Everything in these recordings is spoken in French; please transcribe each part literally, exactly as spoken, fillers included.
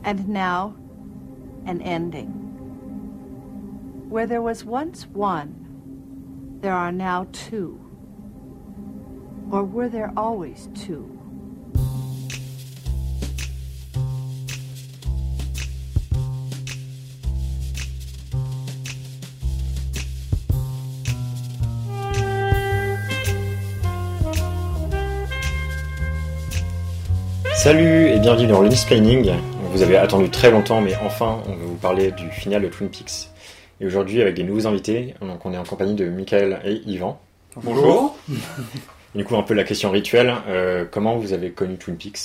And now, an ending. Where there was once one, there are now two. Or were there always two? Salut et bienvenue dans l'Unsplaining. Vous avez attendu très longtemps, mais enfin, on va vous parler du final de Twin Peaks. Et aujourd'hui, avec des nouveaux invités, donc on est en compagnie de Michael et Yvan. Bonjour. Et du coup, un peu la question rituelle, euh, comment vous avez connu Twin Peaks ?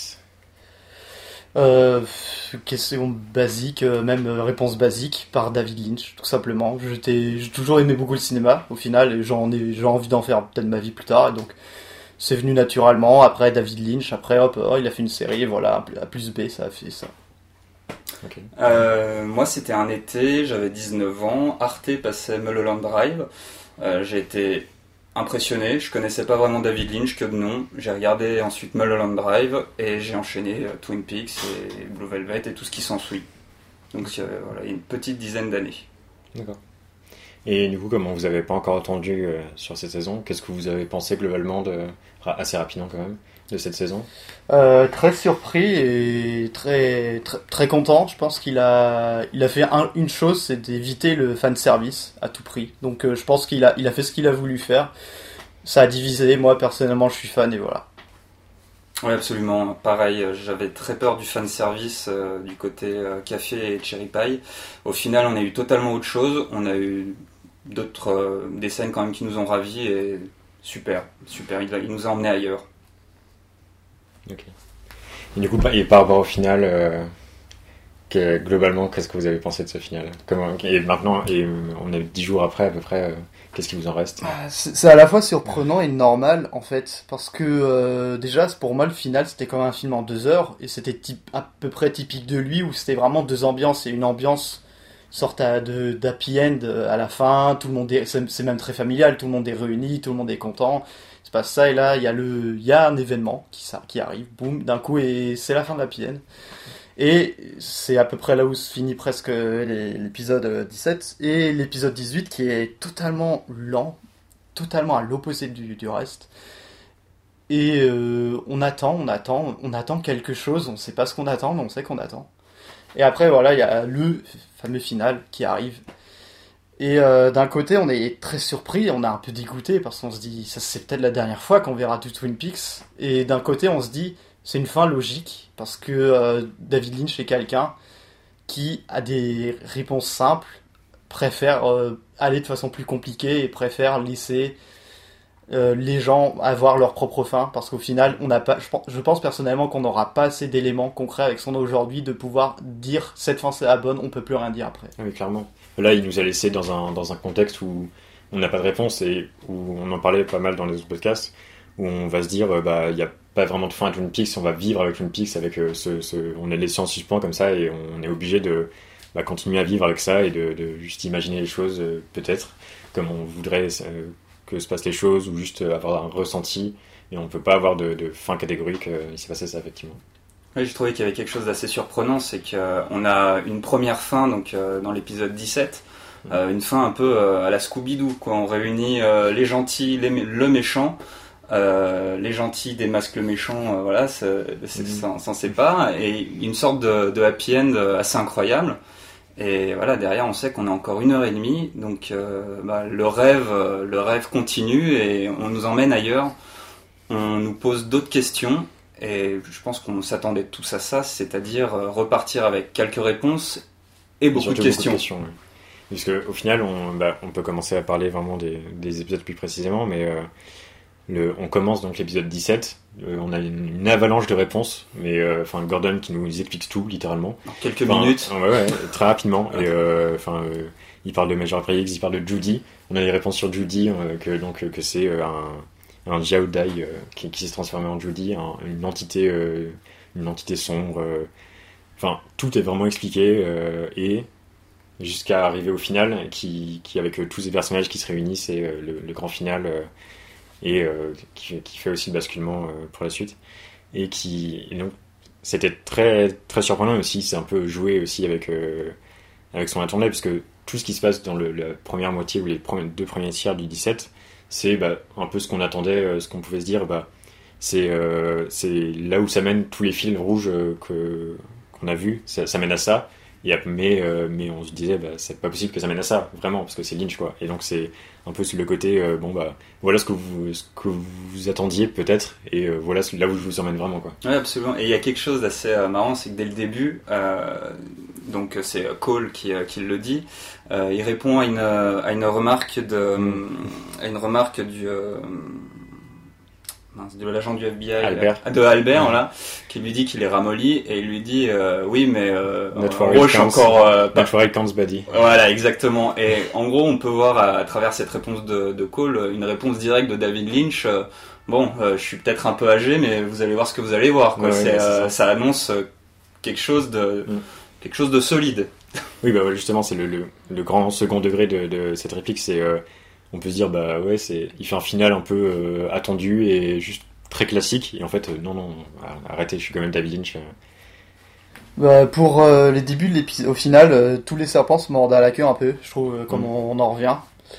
Euh, question basique, euh, même réponse basique, par David Lynch, tout simplement. J'étais, j'ai toujours aimé beaucoup le cinéma, au final, et j'en ai, j'ai envie d'en faire peut-être ma vie plus tard, et donc c'est venu naturellement. Après David Lynch, après hop, oh, il a fait une série, et voilà, A plus B, ça a fait ça. Okay. Euh, moi, c'était un été, j'avais dix-neuf ans, Arte passait Mulholland Drive. Euh, j'ai été impressionné, je connaissais pas vraiment David Lynch que de nom. J'ai regardé ensuite Mulholland Drive et j'ai enchaîné euh, Twin Peaks et Blue Velvet et tout ce qui s'ensuit. Donc euh, voilà, une petite dizaine d'années. D'accord. Et du coup, comme on vous avait pas encore entendu euh, sur cette saison, qu'est-ce que vous avez pensé globalement, de, assez rapidement quand même, de cette saison ? euh, Très surpris et très, très, très content. Je pense qu'il a, il a fait un, une chose, c'est d'éviter le fanservice à tout prix. Donc euh, je pense qu'il a, il a fait ce qu'il a voulu faire. Ça a divisé, moi personnellement je suis fan et voilà. Oui, absolument. Pareil, j'avais très peur du fanservice euh, du côté euh, café et cherry pie. Au final, on a eu totalement autre chose. On a eu d'autres euh, des scènes quand même qui nous ont ravis et super, super. Il, il nous a emmenés ailleurs. Ok. Et du coup, et par rapport au final, euh, que, globalement, qu'est-ce que vous avez pensé de ce final ? Comment, et maintenant, et on est dix jours après à peu près. Euh, Qu'est-ce qui vous en reste ? c'est, c'est à la fois surprenant et normal en fait, parce que euh, déjà pour moi le final c'était comme un film en deux heures et c'était type, à peu près typique de lui où c'était vraiment deux ambiances et une ambiance sorte à, de d'happy end à la fin, tout le monde est, c'est, c'est même très familial, tout le monde est réuni, tout le monde est content. C'est pas ça et là il y a le, il y a un événement qui ça qui arrive, boum d'un coup et c'est la fin de l'happy end. Et c'est à peu près là où se finit presque l'épisode dix-sept et l'épisode dix-huit qui est totalement lent, totalement à l'opposé du, du reste. Et euh, on attend, on attend, on attend quelque chose, on sait pas ce qu'on attend, mais on sait qu'on attend. Et après voilà, il y a le fameux final qui arrive. Et euh, d'un côté, on est très surpris, on est un peu dégoûté parce qu'on se dit ça c'est peut-être la dernière fois qu'on verra du Twin Peaks. Et d'un côté, on se dit c'est une fin logique, parce que euh, David Lynch est quelqu'un qui a des réponses simples, préfère euh, aller de façon plus compliquée et préfère laisser euh, les gens avoir leur propre fin, parce qu'au final, on n'a pas, je pense, je pense personnellement qu'on n'aura pas assez d'éléments concrets avec ce qu'on a aujourd'hui de pouvoir dire cette fin c'est la bonne, on peut plus rien dire après. Oui, clairement. Là, il nous a laissé dans un, dans un contexte où on n'a pas de réponse et où on en parlait pas mal dans les autres podcasts, où on va se dire, euh, bah, il y a pas vraiment de fin à Twin Peaks, on va vivre avec Twin Peaks, avec euh, ce, ce, on est laissé en suspens comme ça et on est obligé de bah, continuer à vivre avec ça et de, de juste imaginer les choses euh, peut-être comme on voudrait euh, que se passent les choses ou juste avoir un ressenti et on peut pas avoir de, de fin catégorique. Euh, il s'est passé ça effectivement. Oui, je trouvais qu'il y avait quelque chose d'assez surprenant, c'est qu'on a une première fin donc euh, dans l'épisode dix-sept, euh, une fin un peu euh, à la Scooby-Doo, quoi. On réunit euh, les gentils, les, le méchant. Euh, les gentils démasquent le méchant, euh, voilà, c'est, c'est, ça, ça en sait pas, et une sorte de, de happy end assez incroyable. Et voilà, derrière, on sait qu'on a encore une heure et demie, donc euh, bah, le rêve, le rêve continue et on nous emmène ailleurs. On nous pose d'autres questions, et je pense qu'on s'attendait tous à ça, c'est-à-dire repartir avec quelques réponses et beaucoup et de questions. Beaucoup de questions, oui. Parce qu'au final, on, bah, on peut commencer à parler vraiment des, des épisodes plus précisément, mais euh, Le, on commence donc l'épisode dix-sept, euh, on a une, une avalanche de réponses, mais enfin euh, Gordon qui nous explique tout littéralement. En quelques enfin, minutes. Ouais, ouais, très rapidement. Et enfin, euh, euh, il parle de Major X, il parle de Judy. On a les réponses sur Judy, euh, que donc que c'est euh, un un Jiaodai euh, qui, qui s'est transformé en Judy, un, une entité, euh, une entité sombre. Enfin, euh, tout est vraiment expliqué euh, et jusqu'à arriver au final, qui, qui avec euh, tous ces personnages qui se réunissent et euh, le, le grand final. Euh, et euh, qui, qui fait aussi le basculement euh, pour la suite et qui et donc c'était très très surprenant aussi. C'est un peu joué aussi avec euh, avec son attendait, parce que tout ce qui se passe dans le, la première moitié ou les premiers, deux premiers tiers du dix-sept, c'est bah, un peu ce qu'on attendait, euh, ce qu'on pouvait se dire. Bah, c'est euh, c'est là où ça mène tous les fils rouges euh, que qu'on a vus. Ça, ça mène à ça. Et, mais euh, mais on se disait bah, c'est pas possible que ça mène à ça vraiment, parce que c'est Lynch quoi. Et donc c'est un peu le côté euh, bon bah voilà ce que vous ce que vous attendiez peut-être, et euh, voilà là où je vous emmène vraiment quoi. Oui, absolument. Et il y a quelque chose d'assez euh, marrant, c'est que dès le début, euh, donc c'est Cole qui euh, qui le dit, euh, il répond à une à une remarque de mm. à une remarque du euh, de l'agent du F B I, Albert. Euh, de Albert, ouais. Voilà, qui lui dit qu'il est ramolli, et il lui dit euh, oui mais euh, en gros je suis encore euh, pas for it counts buddy. Voilà, exactement. Et en gros on peut voir à, à travers cette réponse de, de Cole une réponse directe de David Lynch. Euh, bon, euh, je suis peut-être un peu âgé, mais vous allez voir ce que vous allez voir quoi. Ouais, c'est, ouais, c'est euh, ça. ça annonce quelque chose de mm. quelque chose de solide. Oui bah justement c'est le, le, le grand second degré de, de cette réplique, c'est euh, on peut se dire bah ouais c'est il fait un final un peu euh, attendu et juste très classique, et en fait euh, non non arrêtez, je suis quand même David Lynch. Euh. Bah, pour euh, les débuts de l'épisode, au final euh, tous les serpents se mordent à la queue un peu, je trouve, euh, comme mmh. on, on en revient.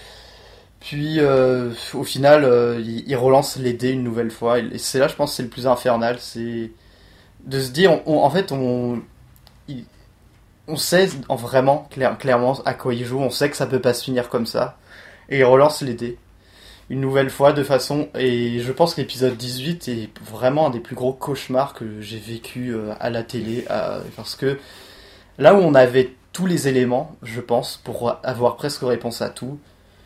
Puis euh, au final euh, il, il relance les dés une nouvelle fois, et c'est là je pense que c'est le plus infernal, c'est de se dire on, on, en fait on il, on sait en vraiment clair, clairement à quoi il joue, on sait que ça peut pas se finir comme ça, et il relance les dés une nouvelle fois de façon, et je pense que l'épisode dix-huit est vraiment un des plus gros cauchemars que j'ai vécu à la télé, à, parce que là où on avait tous les éléments, je pense, pour avoir presque réponse à tout,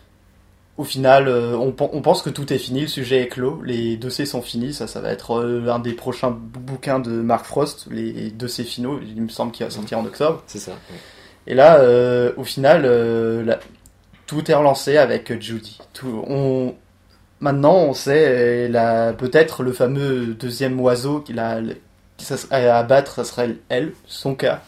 au final on, on pense que tout est fini, le sujet est clos, les dossiers sont finis, ça ça va être un des prochains bouquins de Mark Frost, les dossiers finaux, il me semble qu'il va sortir en octobre. C'est ça. Ouais. Et là euh, au final euh, la, tout est relancé avec Judy. Tout, on, maintenant, on sait la, peut-être le fameux deuxième oiseau qu'il a, qui à abattre, ça serait elle, son cas.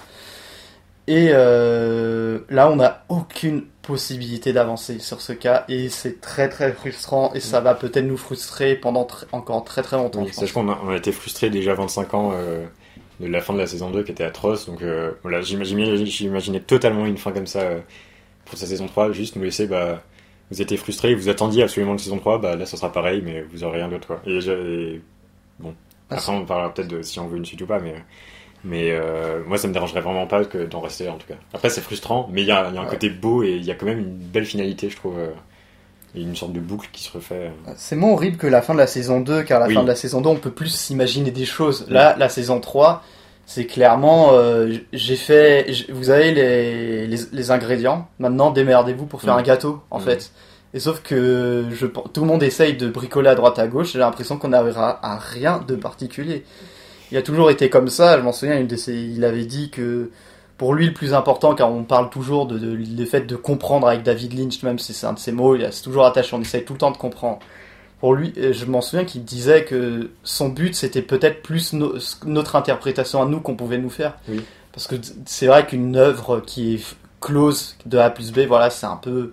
Et euh, là, on n'a aucune possibilité d'avancer sur ce cas, et c'est très très frustrant, et ça va peut-être nous frustrer pendant tr- encore très très longtemps. Oui, sache qu'on a, on a été frustrés déjà vingt-cinq ans euh, de la fin de la saison deux qui était atroce, donc euh, voilà, j'imaginais, j'imaginais totalement une fin comme ça. Euh, pour sa saison trois, juste nous laisser, bah, vous étiez frustrés, vous attendiez absolument une saison trois, bah là ça sera pareil, mais vous aurez rien d'autre quoi. Et, et bon, après on parlera peut-être de si on veut une suite ou pas, mais, mais euh, moi ça me dérangerait vraiment pas que d'en rester là en tout cas. Après c'est frustrant, mais il y a, y a un ouais. côté beau, et il y a quand même une belle finalité je trouve, euh, et une sorte de boucle qui se refait. Euh. C'est moins horrible que la fin de la saison deux, car à la oui. fin de la saison deux on peut plus s'imaginer des choses. Oui. Là, la saison trois, c'est clairement, euh, j'ai fait, j'ai, vous avez les, les, les ingrédients, maintenant démerdez-vous pour faire mmh. un gâteau, en mmh. fait. Et sauf que je, tout le monde essaye de bricoler à droite à gauche, j'ai l'impression qu'on n'arrivera à rien de particulier. Il a toujours été comme ça, je m'en souviens, une de ses, il avait dit que pour lui le plus important, car on parle toujours de, de, de, de fait de comprendre avec David Lynch, même si c'est un de ses mots, il a, c'est toujours attaché, on essaye tout le temps de comprendre. Pour lui, je m'en souviens qu'il disait que son but c'était peut-être plus no- notre interprétation à nous qu'on pouvait nous faire. Oui. Parce que c'est vrai qu'une œuvre qui est close de A plus B, voilà, c'est un peu,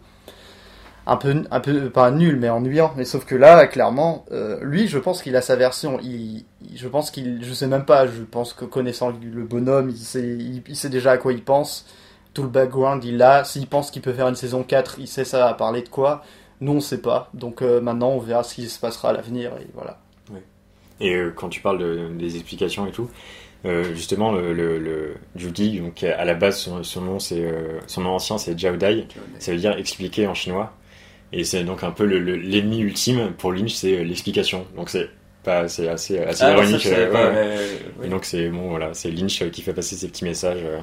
un peu, un peu pas nul mais ennuyant. Mais sauf que là, clairement, euh, lui, je pense qu'il a sa version. Il, je pense qu'il, je sais même pas. Je pense que connaissant le bonhomme, il sait, il, il sait déjà à quoi il pense. Tout le background, il l'a. S'il pense qu'il peut faire une saison quatre, il sait ça va parler de quoi. Nous, on sait pas. Donc euh, maintenant, on verra ce qui se passera à l'avenir. Et voilà. Ouais. Et euh, quand tu parles de, des explications et tout, euh, justement, le, le, le Judy, donc à la base, son, son nom, c'est euh, son nom ancien, c'est Jiao Dai. Ça veut dire expliquer en chinois. Et c'est donc un peu le, le, l'ennemi ultime pour Lynch, c'est l'explication. Donc c'est pas, c'est assez, assez ah, ironique. Ça, euh, pas, ouais. mais, oui. Et donc c'est bon, voilà, c'est Lynch qui fait passer ces petits messages. Euh,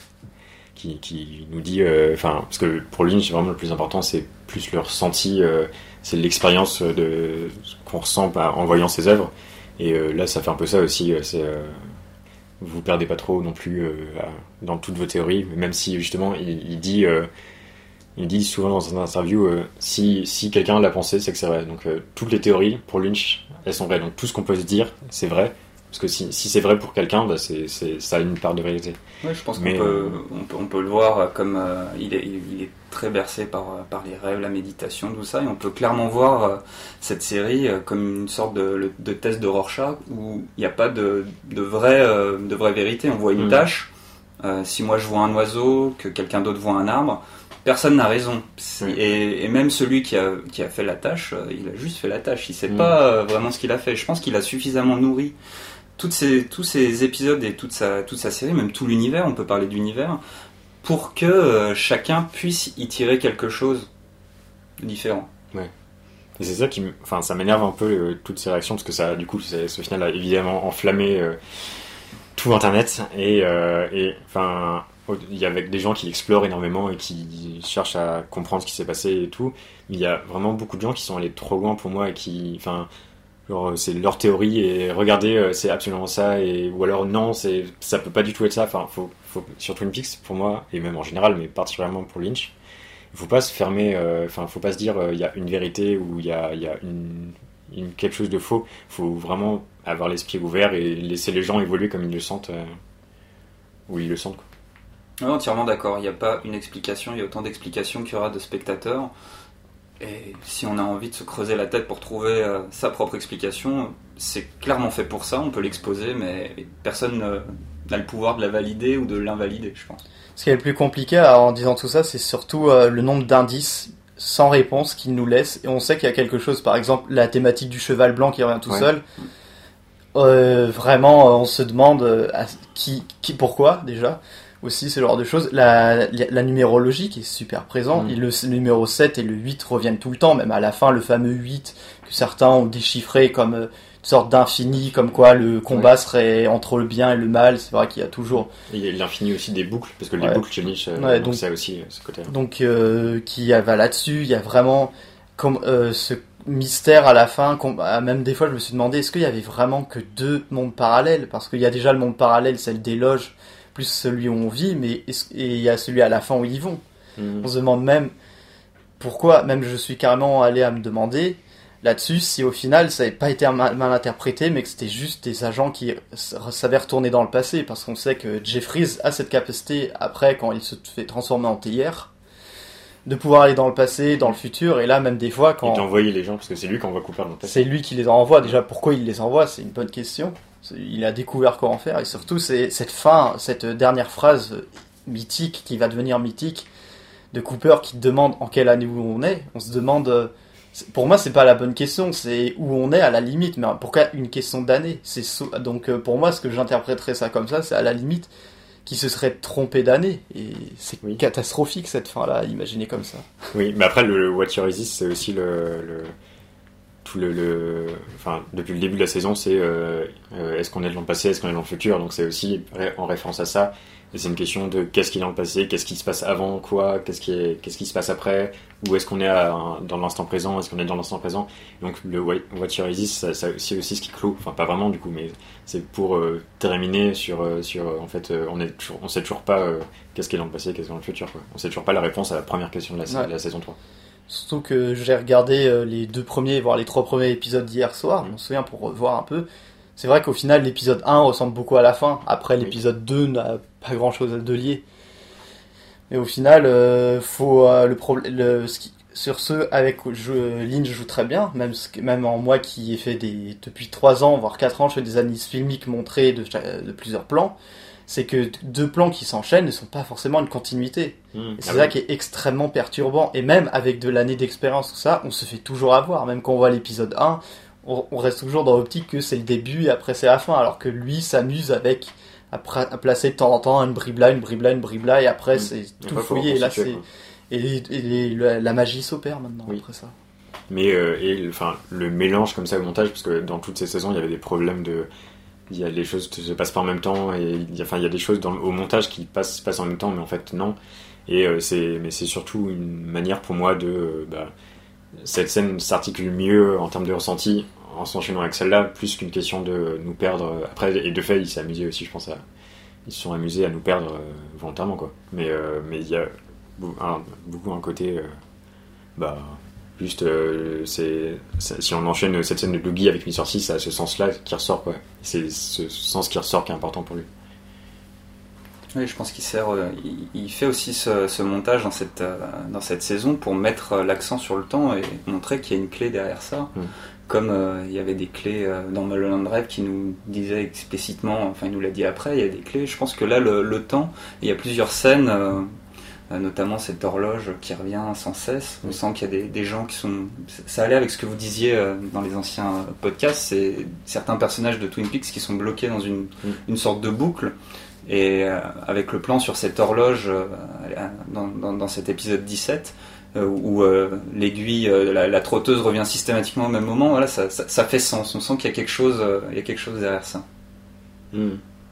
Qui, qui nous dit, enfin, euh, parce que pour Lynch, vraiment le plus important, c'est plus le ressenti, euh, c'est l'expérience de qu'on ressent bah, en voyant ses œuvres. Et euh, là, ça fait un peu ça aussi. C'est, euh, vous perdez pas trop non plus euh, dans toutes vos théories, même si justement, il, il dit, euh, il dit souvent dans une interview, euh, si si quelqu'un l'a pensé, c'est que c'est vrai. Donc euh, toutes les théories pour Lynch, elles sont vraies. Donc tout ce qu'on peut se dire, c'est vrai. Parce que si, si c'est vrai pour quelqu'un, bah c'est, c'est, ça a une part de vérité. Oui, je pense Mais, qu'on peut, euh, on peut, on peut le voir comme euh, il, est, il est très bercé par, par les rêves, la méditation, tout ça, et on peut clairement voir euh, cette série euh, comme une sorte de, de test de Rorschach où il n'y a pas de, de, vraie, euh, de vraie vérité. On voit une mmh. tâche, euh, si moi je vois un oiseau, que quelqu'un d'autre voit un arbre, personne n'a raison. Mmh. Et, et même celui qui a, qui a fait la tâche, euh, il a juste fait la tâche, il ne sait mmh. pas euh, vraiment ce qu'il a fait. Je pense qu'il a suffisamment nourri Toutes ces, tous ces épisodes et toute sa, toute sa série, même tout l'univers, on peut parler d'univers, pour que euh, chacun puisse y tirer quelque chose de différent. Ouais. Et c'est ça qui, enfin, ça m'énerve un peu euh, toutes ces réactions parce que ça, du coup, c'est, ce final a évidemment enflammé euh, tout Internet et, euh, et enfin, il y a avec des gens qui explorent énormément et qui cherchent à comprendre ce qui s'est passé et tout. Mais il y a vraiment beaucoup de gens qui sont allés trop loin pour moi et qui, enfin. Genre, c'est leur théorie et regardez c'est absolument ça et ou alors non c'est ça peut pas du tout être ça. Enfin faut faut sur Twin Peaks pour moi et même en général mais particulièrement pour Lynch il faut pas se fermer enfin euh, faut pas se dire il euh, y a une vérité ou il y a il y a une, une quelque chose de faux. Faut vraiment avoir l'esprit ouvert et laisser les gens évoluer comme ils le sentent euh, ou ils le sentent quoi. Ouais, entièrement d'accord. Il n'y a pas une explication, il y a autant d'explications qu'il y aura de spectateurs. Et si on a envie de se creuser la tête pour trouver euh, sa propre explication, c'est clairement fait pour ça, on peut l'exposer, mais personne ne, n'a le pouvoir de la valider ou de l'invalider, je pense. Ce qui est le plus compliqué en disant tout ça, c'est surtout euh, le nombre d'indices sans réponse qu'il nous laisse. Et on sait qu'il y a quelque chose, par exemple, la thématique du cheval blanc qui revient tout ouais. seul. Euh, vraiment, on se demande euh, à qui, qui, pourquoi, déjà. Aussi ce genre de choses, la, la, la numérologie qui est super présente, mmh. le, le numéro sept et le huit reviennent tout le temps, même à la fin le fameux huit que certains ont déchiffré comme euh, une sorte d'infini, comme quoi le combat ouais. serait entre le bien et le mal, c'est vrai qu'il y a toujours... Et il y a l'infini aussi des boucles, parce que les ouais. boucles chez Nietzsche, ouais, donc, donc ça aussi, ce côté-là. Donc euh, qui va là-dessus, il y a vraiment comme, euh, ce mystère à la fin, même des fois je me suis demandé est-ce qu'il y avait vraiment que deux mondes parallèles, parce qu'il y a déjà le monde parallèle, celle des loges, plus celui où on vit, mais et il y a celui à la fin où ils vont. Mmh. On se demande même pourquoi, même je suis carrément allé à me demander là-dessus si au final ça n'avait pas été mal, mal interprété, mais que c'était juste des agents qui savaient retourner dans le passé, parce qu'on sait que Jeffries a cette capacité, après, quand il se fait transformer en théière, de pouvoir aller dans le passé, dans le futur, et là même des fois quand... Et d'envoyer les gens, parce que c'est lui qui envoie Cooper dans le passé. C'est lui qui les envoie, déjà pourquoi il les envoie, c'est une bonne question. Il a découvert quoi en faire, et surtout c'est cette fin, cette dernière phrase mythique qui va devenir mythique de Cooper qui demande en quelle année où on est. On se demande, pour moi c'est pas la bonne question, c'est où on est à la limite, mais pourquoi une question d'année? C'est so... donc pour moi ce que j'interpréterais ça comme ça, c'est à la limite qui se serait trompé d'année, et c'est oui. catastrophique cette fin là, imaginer comme ça. Oui, mais après le What You Resist c'est aussi le, le... tout le, le, enfin depuis le début de la saison c'est euh, euh, est-ce qu'on est dans le passé, est-ce qu'on est dans le futur, donc c'est aussi en référence à ça, et c'est une question de qu'est-ce qui est dans le passé, qu'est-ce qui se passe avant quoi, qu'est-ce qui est, qu'est-ce qui se passe après, où est-ce qu'on est à, dans l'instant présent, est-ce qu'on est dans l'instant présent, donc le What You Resist ça, ça c'est aussi ce qui clôt, enfin pas vraiment du coup, mais c'est pour euh, terminer sur euh, sur en fait euh, on est toujours, on sait toujours pas euh, qu'est-ce qui est dans le passé, qu'est-ce qui est dans le futur quoi. On sait toujours pas la réponse à la première question de la, ouais. de la saison trois. Surtout que j'ai regardé euh, les deux premiers, voire les trois premiers épisodes d'hier soir, mmh. je me souviens pour revoir un peu. C'est vrai qu'au final, l'épisode un ressemble beaucoup à la fin. Après, l'épisode oui. deux n'a pas grand-chose de lié. Mais au final, euh, faut euh, le problème. Le, sur ce, avec je, Lynch joue très bien, même même en moi qui ai fait des depuis trois ans, voire quatre ans, je fais des analyses filmiques montrées de, de plusieurs plans. C'est que deux plans qui s'enchaînent ne sont pas forcément une continuité. Mmh, et c'est ah ça oui. qui est extrêmement perturbant. Et même avec de l'année d'expérience, tout ça, on se fait toujours avoir. Même quand on voit l'épisode un, on, on reste toujours dans l'optique que c'est le début et après c'est la fin. Alors que lui s'amuse avec à, pra- à placer de temps en temps une bribe là, une bribe là, une bribe là, et après mmh. c'est tout fouillé. Et là c'est et, et les, la, la magie s'opère maintenant oui. après ça. Mais euh, et enfin le mélange comme ça au montage, parce que dans toutes ces saisons il y avait des problèmes de il y a des choses qui se passent pas en même temps, et il y a, enfin il y a des choses dans, au montage qui passent, passent en même temps, mais en fait non. Et euh, c'est, mais c'est surtout une manière pour moi de, euh, bah, cette scène s'articule mieux en termes de ressenti en s'enchaînant avec celle-là, plus qu'une question de nous perdre. Après, et de fait, il s'est amusé aussi, je pense, à, ils se sont amusés à nous perdre euh, volontairement, quoi. Mais euh, mais il y a un, beaucoup un côté, euh, bah, Juste, euh, c'est, c'est, si on enchaîne cette scène de Doogie avec mister C, ça a ce sens-là qui ressort, quoi. C'est ce sens qui ressort qui est important pour lui. Oui, je pense qu'il sert, euh, il, il fait aussi ce, ce montage dans cette, euh, dans cette saison pour mettre euh, l'accent sur le temps et montrer qu'il y a une clé derrière ça. Mm. Comme euh, il y avait des clés euh, dans Mulholland Drive qui nous disaient explicitement, enfin il nous l'a dit après, il y a des clés. Je pense que là, le, le temps, il y a plusieurs scènes, euh, notamment cette horloge qui revient sans cesse. On sent qu'il y a des, des gens qui sont... Ça allait avec ce que vous disiez euh, dans les anciens podcasts, c'est certains personnages de Twin Peaks qui sont bloqués dans une, mm. une sorte de boucle. Et euh, avec le plan sur cette horloge euh, dans, dans, dans cet épisode dix-sept euh, où euh, l'aiguille, euh, la, la trotteuse revient systématiquement au même moment, voilà, ça, ça, ça fait sens. On sent qu'il y a quelque chose, euh, il y a quelque chose derrière ça. Mm.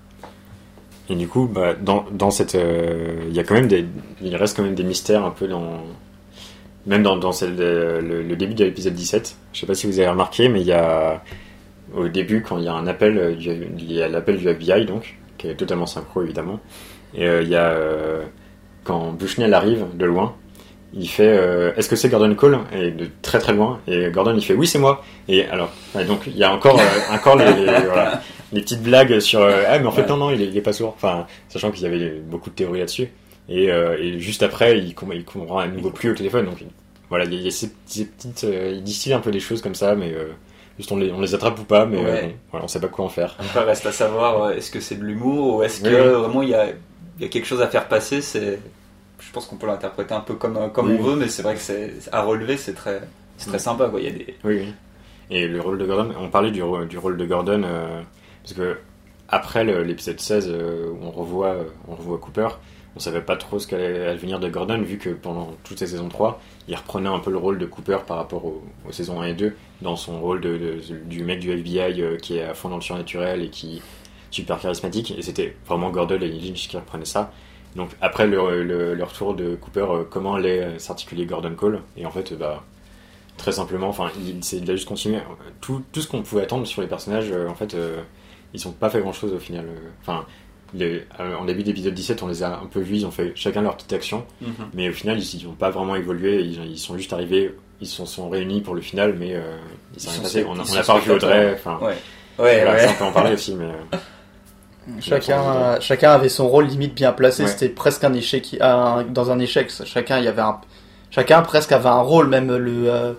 Et du coup, bah, dans, dans cette, euh, il y a quand même des, il reste quand même des mystères un peu dans, même dans, dans celle, le, le début de l'épisode dix-sept. Je sais pas si vous avez remarqué, mais il y a au début quand il y a un appel, il y a l'appel du F B I donc. Qui est totalement synchro évidemment, et il euh, y a euh, quand Bushnell arrive de loin, il fait euh, est-ce que c'est Gordon Cole, et de très très loin, et Gordon il fait oui c'est moi, et alors ouais, donc il y a encore euh, encore les, les, voilà, les petites blagues sur euh, ah mais en fait non non il est, il est pas sourd, enfin sachant qu'il y avait beaucoup de théories là-dessus, et, euh, et juste après il, il comprend à nouveau plus au téléphone, donc voilà il y a, il y a ces, ces petites euh, il distille un peu des choses comme ça, mais euh, juste on les, on les attrape ou pas, mais ouais. euh, bon, voilà, on sait pas quoi en faire. Après, reste à savoir, est-ce que c'est de l'humour ou est-ce que oui. vraiment il y a, il y a quelque chose à faire passer. C'est, je pense qu'on peut l'interpréter un peu comme, comme oui. on veut, mais c'est vrai que c'est, à relever, c'est très, c'est très oui. sympa. Quoi. Il y a des... Oui, oui. Et le rôle de Gordon, on parlait du, du rôle de Gordon, euh, parce que après le, l'épisode seize, euh, où on revoit, on revoit Cooper, on savait pas trop ce qu'allait advenir de Gordon, vu que pendant toutes ces saisons trois, il reprenait un peu le rôle de Cooper par rapport aux, aux saisons un et deux, dans son rôle de, de, du mec du F B I euh, qui est à fond dans le surnaturel et qui est super charismatique, et c'était vraiment Gordon et Lynch qui reprenaient ça. Donc après le, le, le retour de Cooper, euh, comment allait s'articuler Gordon Cole, et en fait, bah, très simplement, enfin, il, c'est, il a juste continué. Tout, tout ce qu'on pouvait attendre sur les personnages, euh, en fait, euh, ils ont pas fait grand chose au final. Enfin, euh, en début d'épisode dix-sept, on les a un peu vus, ils ont fait chacun leur petite action, mm-hmm. mais au final, ils n'ont pas vraiment évolué, ils, ils sont juste arrivés, ils se sont, sont réunis pour le final, mais euh, il s'est rien passé. On n'a pas revu Audrey, enfin, ouais. ouais, voilà, ouais. Ça, on peut en parler aussi, mais. Euh, Chacun, chacun avait son rôle limite bien placé, ouais. C'était presque un échec, un, dans un échec, chacun, il y avait un, chacun presque avait un rôle, même le, euh,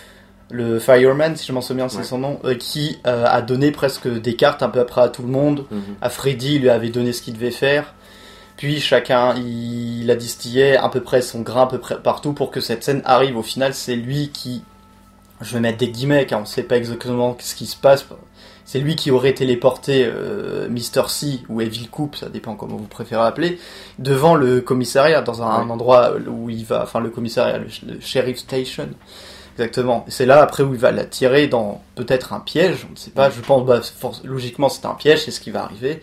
le Fireman, si je m'en souviens, c'est ouais. son nom, euh, qui euh, a donné presque des cartes un peu après à tout le monde, mm-hmm. à Freddy, il lui avait donné ce qu'il devait faire, puis chacun, il, il a distillé à peu près son grain à peu près partout pour que cette scène arrive. Au final, c'est lui qui, je vais mettre des guillemets, car on ne sait pas exactement ce qui se passe, c'est lui qui aurait téléporté euh, mister C ou Evil Coop, ça dépend comment vous préférez appeler, devant le commissariat, dans un, ouais. un endroit où il va, enfin le commissariat, le, le Sheriff Station, exactement. Et c'est là après où il va l'attirer dans peut-être un piège, on ne sait pas, ouais. je pense, bah, force, logiquement c'est un piège, c'est ce qui va arriver.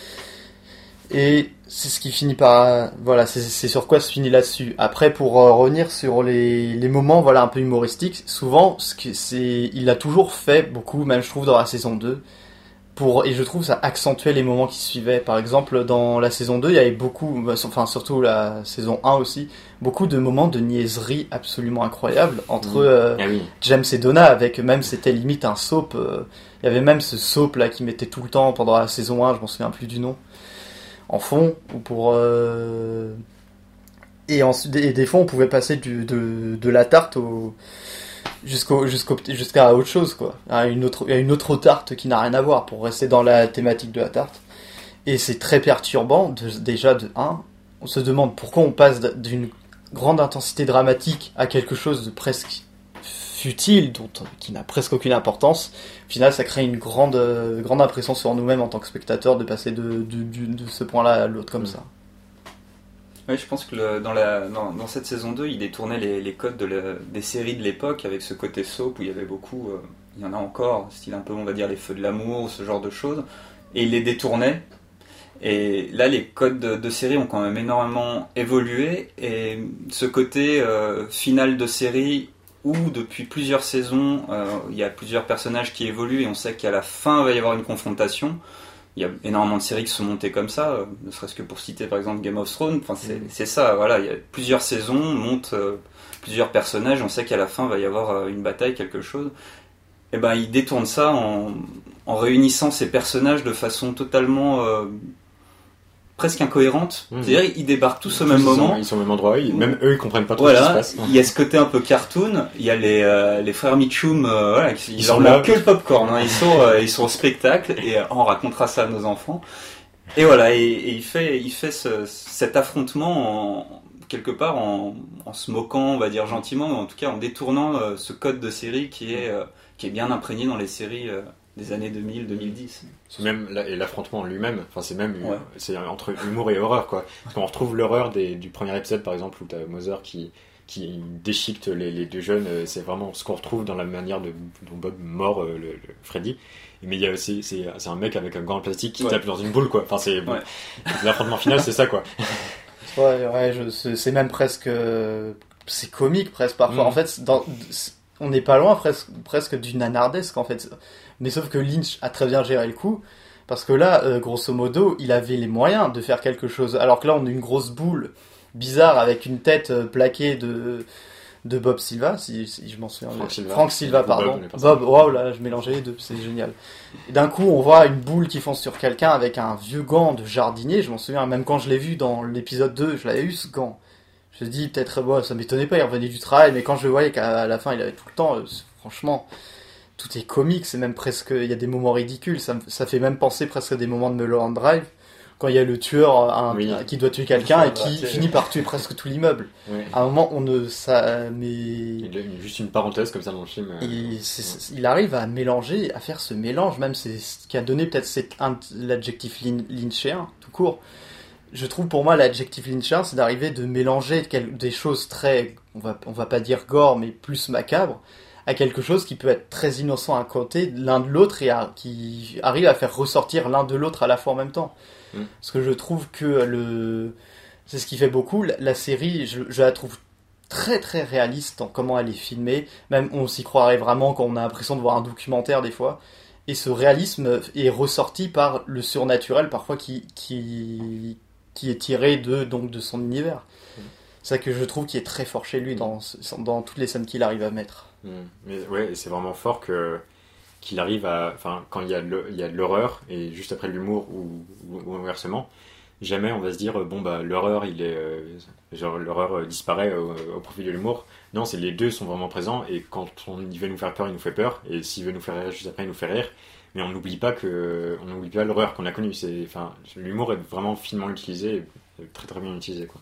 Et c'est ce qui finit par... Voilà, c'est, c'est sur quoi se finit là-dessus. Après, pour euh, revenir sur les, les moments voilà, un peu humoristiques, souvent, ce que c'est, il a toujours fait beaucoup, même je trouve dans la saison deux, pour, et je trouve ça accentuait les moments qui suivaient. Par exemple, dans la saison deux, il y avait beaucoup, enfin surtout la saison un aussi, beaucoup de moments de niaiserie absolument incroyables entre mmh. euh, ah oui. James et Donna, avec même, c'était limite un soap. Euh, il y avait même ce soap là qui mettait tout le temps pendant la saison un, je m'en souviens plus du nom, en fond, ou pour euh... et, ensuite, et des fois on pouvait passer du, de, de la tarte au jusqu'au, jusqu'au jusqu'à autre chose quoi, à une autre à une autre tarte qui n'a rien à voir, pour rester dans la thématique de la tarte. Et c'est très perturbant de, déjà de un, on se demande pourquoi on passe d'une grande intensité dramatique à quelque chose de presque futile, dont, qui n'a presque aucune importance. Au final, ça crée une grande, euh, grande impression sur nous-mêmes en tant que spectateurs de passer de, de, de, de ce point-là à l'autre comme ça. Oui, je pense que le, dans, la, dans, dans cette saison deux, il détournait les, les codes de la, des séries de l'époque, avec ce côté soap où il y avait beaucoup, euh, il y en a encore, style un peu, on va dire, les Feux de l'amour, ce genre de choses, et il les détournait. Et là, les codes de, de série ont quand même énormément évolué, et ce côté euh, final de série où depuis plusieurs saisons, euh, il y a plusieurs personnages qui évoluent et on sait qu'à la fin il va y avoir une confrontation. il y a énormément de séries qui sont montées comme ça, euh, ne serait-ce que pour citer par exemple Game of Thrones. Enfin, c'est, mm. c'est ça, voilà, il y a plusieurs saisons, on monte euh, plusieurs personnages, on sait qu'à la fin il va y avoir euh, une bataille, quelque chose. Et ben il détourne ça en, en réunissant ces personnages de façon totalement euh, presque incohérente. Mmh. C'est-à-dire ils débarquent tous au même moment. Ils sont au même endroit, ils, même eux ils comprennent pas trop voilà, ce qui se passe. Il y a ce côté un peu cartoon, il y a les, euh, les frères Mitchum, euh, voilà, ils, ils leur manquent que le popcorn, hein. ils, sont, euh, ils sont au spectacle et euh, on racontera ça à nos enfants. Et voilà, et, et il fait, il fait ce, cet affrontement en, quelque part en, en se moquant, on va dire gentiment, mais en tout cas en détournant euh, ce code de série qui est... Euh, qui est bien imprégné dans les séries euh, des années deux mille, deux mille dix. C'est même et l'affrontement en lui-même, enfin c'est même ouais. c'est entre humour et horreur quoi. Parce qu'on retrouve l'horreur des, du premier épisode par exemple où t'as Moser qui qui déchiquette les, les deux jeunes, c'est vraiment ce qu'on retrouve dans la manière de, dont Bob mord le, le Freddy. Mais il y a aussi c'est c'est un mec avec un gant en plastique qui ouais. tape dans une boule quoi. Enfin c'est ouais. l'affrontement final c'est ça quoi. Ouais ouais, je, c'est, c'est même presque c'est comique presque parfois. Mm. En fait dans on n'est pas loin presque, presque du nanardesque en fait. Mais sauf que Lynch a très bien géré le coup. Parce que là, euh, grosso modo, il avait les moyens de faire quelque chose. Alors que là, on a une grosse boule bizarre avec une tête euh, plaquée de, de Bob Silva, si, si je m'en souviens. Frank Silva, Frank Silva pardon. Bob, wow, là, je mélangeais les deux, c'est génial. Et d'un coup, on voit une boule qui fonce sur quelqu'un avec un vieux gant de jardinier. Je m'en souviens, même quand je l'ai vu dans l'épisode deux, je l'avais eu ce gant. Je me dis, peut-être, bon, ça m'étonnait pas, il revenait du travail, mais quand je voyais qu'à la fin, il avait tout le temps, euh, franchement, tout est comique, c'est même presque, il y a des moments ridicules, ça, ça fait même penser presque à des moments de Mulholland Drive, quand il y a le tueur un, oui. qui doit tuer quelqu'un et qui finit par tuer presque tout l'immeuble. Oui. À un moment, on ne, ça, mais... Il y a juste une parenthèse comme ça dans le film. Il, c'est, c'est, il arrive à mélanger, à faire ce mélange, même c'est ce qui a donné peut-être cet, un, l'adjectif lynchien, tout court. Je trouve pour moi l'adjectif lynchien, c'est d'arriver de mélanger quel, des choses très, on va, on va pas dire gore, mais plus macabre, à quelque chose qui peut être très innocent à côté l'un de l'autre et à, qui arrive à faire ressortir l'un de l'autre à la fois en même temps. Mmh. Parce que je trouve que le, c'est ce qui fait beaucoup. La, la série, je, je la trouve très très réaliste en comment elle est filmée. Même on s'y croirait vraiment quand on a l'impression de voir un documentaire des fois. Et ce réalisme est ressorti par le surnaturel parfois qui, qui, qui est tiré de, donc, de son univers. Mmh. C'est ça que je trouve qui est très fort chez lui dans, dans toutes les scènes qu'il arrive à mettre. Mmh. Mais ouais, c'est vraiment fort que, qu'il arrive à... Enfin, quand il y a de, il y a de l'horreur, et juste après l'humour, ou, ou, ou inversement, jamais on va se dire, bon, bah, l'horreur, il est... Euh, genre, l'horreur disparaît au, au profit de l'humour. Non, c'est les deux sont vraiment présents, et quand on, il veut nous faire peur, il nous fait peur, et s'il veut nous faire rire juste après, il nous fait rire. Mais on n'oublie pas que, on n'oublie pas l'horreur qu'on a connue. C'est, enfin, l'humour est vraiment finement utilisé, très très bien utilisé, quoi.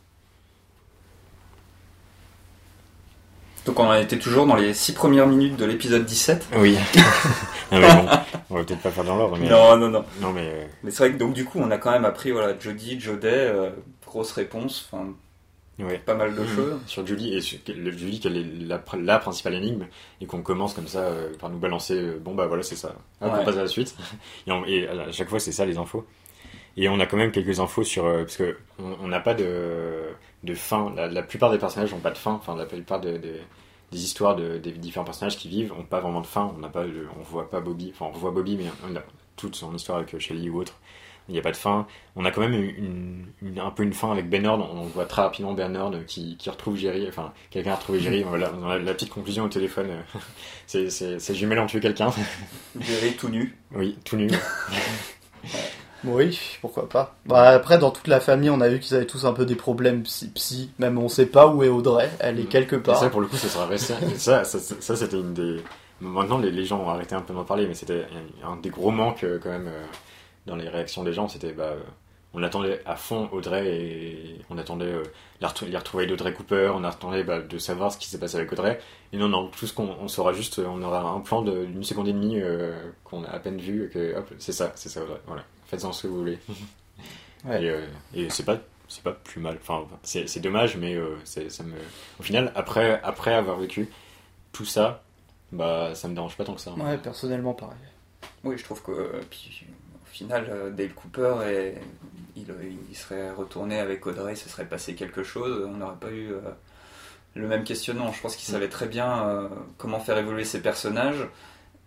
Donc on a été toujours dans les six premières minutes de l'épisode dix-sept. Oui. Non, mais bon, on va peut-être pas faire dans l'ordre. Mais... Non, non, non. Non, mais... Euh... mais c'est vrai que donc du coup on a quand même appris voilà Jodie, Joday, euh, grosse réponse, enfin ouais. Pas mal de mmh. choses. Sur Julie, et sur, le, Julie qui est la, la principale énigme, et qu'on commence comme ça euh, par nous balancer, euh, bon bah voilà c'est ça, hop, ouais. On passe à la suite. Et, on, et à chaque fois c'est ça les infos. Et on a quand même quelques infos sur... Euh, parce que on n'a pas de, de fin. La, la plupart des personnages n'ont pas de fin. Enfin, la plupart de, de, des histoires de, des différents personnages qui vivent n'ont pas vraiment de fin. On n'a pas, de, on voit pas Bobby. Enfin, on voit Bobby, mais on a toute son histoire avec Shelly ou autre. Il n'y a pas de fin. On a quand même une, une, un peu une fin avec Bernard. On voit très rapidement Bernard qui, qui retrouve Jerry. Enfin, quelqu'un a retrouvé Jerry. Voilà, on a la petite conclusion au téléphone. C'est, c'est, c'est jumelles ont tué quelqu'un. Jerry tout nu. Oui, tout nu. Oui, pourquoi pas. Bah, après, dans toute la famille, on a vu qu'ils avaient tous un peu des problèmes psy. psy. Même on sait pas où est Audrey. Elle est quelque part. Et ça, pour le coup, ça sera resté. ça, ça, ça, ça, c'était une des. Maintenant, les, les gens ont arrêté un peu d'en parler, mais c'était un des gros manques quand même euh, dans les réactions des gens. C'était, bah, on attendait à fond Audrey et on attendait euh, les retrouvailles d'Audrey Cooper. On attendait bah, de savoir ce qui s'est passé avec Audrey. Et non, non, tout ce qu'on on saura juste, on aura un plan de, d'une seconde et demie euh, qu'on a à peine vu. Et que, hop, c'est ça, c'est ça Audrey. Voilà. Faites-en ce que vous voulez. Ouais. Et, euh, et c'est pas, c'est pas plus mal. Enfin, c'est, c'est dommage, mais euh, c'est, ça me. Au final, après, après avoir vécu tout ça, bah, ça me dérange pas tant que ça. Ouais, personnellement, pareil. Oui, je trouve que, euh, puis, au final, euh, Dale Cooper, et, il, il serait retourné avec Audrey, ce serait passé quelque chose. On n'aurait pas eu euh, le même questionnement. Je pense qu'il savait très bien euh, comment faire évoluer ses personnages.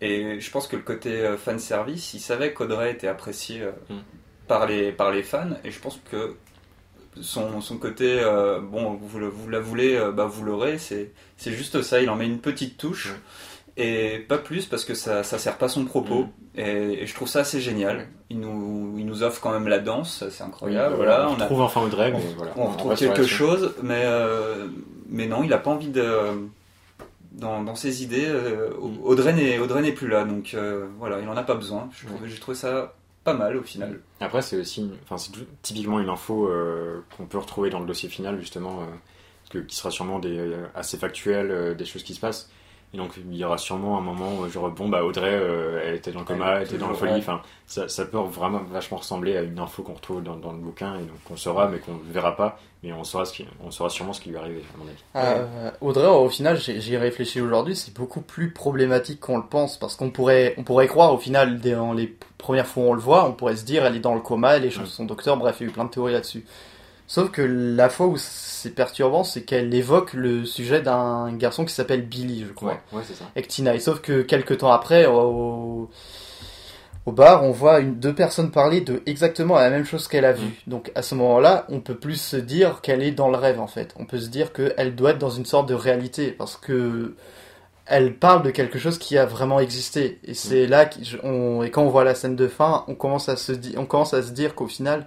Et je pense que le côté euh, fan service, il savait qu'Audrey était appréciée euh, Mm. par les par les fans, et je pense que son son côté euh, bon, vous le- vous la voulez, euh, bah vous l'aurez, c'est c'est juste ça. Il en met une petite touche. Ouais. Et pas plus, parce que ça ça sert pas son propos. Mm. Et, et je trouve ça assez génial. Ouais. Il nous il nous offre quand même la danse, c'est Oui, incroyable. bah, voilà, on on a retrouve enfin Audrey, mais on, voilà. on retrouve reste sur quelque là-dessus. chose, mais, euh, mais non, il a pas envie de. Dans, dans ses idées, euh, Audrey n'est Audrey n'est plus là, donc euh, voilà, il en a pas besoin. Je trouve- J'ai trouvé ça pas mal au final. Après, c'est aussi, une- enfin, c'est tout- typiquement une info euh, qu'on peut retrouver dans le dossier final, justement, euh, que- qui sera sûrement des, euh, assez factuel, euh, des choses qui se passent. Et donc, il y aura sûrement un moment où, genre, bon, bah, Audrey, euh, elle était dans le coma, elle était dans la toujours, folie. ouais. Enfin, ça, ça peut vraiment vachement ressembler à une info qu'on retrouve dans, dans le bouquin, et donc qu'on saura, mais qu'on ne verra pas. Mais on saura, ce qui, on saura sûrement ce qui lui est arrivé, à mon avis. Euh, Audrey, au final, j'ai- j'y ai réfléchi aujourd'hui, c'est beaucoup plus problématique qu'on le pense, parce qu'on pourrait, on pourrait croire, au final, dès- dans les premières fois où on le voit, on pourrait se dire, elle est dans le coma, elle est chez Ouais. son docteur, bref, il y a eu plein de théories là-dessus. Sauf que la fois où c'est perturbant, c'est qu'elle évoque le sujet d'un garçon qui s'appelle Billy, je crois, Ouais, ouais, c'est ça. avec Tina. Et sauf que quelques temps après, au, au bar, on voit une, deux personnes parler de exactement la même chose qu'elle a vue. Donc à ce moment-là, on peut plus se dire qu'elle est dans le rêve, en fait. On peut se dire qu'elle doit être dans une sorte de réalité, parce que elle parle de quelque chose qui a vraiment existé. Et c'est là qu'on, et quand on voit la scène de fin, on commence à se dire, on commence à se dire qu'au final,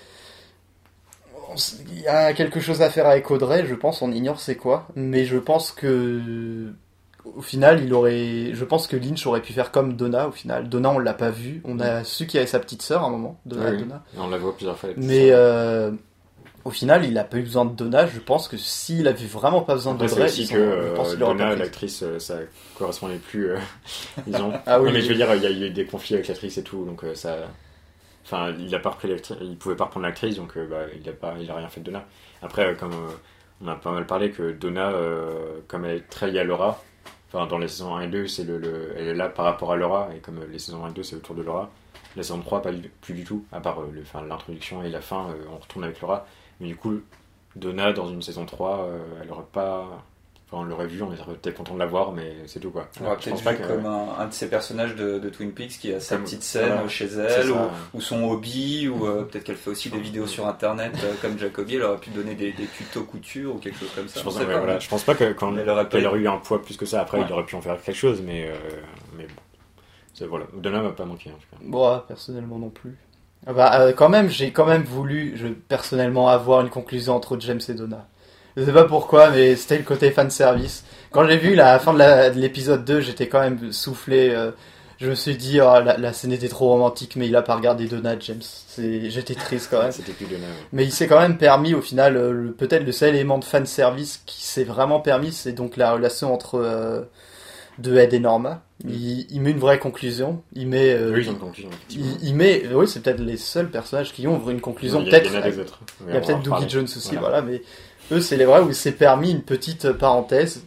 on s- il y a quelque chose à faire avec Audrey, je pense, on ignore c'est quoi, mais je pense que au final, il aurait, je pense que Lynch aurait pu faire comme Donna. Au final, Donna, on l'a pas vu, on a su qu'il y avait sa petite sœur à un moment, Donna, Ouais, oui. Donna. Et on la voit plusieurs fois. Mais euh, au final, il a pas eu besoin de Donna. Je pense que s'il avait vraiment pas besoin Après, c'est d'Audrey, aussi ils que sont- je pense euh, qu'il aurait pas Donna, pris. l'actrice, euh, ça correspondait plus, euh, disons. Ah oui, Non, mais oui. je veux dire, il y a eu des conflits avec l'actrice et tout, donc euh, ça. Enfin, il a pas repris l'actrice, il pouvait pas reprendre l'actrice, donc euh, bah, il a pas, il a rien fait de Donna. Après, euh, comme euh, on a pas mal parlé que Donna, euh, comme elle est très liée à Laura, enfin dans les saisons un et deux, c'est le, le, elle est là par rapport à Laura, et comme euh, les saisons un et deux c'est autour de Laura. La saison trois, pas du- plus du tout, à part euh, le, enfin, l'introduction et la fin, euh, on retourne avec Laura. Mais du coup, Donna dans une saison trois, euh, elle aurait pas. Enfin, on l'aurait vu, on était peut-être content de la voir, mais c'est tout quoi. On l'a Je peut-être pense pas vu que. comme un, un de ces personnages de, de Twin Peaks qui a sa Comme- petite scène voilà. chez C'est elle, ça. ou, ou son hobby, ou euh, peut-être qu'elle fait aussi des vidéos sur internet euh, comme Jacobi. Elle aurait pu donner des, des tutos couture ou quelque chose comme ça. Je pense, on sait ouais, pas, voilà. mais- Je pense pas que quand Mais elle aurait pas qu'elle eu- aurait eu un poids plus que ça. Après, Ouais. il aurait pu en faire quelque chose, mais euh, mais bon, c'est, voilà. Donna m'a pas manqué en tout cas. Bon, personnellement non plus. Ah bah, euh, quand même, j'ai quand même voulu, je, personnellement, avoir une conclusion entre James et Donna. Je sais pas pourquoi, mais c'était le côté fan service. Quand j'ai vu la fin de, la, de l'épisode deux, j'étais quand même soufflé. euh, je me suis dit, oh, la, la scène était trop romantique, mais il a pas regardé Donna, James. C'est, j'étais triste quand même. C'était plus Donna. Ouais. Mais il s'est quand même permis, au final, euh, le- peut-être le seul élément de fan service qui s'est vraiment permis, c'est donc la relation entre euh, de Ed et Norma. Il, il met une vraie conclusion. Il met, euh, Oui, ils ont une conclusion effectivement. il, il met, oui, c'est peut-être les seuls personnages qui ont une conclusion. Il y a- Peut-être, il y en a des autres. il y a peut-être Dougie Jones aussi, Voilà. voilà. Mais eux, c'est les vrais où il s'est permis une petite parenthèse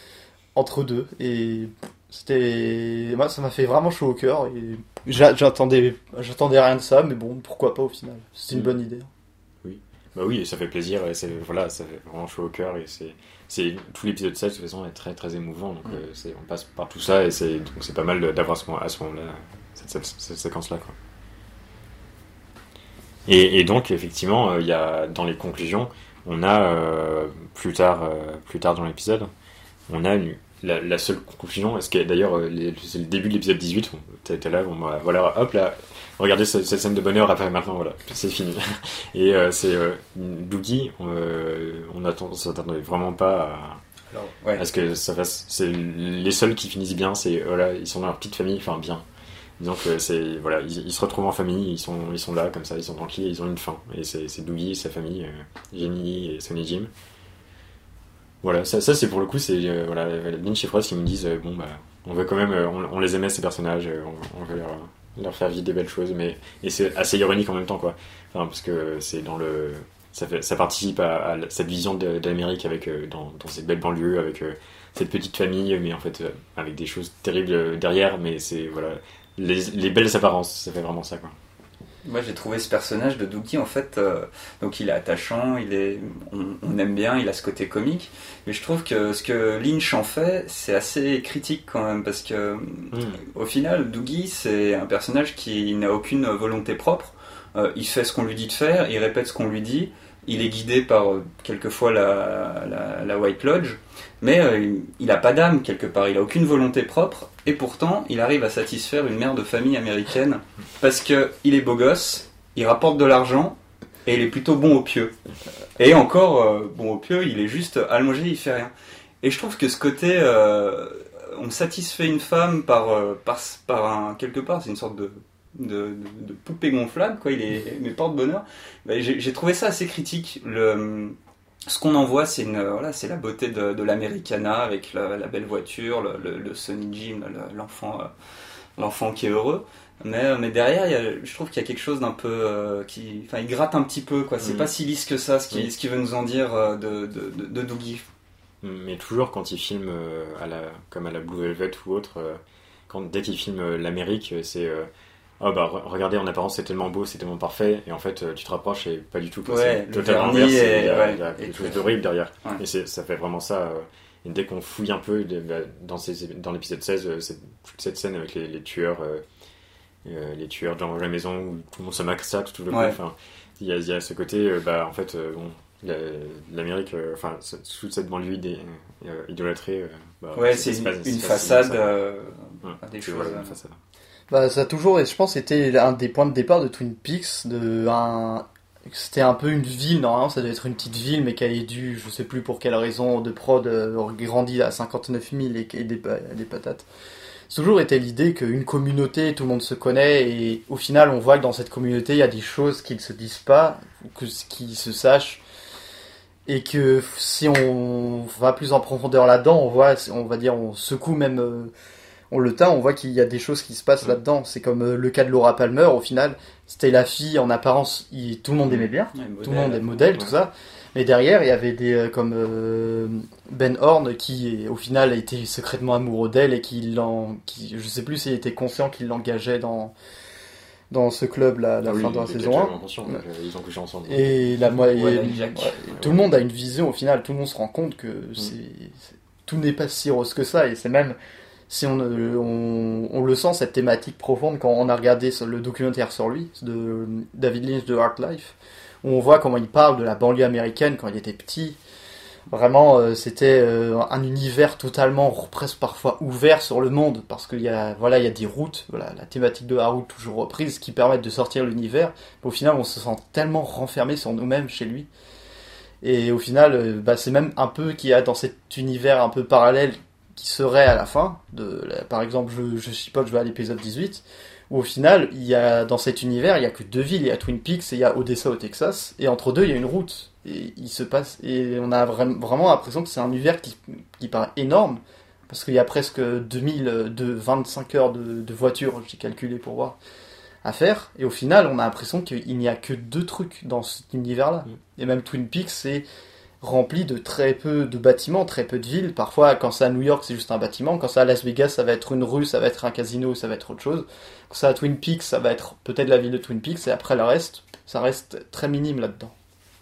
entre deux. Et c'était, moi, ça m'a fait vraiment chaud au cœur. Et j'a- j'attendais, j'attendais rien de ça, mais bon, pourquoi pas au final. C'est une Mm. bonne idée. Bah oui, et ça fait plaisir, et c'est, voilà, ça fait vraiment chaud au cœur, et c'est, c'est, tout l'épisode sept, de toute façon, est très très émouvant, donc Mm. euh, c'est, on passe par tout ça, et c'est, donc c'est pas mal de- d'avoir ce moment- à ce moment-là, cette, cette, cette séquence-là, quoi. Et, et donc, effectivement, il y a, dans les conclusions, on a, euh, plus tard, euh, plus tard dans l'épisode, on a une, la, la seule conclusion, est-ce que d'ailleurs, euh, les- c'est le début de l'épisode dix-huit, bon, t'étais là, bon, bah, voilà, hop là, regardez cette, cette scène de bonheur apparaît maintenant, voilà, c'est fini. Et euh, c'est euh, Dougie, euh, on attend, on s'attendait vraiment pas à, Alors, ouais. à ce que ça fasse. C'est les seuls qui finissent bien, c'est voilà, ils sont dans leur petite famille, enfin bien. Disons que c'est voilà, ils, ils se retrouvent en famille, ils sont ils sont là comme ça, ils sont tranquilles, ils ont une fin. Et c'est c'est Dougie et sa famille, euh, Jenny et Sonny Jim. Voilà, ça, ça c'est pour le coup, c'est euh, voilà, Lynch et Frost qui me disent euh, bon bah, on veut quand même, euh, on, on les aimait ces personnages, euh, on, on veut leur, leur faire vivre des belles choses, mais et c'est assez ironique en même temps quoi, enfin, parce que c'est dans le, ça fait, ça participe à, à cette vision de, d'Amérique avec euh, dans, dans ces belles banlieues avec euh, cette petite famille, mais en fait euh, avec des choses terribles derrière, mais c'est voilà les, les belles apparences, ça fait vraiment ça quoi. Moi j'ai trouvé ce personnage de Doogie en fait, euh, donc il est attachant, il est, on, on aime bien, il a ce côté comique, mais je trouve que ce que Lynch en fait, c'est assez critique quand même, parce que mmh. au final Doogie c'est un personnage qui n'a aucune volonté propre, euh, il fait ce qu'on lui dit de faire, il répète ce qu'on lui dit, il est guidé par euh, quelquefois la, la, la White Lodge, mais euh, il n'a pas d'âme quelque part, il n'a aucune volonté propre, et pourtant il arrive à satisfaire une mère de famille américaine, parce qu'il est beau gosse, il rapporte de l'argent, et il est plutôt bon au pieu. Et encore, euh, bon au pieu, il est juste allongé, il fait rien. Et je trouve que ce côté, euh, on satisfait une femme par, euh, par, par un, quelque part, c'est une sorte de... De, de, de poupée gonflable, quoi, il est mais porte-bonheur. Ben, j'ai, j'ai trouvé ça assez critique. Le, ce qu'on en voit, c'est, une, voilà, c'est la beauté de, de l'Americana avec la, la belle voiture, le, le, le Sonny Jim, le, l'enfant, euh, l'enfant qui est heureux. Mais, mais derrière, il y a, je trouve qu'il y a quelque chose d'un peu. Euh, qui, enfin, il gratte un petit peu, quoi. C'est mmh. pas si lisse que ça, ce qu'il, mmh. ce qu'il veut nous en dire euh, de, de, de, de Doogie. Mais toujours, quand il filme euh, à la, comme à la Blue Velvet ou autre, euh, quand, dès qu'il filme euh, l'Amérique, c'est. Euh, oh bah regardez, en apparence c'est tellement beau, c'est tellement parfait, et en fait tu te rapproches et pas du tout, ouais, c'est totalement inverse, et, il y a, ouais, il y a quelque chose d'horrible derrière, ouais. et c'est, ça fait vraiment ça, et dès qu'on fouille un peu dans, ces, dans l'épisode seize, cette, toute cette scène avec les, les tueurs, euh, les tueurs dans la maison où tout le monde se massacre, tout le ouais. coup, enfin, il y a, il y a ce côté, bah en fait, bon, la, l'Amérique, enfin, toute cette banlieue idée, euh, idolâtrée, bah, ouais, c'est, c'est, c'est une, pas, une c'est façade, euh, ouais, des choses. Voilà, une façade. Bah, ça a toujours, et je pense, été un des points de départ de Twin Peaks, de un, c'était un peu une ville, normalement, ça devait être une petite ville, mais qui avait dû, je sais plus pour quelle raison, de prod, euh, grandi à cinquante-neuf mille et, et des, des patates. C'est toujours été l'idée qu'une communauté, tout le monde se connaît, et au final, on voit que dans cette communauté, il y a des choses qui ne se disent pas, ou que, qui se sachent, et que si on va plus en profondeur là-dedans, on voit, on va dire, on secoue même, euh, on le teint, on voit qu'il y a des choses qui se passent mmh. là-dedans. C'est comme euh, le cas de Laura Palmer, au final, c'était la fille, en apparence, il, tout le monde aimait bien, ouais, modèle, tout le monde est modèle, ouais. tout ça, mais derrière, il y avait des, euh, comme euh, Ben Horn, qui, au final, était secrètement amoureux d'elle, et qui, l'en, qui je sais plus s'il était conscient qu'il l'engageait dans... dans ce club là, à la ah fin oui, de la saison un. Ouais. Ils ont couché ensemble. Et la moi, ouais, et, ouais, ouais, tout le monde a une vision au final, tout le monde se rend compte que mm. c'est, c'est, tout n'est pas si rose que ça, et c'est même si on, on, on le sent cette thématique profonde quand on a regardé le documentaire sur lui de David Lynch de Art Life, où on voit comment il parle de la banlieue américaine quand il était petit. Vraiment, euh, c'était euh, un univers totalement, presque parfois ouvert sur le monde, parce qu'il y a, voilà, il y a des routes, voilà, la thématique de la route toujours reprise, qui permettent de sortir l'univers. Mais au final, on se sent tellement renfermé sur nous-mêmes chez lui. Et au final, euh, bah, c'est même un peu qu'il y a dans cet univers un peu parallèle qui serait à la fin, de, là, par exemple, je, je chipote, je vais à l'épisode dix-huit, où au final, il y a, dans cet univers, il y a que deux villes, il y a Twin Peaks et il y a Odessa au Texas, et entre deux, il y a une route. Et il se passe, et on a vraiment, vraiment l'impression que c'est un univers qui, qui paraît énorme, parce qu'il y a presque deux mille, de vingt-cinq heures de, de voiture, j'ai calculé pour voir, à faire, et au final, on a l'impression qu'il n'y a que deux trucs dans cet univers-là. Mm. Et même Twin Peaks, c'est rempli de très peu de bâtiments, très peu de villes. Parfois, quand c'est à New York, c'est juste un bâtiment. Quand c'est à Las Vegas, ça va être une rue, ça va être un casino, ça va être autre chose. Quand c'est à Twin Peaks, ça va être peut-être la ville de Twin Peaks, et après le reste, ça reste très minime là-dedans.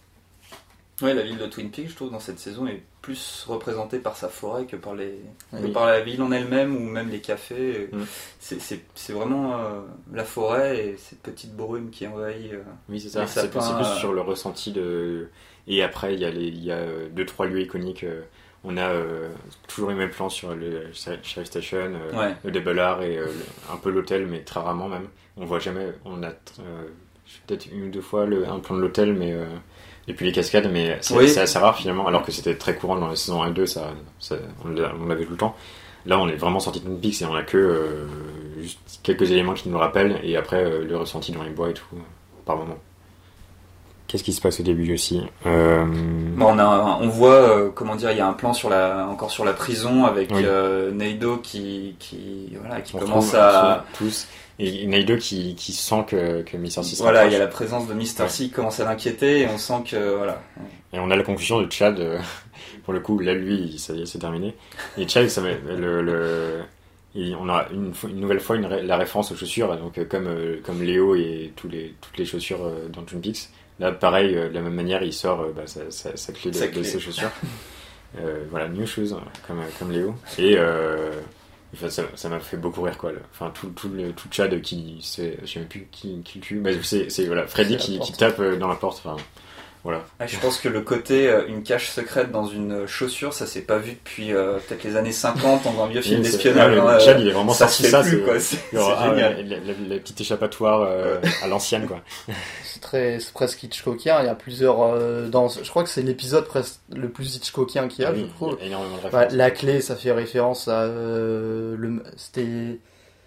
Oui, la ville de Twin Peaks, je trouve, dans cette saison, est plus représentée par sa forêt que par, les... oui. que par la ville en elle-même, ou même les cafés. Mm. C'est, c'est, c'est vraiment euh, la forêt et cette petite brume qui envahit. Euh, oui, c'est ça. C'est, c'est plus euh... sur le ressenti de... Et après, il y a, les, il y a deux, trois lieux iconiques. On a euh, toujours les mêmes plans sur le Sheriff Station, euh, ouais. le Double R et euh, un peu l'hôtel, mais très rarement même. On voit jamais... On a euh, peut-être une ou deux fois le, un plan de l'hôtel, mais... Euh, et puis les cascades, mais c'est, oui. c'est assez rare finalement, alors que c'était très courant dans la saison un et deux, ça, ça, on, on l'avait tout le temps. Là, on est vraiment sorti de Twin Peaks et on a que euh, juste quelques éléments qui nous le rappellent, et après euh, le ressenti dans les bois et tout, euh, par moment. Qu'est-ce qui se passe au début aussi euh... bon, on, a, on voit, euh, comment dire, il y a un plan sur la, encore sur la prison avec oui. euh, Naido qui, qui, voilà, qui commence à... Tous. Et Naido qui, qui sent que, que mister C voilà, il y a la présence de mister Ouais. C qui commence à l'inquiéter, et on sent que, voilà. Et on a la conclusion de Chad, euh, pour le coup, là, lui, ça y est, c'est terminé. Et Chad, ça met, le, le, Et on a une, une nouvelle fois une ré, la référence aux chaussures, donc euh, comme, euh, comme Léo et tous les, toutes les chaussures euh, dans Twin Peaks. Là, pareil, euh, de la même manière, il sort euh, bah, sa, sa, sa clé de, sa de clé. ses chaussures. euh, voilà, new shoes, comme, comme Léo. Et euh, enfin, ça, ça m'a fait beaucoup rire, quoi. Enfin, tout, tout le tout Chad qui, c'est, je sais même plus qui, qui le tue. Bah, c'est, c'est voilà, Freddy qui, qui tape dans la porte. Enfin, voilà. Ah, je pense que le côté euh, une cache secrète dans une chaussure, ça s'est pas vu depuis euh, peut-être les années cinquante dans un vieux film d'espionnage. Le hein, Chad, il est vraiment ça sorti se fait ça. plus, c'est, quoi. C'est, genre, c'est ah, génial. Ouais, la, la, la petite échappatoire euh, à l'ancienne, quoi. C'est très, c'est presque Hitchcockien. Il y a plusieurs. Euh, dans, je crois que c'est l'épisode presque le plus Hitchcockien qu'il y a, ah, oui, je trouve. Il y a énormément de Ouais, références. la clé, ça fait référence à euh, le. C'était.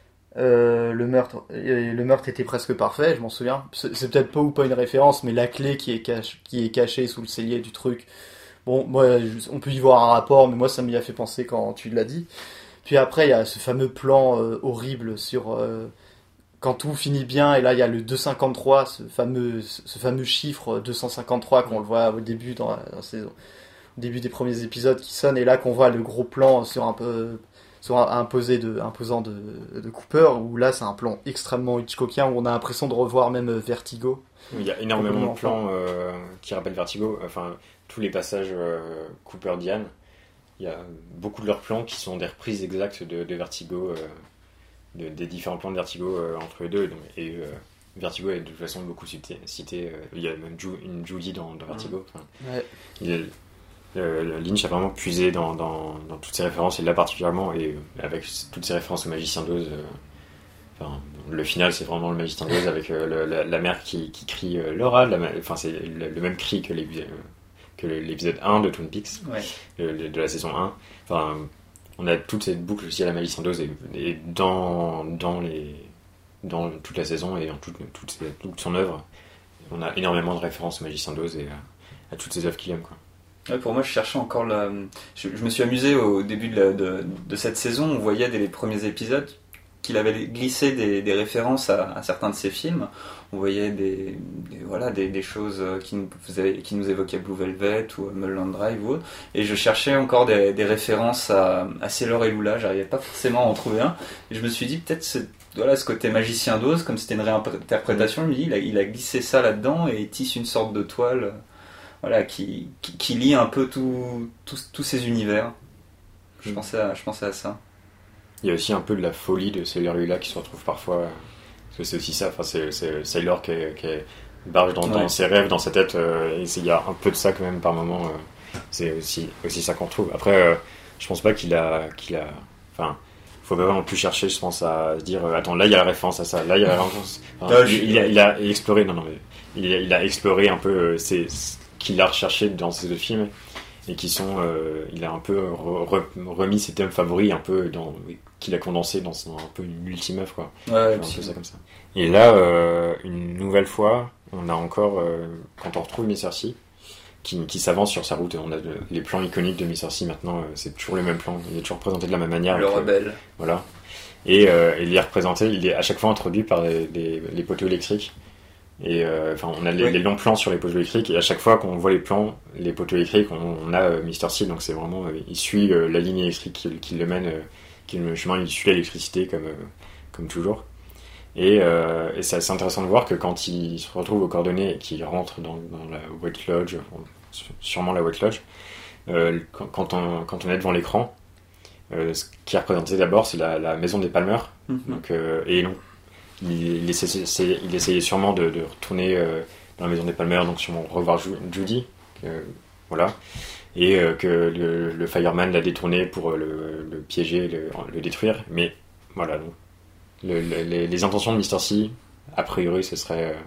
Euh, le meurtre, euh, le meurtre était presque parfait, je m'en souviens. C'est, c'est peut-être pas ou pas une référence, mais la clé qui est, cache, qui est cachée sous le cellier du truc. Bon, moi, je- on peut y voir un rapport, mais moi, ça m'y a fait penser quand tu l'as dit. Puis après, il y a ce fameux plan euh, horrible sur euh, quand tout finit bien, et là, il y a le deux cent cinquante-trois, ce fameux, ce fameux chiffre deux cent cinquante-trois qu'on le voit au début dans la, dans la saison, au début des premiers épisodes qui sonne, et là qu'on voit le gros plan sur un peu sur un, un posé de, imposant de, de Cooper, où là c'est un plan extrêmement Hitchcockien, où on a l'impression de revoir même Vertigo. Il y a énormément de plans euh, qui rappellent Vertigo. Enfin, tous les passages euh, Cooper-Diane, il y a beaucoup de leurs plans qui sont des reprises exactes de, de Vertigo, euh, de, des différents plans de Vertigo euh, entre les deux. Donc, et euh, Vertigo est de toute façon beaucoup cité. cité euh, il y a même Ju- une Judy dans, dans Vertigo. Enfin, Ouais. il est- euh, Lynch a vraiment puisé dans, dans, dans toutes ses références, et là particulièrement, et euh, avec toutes ses références au Magicien d'Oz. Euh, enfin, le final, c'est vraiment le Magicien d'Oz avec euh, le, la, la mère qui, qui crie euh, Laura. La, enfin, c'est le, le même cri que l'épisode, que l'épisode un de Twin Peaks, Ouais. le- de la saison un. Enfin, on a toute cette boucle aussi à la Magicien d'Oz, et, et dans, dans, les, dans toute la saison et dans toute, toute, ses- toute son œuvre, on a énormément de références au Magicien d'Oz et à, à toutes ses œuvres qu'il aime, quoi. Ouais, pour moi, je cherchais encore la. Je, je me suis amusé au début de, la- de, de cette saison. On voyait dès les premiers épisodes qu'il avait glissé des, des références à, à certains de ses films. On voyait des, des- voilà, des, des choses qui nous, faisaient- qui nous évoquaient Blue Velvet ou Mulholland Drive ou autre. Et je cherchais encore des, des références à, à Sailor et Lula. J'arrivais pas forcément à en trouver un. Et je me suis dit, peut-être c'est- voilà, ce côté magicien d'Oz, comme c'était une réinterprétation, je me dis, il a, il a glissé ça là-dedans et il tisse une sorte de toile. Voilà, qui, qui, qui lie un peu tous tout, tout ces univers. Je Mm. pensais, à, je pensais à ça. Il y a aussi un peu de la folie de Sailor Lula qui se retrouve parfois, parce que c'est aussi ça, enfin, c'est, c'est Sailor qui, est- qui est- barge dans, dans Ouais. ses rêves, dans sa tête, euh, et c'est- il y a un peu de ça quand même par moment, euh, c'est aussi, aussi ça qu'on retrouve. Après, euh, je pense pas qu'il a, qu'il a, enfin, faut pas non plus chercher, je pense, à se dire, euh, attends, là il y a la référence à ça, là il y a la référence. Enfin, Ah, il, je- il a, il a exploré, non, non, mais il a, il a exploré un peu, euh, c'est, ce qu'il a recherché dans ses deux films, et qui sont, euh, il a un peu re- re- remis ses thèmes favoris, un peu dans, qu'il a condensé dans son, un peu une ultime œuvre, quoi. Ouais, Un peu ça comme ça. Et là, euh, une nouvelle fois, on a encore, euh, quand on retrouve Mister C, qui, qui s'avance sur sa route, on a de- les plans iconiques de Mister C maintenant, euh, c'est toujours les mêmes plans, il est toujours présenté de la même manière. le avec, euh, rebelle. voilà. Et euh, il est représenté, il est à chaque fois introduit par les, les, les poteaux électriques. Et euh, enfin, on a les, Oui. les longs plans sur les poteaux électriques, et à chaque fois qu'on voit les plans, les poteaux électriques, on, on a euh, Mister C, donc c'est vraiment, euh, il suit euh, la ligne électrique qui, qui le mène, euh, qui le chemin, il suit l'électricité comme, euh, comme toujours. Et, euh, et c'est assez intéressant de voir que quand il se retrouve aux coordonnées et qu'il rentre dans, dans la White Lodge, enfin, sûrement la White Lodge, euh, quand, quand, on, quand on est devant l'écran, euh, ce qui est représenté d'abord, c'est la, la maison des Palmer. Mhm. Donc, euh, et donc, il, il, essayait, il essayait sûrement de, de retourner euh, dans la maison des Palmer, donc sûrement revoir Ju- Judy, que, voilà, et euh, que le, le fireman l'a détourné pour le, le piéger, le, le détruire. Mais voilà, donc, le, le, les, les intentions de Mister C, a priori, ce serait euh,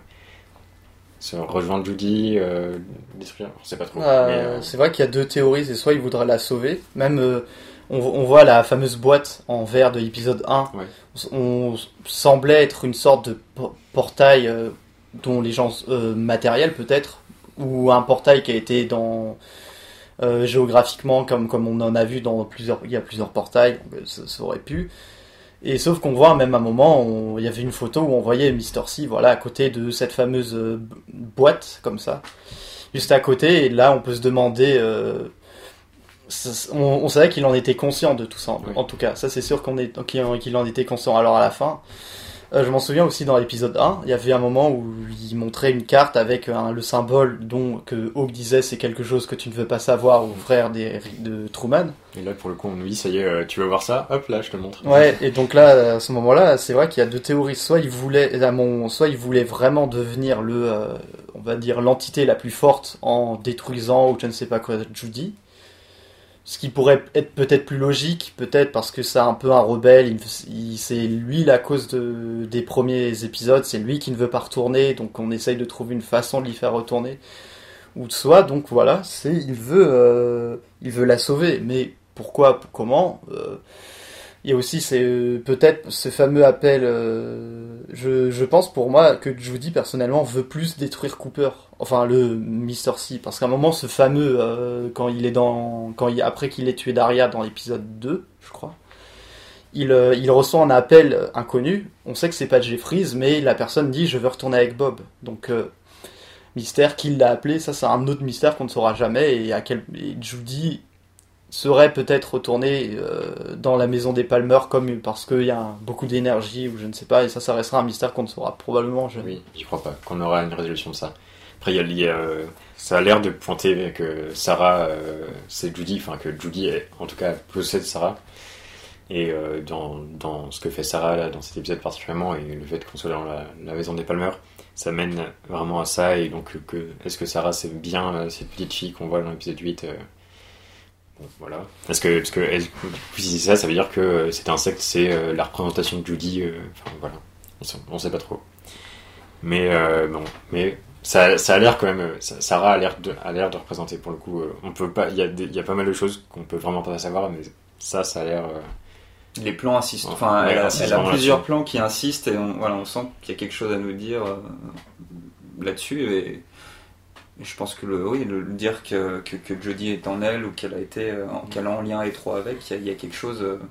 se rejoindre Judy, euh, détruire, on sait pas trop. Euh, mais, euh, C'est vrai qu'il y a deux théories, c'est soit il voudrait la sauver, même euh, on, on voit la fameuse boîte en verre de l'épisode un, Ouais. on, on semblait être une sorte de po- portail euh, dont les gens euh, matériels peut-être, ou un portail qui a été dans euh, géographiquement comme, comme on en a vu dans plusieurs, il y a plusieurs portails, donc, euh, ça, ça aurait pu. Et sauf qu'on voit même à un moment, on- il y avait une photo où on voyait Mister C, voilà, à côté de cette fameuse euh, boîte comme ça, juste à côté. Et là, on peut se demander, euh, on, on savait qu'il en était conscient de tout ça, en, Oui. en tout cas. Ça, c'est sûr qu'on est, qu'il, en- qu'il en était conscient. Alors, à la fin, euh, je m'en souviens aussi dans l'épisode un, il y avait un moment où il montrait une carte avec un, le symbole dont que Hawk disait c'est quelque chose que tu ne veux pas savoir au frère des, de Truman. Et là, pour le coup, on nous dit, ça y est, euh, tu veux voir ça? Hop, là, je te le montre. Ouais, et donc là, à ce moment-là, c'est vrai qu'il y a deux théories. Soit il voulait, à mon, soit il voulait vraiment devenir le, euh, on va dire, l'entité la plus forte en détruisant ou je ne sais pas quoi Judy. Ce qui pourrait être peut-être plus logique, peut-être parce que c'est un peu un rebelle. Il, il- c'est lui la cause de, des premiers épisodes. C'est lui qui ne veut pas retourner, donc on essaye de trouver une façon de l'y faire retourner. Ou de soit, donc voilà, c'est il veut, euh, il veut la sauver. Mais pourquoi, comment euh, Il y a aussi c'est euh, peut-être ce fameux appel. euh, je, je pense pour moi que Judy personnellement veut plus détruire Cooper, enfin le Mister C, parce qu'à un moment ce fameux euh, quand il est dans, quand il, après qu'il ait tué Daria dans l'épisode deux, je crois, il, euh, il reçoit un appel inconnu. On sait que c'est pas Jeffries, mais la personne dit je veux retourner avec Bob. Donc euh, mystère qui l'a appelé, ça c'est un autre mystère qu'on ne saura jamais et à quel et Judy serait peut-être retourné euh, dans la maison des Palmer comme parce qu'il y a un- beaucoup d'énergie ou je ne sais pas et ça ça restera un mystère qu'on ne saura probablement jamais. Oui, j'y crois pas qu'on aura une résolution de ça. Après, il y a, il y a, euh, ça a l'air de pointer que Sarah, euh, c'est Judy, enfin que Judy, est, en tout cas, possède Sarah. Et euh, dans, dans ce que fait Sarah là, dans cet épisode particulièrement, et le fait qu'on soit dans la, la maison des Palmer, ça mène vraiment à ça. Et donc, que, est-ce que Sarah, c'est bien euh, cette petite fille qu'on voit dans l'épisode huit euh, Bon, voilà. Parce que, parce que elle, si c'est ça, ça veut dire que euh, cet insecte, c'est euh, la représentation de Judy. euh, Enfin, voilà. On sait, on sait pas trop. Mais euh, bon, mais ça, ça a l'air quand même. euh, ça- Sarah a l'air de, a l'air de représenter pour le coup. euh, on peut pas. Il y a, des- il y a pas mal de choses qu'on peut vraiment pas savoir, mais ça, ça a l'air. euh, Les plans insistent. Ouais, Enfin, ouais, elle, a, insiste elle a vraiment plusieurs là-dessus. plans qui insistent et on, voilà, on sent qu'il y a quelque chose à nous dire euh, là-dessus. Et, et je pense que le, oui, le, le dire que, que, que Jodie est en elle ou qu'elle a été, euh, en- qu'elle est en lien étroit avec, il y a, il y a quelque chose. euh,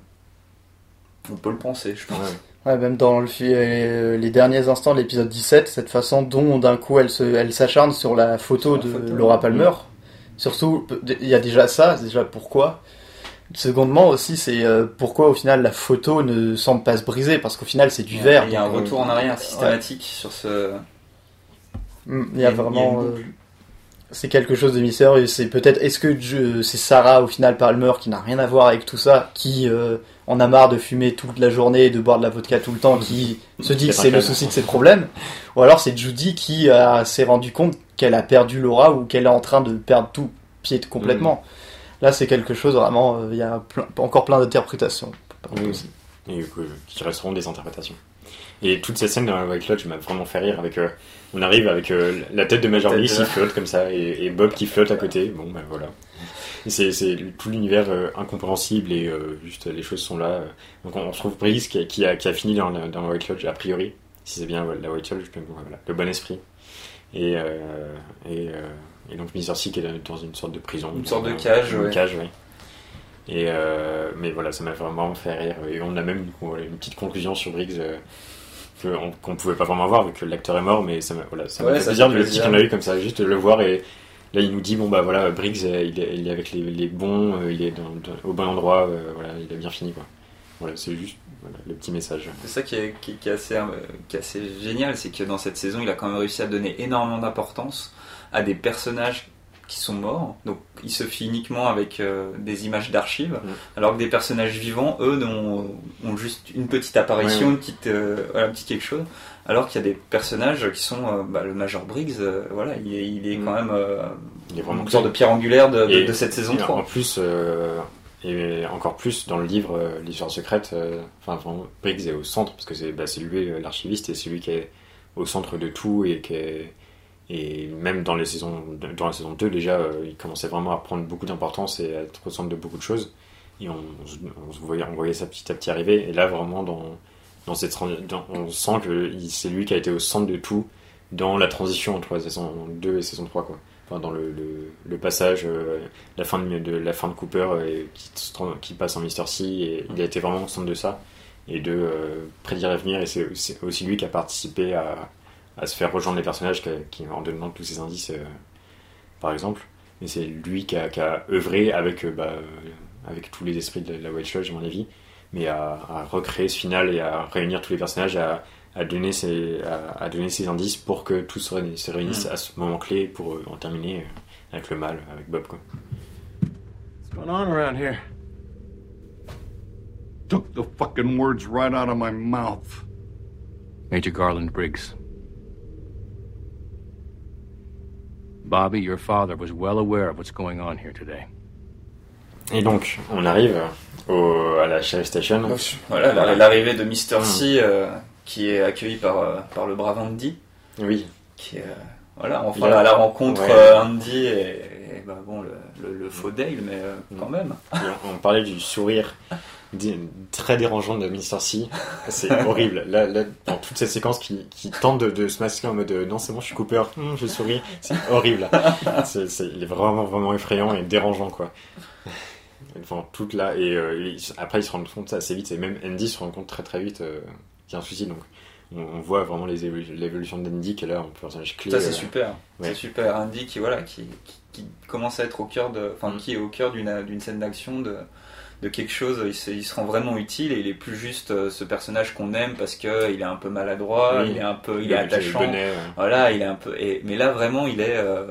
on peut le penser, je pense. ouais. Ouais, même dans le, fi- euh, les derniers instants de l'épisode dix-sept, cette façon dont d'un coup elle, se, elle s'acharne sur la photo Sur la de photo. Laura Palmer. Surtout, il y a déjà ça, déjà pourquoi. Secondement aussi, c'est euh, pourquoi au final la photo ne semble pas se briser, parce qu'au final c'est du Il y a- verre. Il y a un donc, euh, retour en arrière systématique sur ce. Mm, Il y a il y a une vraiment. boucle. euh, c'est quelque chose de mystérieux. C'est peut-être. Est-ce que je- c'est Sarah au final Palmer qui n'a rien à voir avec tout ça, qui euh, en a marre de fumer toute la journée et de boire de la vodka tout le temps, qui se dit que c'est le souci de ses problèmes, ou alors c'est Judy qui euh, s'est rendu compte qu'elle a perdu Laura ou qu'elle est en train de perdre tout pied complètement. Là, c'est quelque chose vraiment. euh, Il y a plein- encore plein d'interprétations. Oui, oui. Et euh, qui resteront des interprétations. Et toute cette scène dans la White Lodge m'a vraiment fait rire. Avec, euh, on arrive avec euh, la tête de Major Tête Bliss de- qui flotte comme ça et, et Bob qui flotte à côté. Bon, ben voilà. Et C'est, c'est tout l'univers euh, incompréhensible et euh, juste les choses sont là. euh. Donc on, on retrouve Briggs qui a, qui a, qui a fini dans la, dans la White Lodge, a priori. Si c'est bien la White Lodge, donc, voilà, le bon esprit. Et, euh, et, euh, et donc Mister C qui est dans une sorte de prison. Une sorte de Dans- cage, Une ouais. cage, oui. Et euh, mais voilà, ça m'a vraiment fait rire. Et on a même voilà, une petite conclusion sur Briggs euh, que on- qu'on pouvait pas vraiment voir vu que l'acteur est mort, mais ça m'a voilà, ça m'a Ouais, fait ça plaisir fait de le plaisir. petit qu'on a eu comme ça, juste de le voir. Et là, il nous dit bon bah voilà, Briggs, euh, il est, il est avec les, les bons, euh, il est dans, dans- au bon endroit, euh, voilà, il a bien fini quoi. Voilà, c'est juste voilà, le petit message. C'est ça qui est, qui, qui est assez, euh, qui est assez génial, c'est que dans cette saison, il a quand même réussi à donner énormément d'importance à des personnages qui sont morts. Donc, il se fait uniquement avec euh, des images d'archives, Mm. alors que des personnages vivants, eux, ont, ont juste une petite apparition, Ouais, ouais. une petite, euh, voilà, un petit quelque chose. Alors qu'il y a des personnages qui sont, euh, bah, le Major Briggs, euh, voilà, il est, il est Mm. quand même euh, Il est vraiment une sorte de pierre angulaire de, de, Et- de cette saison et En trois. plus, euh, et encore plus dans le livre euh, L'Histoire secrète, euh, enfin vraiment, Briggs est au centre parce que c'est bah, c'est lui euh, l'archiviste et c'est lui qui est au centre de tout et qui est, et même dans les saisons dans la saison deux déjà euh, il commençait vraiment à prendre beaucoup d'importance et à être au centre de beaucoup de choses et on, on, se voyait, on voyait ça petit à petit arriver et là vraiment dans, dans cette tran- dans- on sent que il- c'est lui qui a été au centre de tout dans la transition entre la saison deux et saison trois quoi. Enfin, dans le, le, le passage, euh, la, fin de, de, la fin de Cooper euh, qui, se tra- qui passe en Mister C, et il a été vraiment au centre de ça, et de euh, prédire l'avenir, et c'est, c'est aussi lui qui a participé à, à se faire rejoindre les personnages qui, qui, en donnant tous ces indices, euh, par exemple. mais c'est lui qui a, qui a œuvré avec, euh, bah, euh, avec tous les esprits de la, de la White Lodge, à mon avis, mais à, à recréer ce final et à réunir tous les personnages, à, à, donner, ses, à, à donner ses indices pour que tous se réunissent, se réunissent mmh. à ce moment clé pour euh, en terminer euh, avec le mal, avec Bob, quoi. What's going on around here? Took the fucking words right out of my mouth. Major Garland Briggs. Bobby, your father was well aware of what's going on here today. Et donc, on arrive au, à la Sheriff Station. Voilà, voilà. L'arrivée de mister C, euh, qui est accueilli par, euh, par le brave Andy. Oui. Qui est, euh, voilà, on fera la, la rencontre ouais. euh, Andy et, et bah, bon, le, le, le faux Dale, mais euh, quand même. Et on parlait du sourire très dérangeant de mister C, c'est horrible. Là, là, dans toute cette séquence qui, qui tente de, de se masquer en mode euh, non, c'est bon, je suis Cooper, hum, je souris, c'est horrible. C'est, c'est, il est vraiment, vraiment effrayant et dérangeant, quoi. Enfin, toute là, et euh, il, après, ils se rendent compte assez vite, et même Andy se rend compte très très vite euh, qu'il y a un souci, donc on, on voit vraiment les évolu- l'évolution d'Andy qui est là, un personnage clé. Ça, c'est euh, super, ouais. c'est super. Andy qui, voilà, qui, qui, qui commence à être au cœur de, enfin, mm. qui est au cœur d'une, d'une scène d'action, de. de quelque chose, il se, il se rend vraiment utile et il est plus juste euh, ce personnage qu'on aime parce que il est un peu maladroit, oui. il est un peu, il, il est attachant, bonnet, ouais. voilà, il est un peu, et, mais là vraiment il est, euh,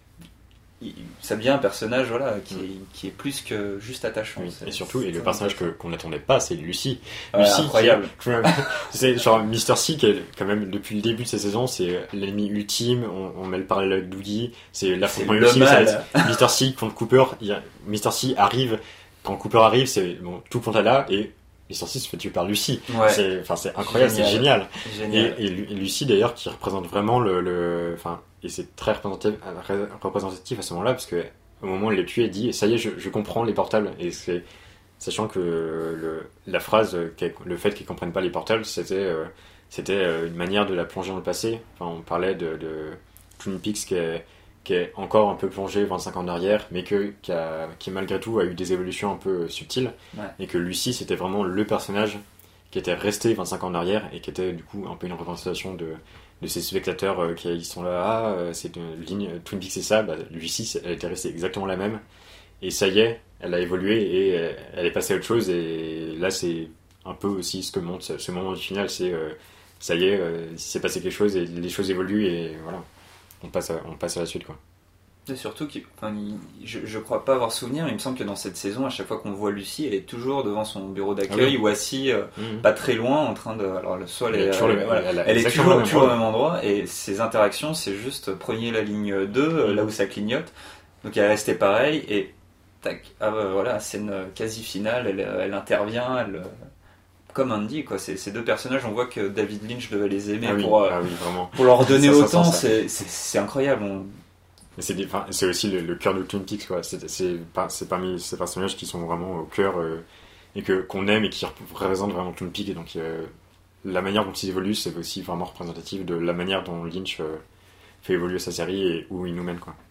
il, ça devient un personnage voilà qui, mm. qui est plus que juste attachant. Oui. C'est, et surtout, et le personnage que, qu'on n'attendait pas, c'est Lucy. Ouais, Lucy, incroyable. Qui est, c'est genre mister C qui est quand même depuis le début de cette saison, c'est l'ennemi ultime. On, on met le parallèle avec Doogie, c'est l'affrontement ultime. mister C contre Cooper. Il y a, mister C arrive. Quand Cooper arrive, c'est bon, tout le monde est là et mister C se fait tuer par Lucy. Ouais. C'est, enfin, c'est incroyable, génial. c'est génial. génial. Et, et, et Lucy d'ailleurs qui représente vraiment le, le, enfin, et c'est très représentatif, représentatif à ce moment-là parce que au moment où il est tué, il dit ça y est, je, je comprends les portables et c'est sachant que le, la phrase, le fait qu'ils comprennent pas les portables, c'était, euh, c'était une manière de la plonger dans le passé. Enfin, on parlait de, de Twin Peaks qui est qui est encore un peu plongé vingt-cinq ans en arrière, mais que, qui, a, qui malgré tout a eu des évolutions un peu subtiles, ouais. et que Lucy c'était vraiment le personnage qui était resté vingt-cinq ans en arrière, et qui était du coup un peu une représentation de, de ces spectateurs euh, qui sont là, ah, c'est une ligne, Twin Peaks c'est ça, bah, Lucy elle était restée exactement la même, et ça y est, elle a évolué, et elle, elle est passée à autre chose, et là c'est un peu aussi ce que montre ce, ce moment du final, c'est euh, ça y est, euh, il s'est passé quelque chose, et les choses évoluent, et voilà. On passe, à, on passe à la suite, quoi. Et surtout, qu'il, enfin, il, je, je crois pas avoir souvenir, mais il me semble que dans cette saison, à chaque fois qu'on voit Lucy, elle est toujours devant son bureau d'accueil ah oui. ou assise, euh, mmh. pas très loin, en train de. Alors, soit elle, elle, elle, le, voilà, elle, elle est toujours, toujours au même endroit, et ses interactions, c'est juste prenez la ligne deux, mmh. là où ça clignote. Donc, elle est restée pareil, et tac, ah, bah, voilà, scène quasi finale, elle, elle intervient, elle. Comme Andy, quoi. C'est, ces deux personnages, on voit que David Lynch devait les aimer ah oui, pour, euh, ah oui, vraiment. pour leur donner ça, autant, ça, ça. C'est, c'est, c'est incroyable. On... Mais c'est, des, enfin, c'est aussi le, le cœur de Twin Peaks, quoi. C'est, c'est, c'est parmi ces personnages qui sont vraiment au cœur euh, et que, qu'on aime et qui représentent vraiment Twin Peaks. Et donc, euh, la manière dont ils évoluent, c'est aussi vraiment représentatif de la manière dont Lynch euh, fait évoluer sa série et où il nous mène, quoi.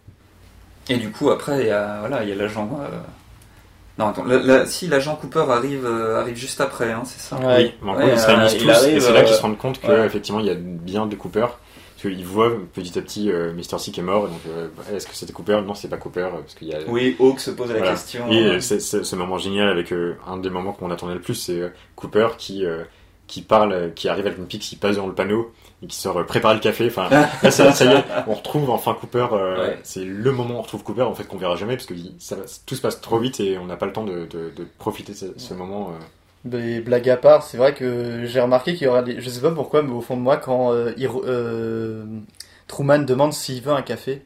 Et du coup, après, il y a, voilà, il y a l'agent. Euh... Non, attends, la, la, si l'agent Cooper arrive, euh, arrive juste après, hein, c'est ça ouais. Oui, en gros, ouais, ils se réunissent euh, tous, arrive, et c'est là qu'ils se rendent compte qu'effectivement, ouais. il y a bien de Cooper, parce qu'ils voient petit à petit euh, mister C qui est mort, et donc euh, est-ce que c'était Cooper ? Non, c'est pas Cooper, parce qu'il y a... Oui, Hawk se pose la voilà. question. Et euh, c'est, c'est ce moment génial avec euh, un des moments qu'on attendait le plus, c'est euh, Cooper qui, euh, qui parle, qui arrive à Twin Peaks, qui passe dans le panneau, et qui sort euh, préparer le café. Enfin, là, ça, ça y est, on retrouve enfin Cooper. Euh, ouais. C'est le moment où on retrouve Cooper, en fait, qu'on verra jamais, parce que ça, tout se passe trop vite et on n'a pas le temps de, de, de profiter de ce, ce moment. Euh. Mais blague à part, c'est vrai que j'ai remarqué qu'il y aura des... Je sais pas pourquoi, mais au fond de moi, quand euh, il, euh, Truman demande s'il veut un café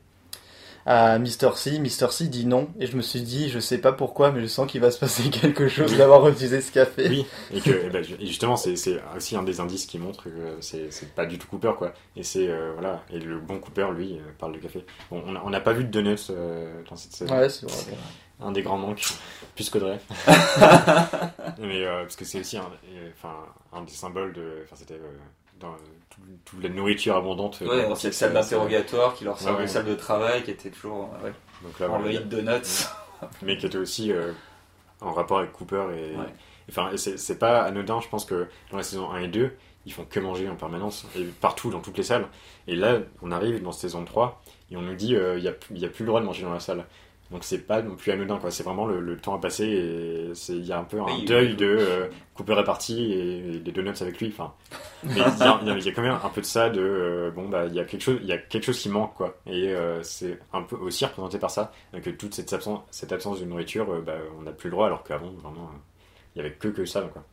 à mister C, mister C dit non, et je me suis dit, je sais pas pourquoi, mais je sens qu'il va se passer quelque chose d'avoir refusé ce café. Oui, et que et ben, justement, c'est, c'est aussi un des indices qui montre que c'est, c'est pas du tout Cooper, quoi. Et c'est, euh, voilà, et le bon Cooper, lui, euh, parle de café. Bon, on n'a pas vu de donuts euh, dans cette saison. Ouais, c'est vrai. C'est un des grands manques, plus qu'Audrey. Mais, euh, parce que c'est aussi un, enfin, un des symboles de, enfin, c'était, euh, dans toute la nourriture abondante. Ouais, dans cette salle d'interrogatoire qui leur sert ouais, de salle de travail, qui était toujours ouais, donc là, envahie de donuts. Mais qui était aussi euh, en rapport avec Cooper. Et, ouais. Enfin, et c'est, c'est pas anodin, je pense que dans la saison un et deux, ils font que manger en permanence, et partout, dans toutes les salles. Et là, on arrive dans saison trois, et on nous dit, il euh, n'y a, y a plus le droit de manger dans la salle. Donc c'est pas non plus anodin, quoi. C'est vraiment le, le temps à passer, et il y a un peu un oui, deuil oui. de euh, Cooper est parti, et, et les donuts avec lui, enfin... Mais il y, y, y a quand même un peu de ça, de, euh, bon, bah, il y a quelque chose, il y a quelque chose qui manque, quoi. Et euh, c'est un peu aussi représenté par ça, que toute cette absence, cette absence de nourriture, euh, bah, on n'a plus le droit, alors qu'avant, vraiment, il euh, y avait que que ça, quoi.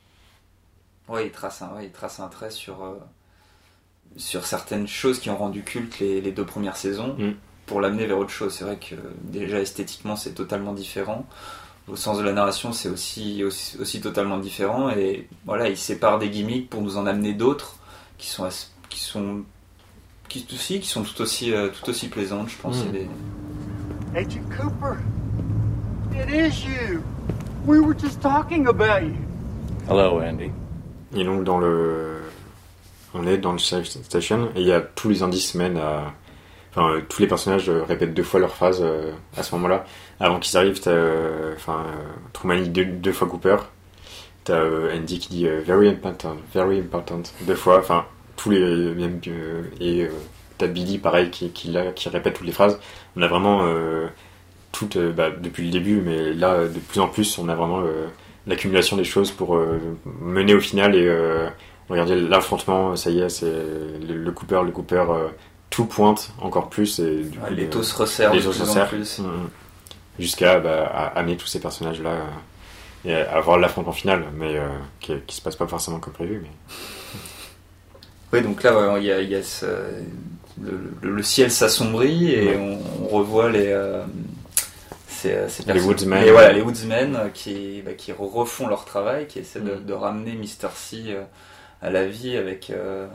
Oui, il trace un, ouais, il trace un trait sur, euh, sur certaines choses qui ont rendu culte les, les deux premières saisons, mm. pour l'amener vers autre chose. C'est vrai que déjà esthétiquement, c'est totalement différent. Au sens de la narration, c'est aussi, aussi, aussi totalement différent. Et voilà, il sépare des gimmicks pour nous en amener d'autres qui sont, qui sont, qui aussi, qui sont tout aussi, euh, tout aussi plaisantes, je pense. Mm. Des... Agent Cooper, it is you. We were just talking about you. Hello, Andy. Et donc dans le, on est dans le station et il y a tous les indices mènent à, enfin euh, tous les personnages euh, répètent deux fois leur phrase euh, à ce moment-là. Avant qu'ils arrivent, t'as, euh, enfin euh, Truman dit deux, deux fois Cooper, t'as euh, Andy qui dit euh, very important, very important deux fois, enfin tous les même euh, et euh, t'as Billy pareil qui qui, là, qui répète toutes les phrases. On a vraiment euh, tout euh, bah, depuis le début, mais là de plus en plus on a vraiment euh, l'accumulation des choses pour euh, mener au final et euh, regardez l'affrontement, ça y est, c'est le, le Cooper, le Cooper, euh, tout pointe encore plus et du ouais, coup, les euh, taux se resserrent les de taux se plus en resserrent, plus. mmh, jusqu'à bah, à amener tous ces personnages là euh, et à avoir l'affrontement final, mais euh, qui, qui se passe pas forcément comme prévu. Mais... Oui, donc là, il ouais, y a, y a ce, le, le, le ciel s'assombrit et ouais. on, on revoit les euh, Ces, ces les Woodsmen, et voilà, les Woodsmen qui, bah, qui refont leur travail, qui essaient de, de ramener mister C euh, à la vie avec. Euh...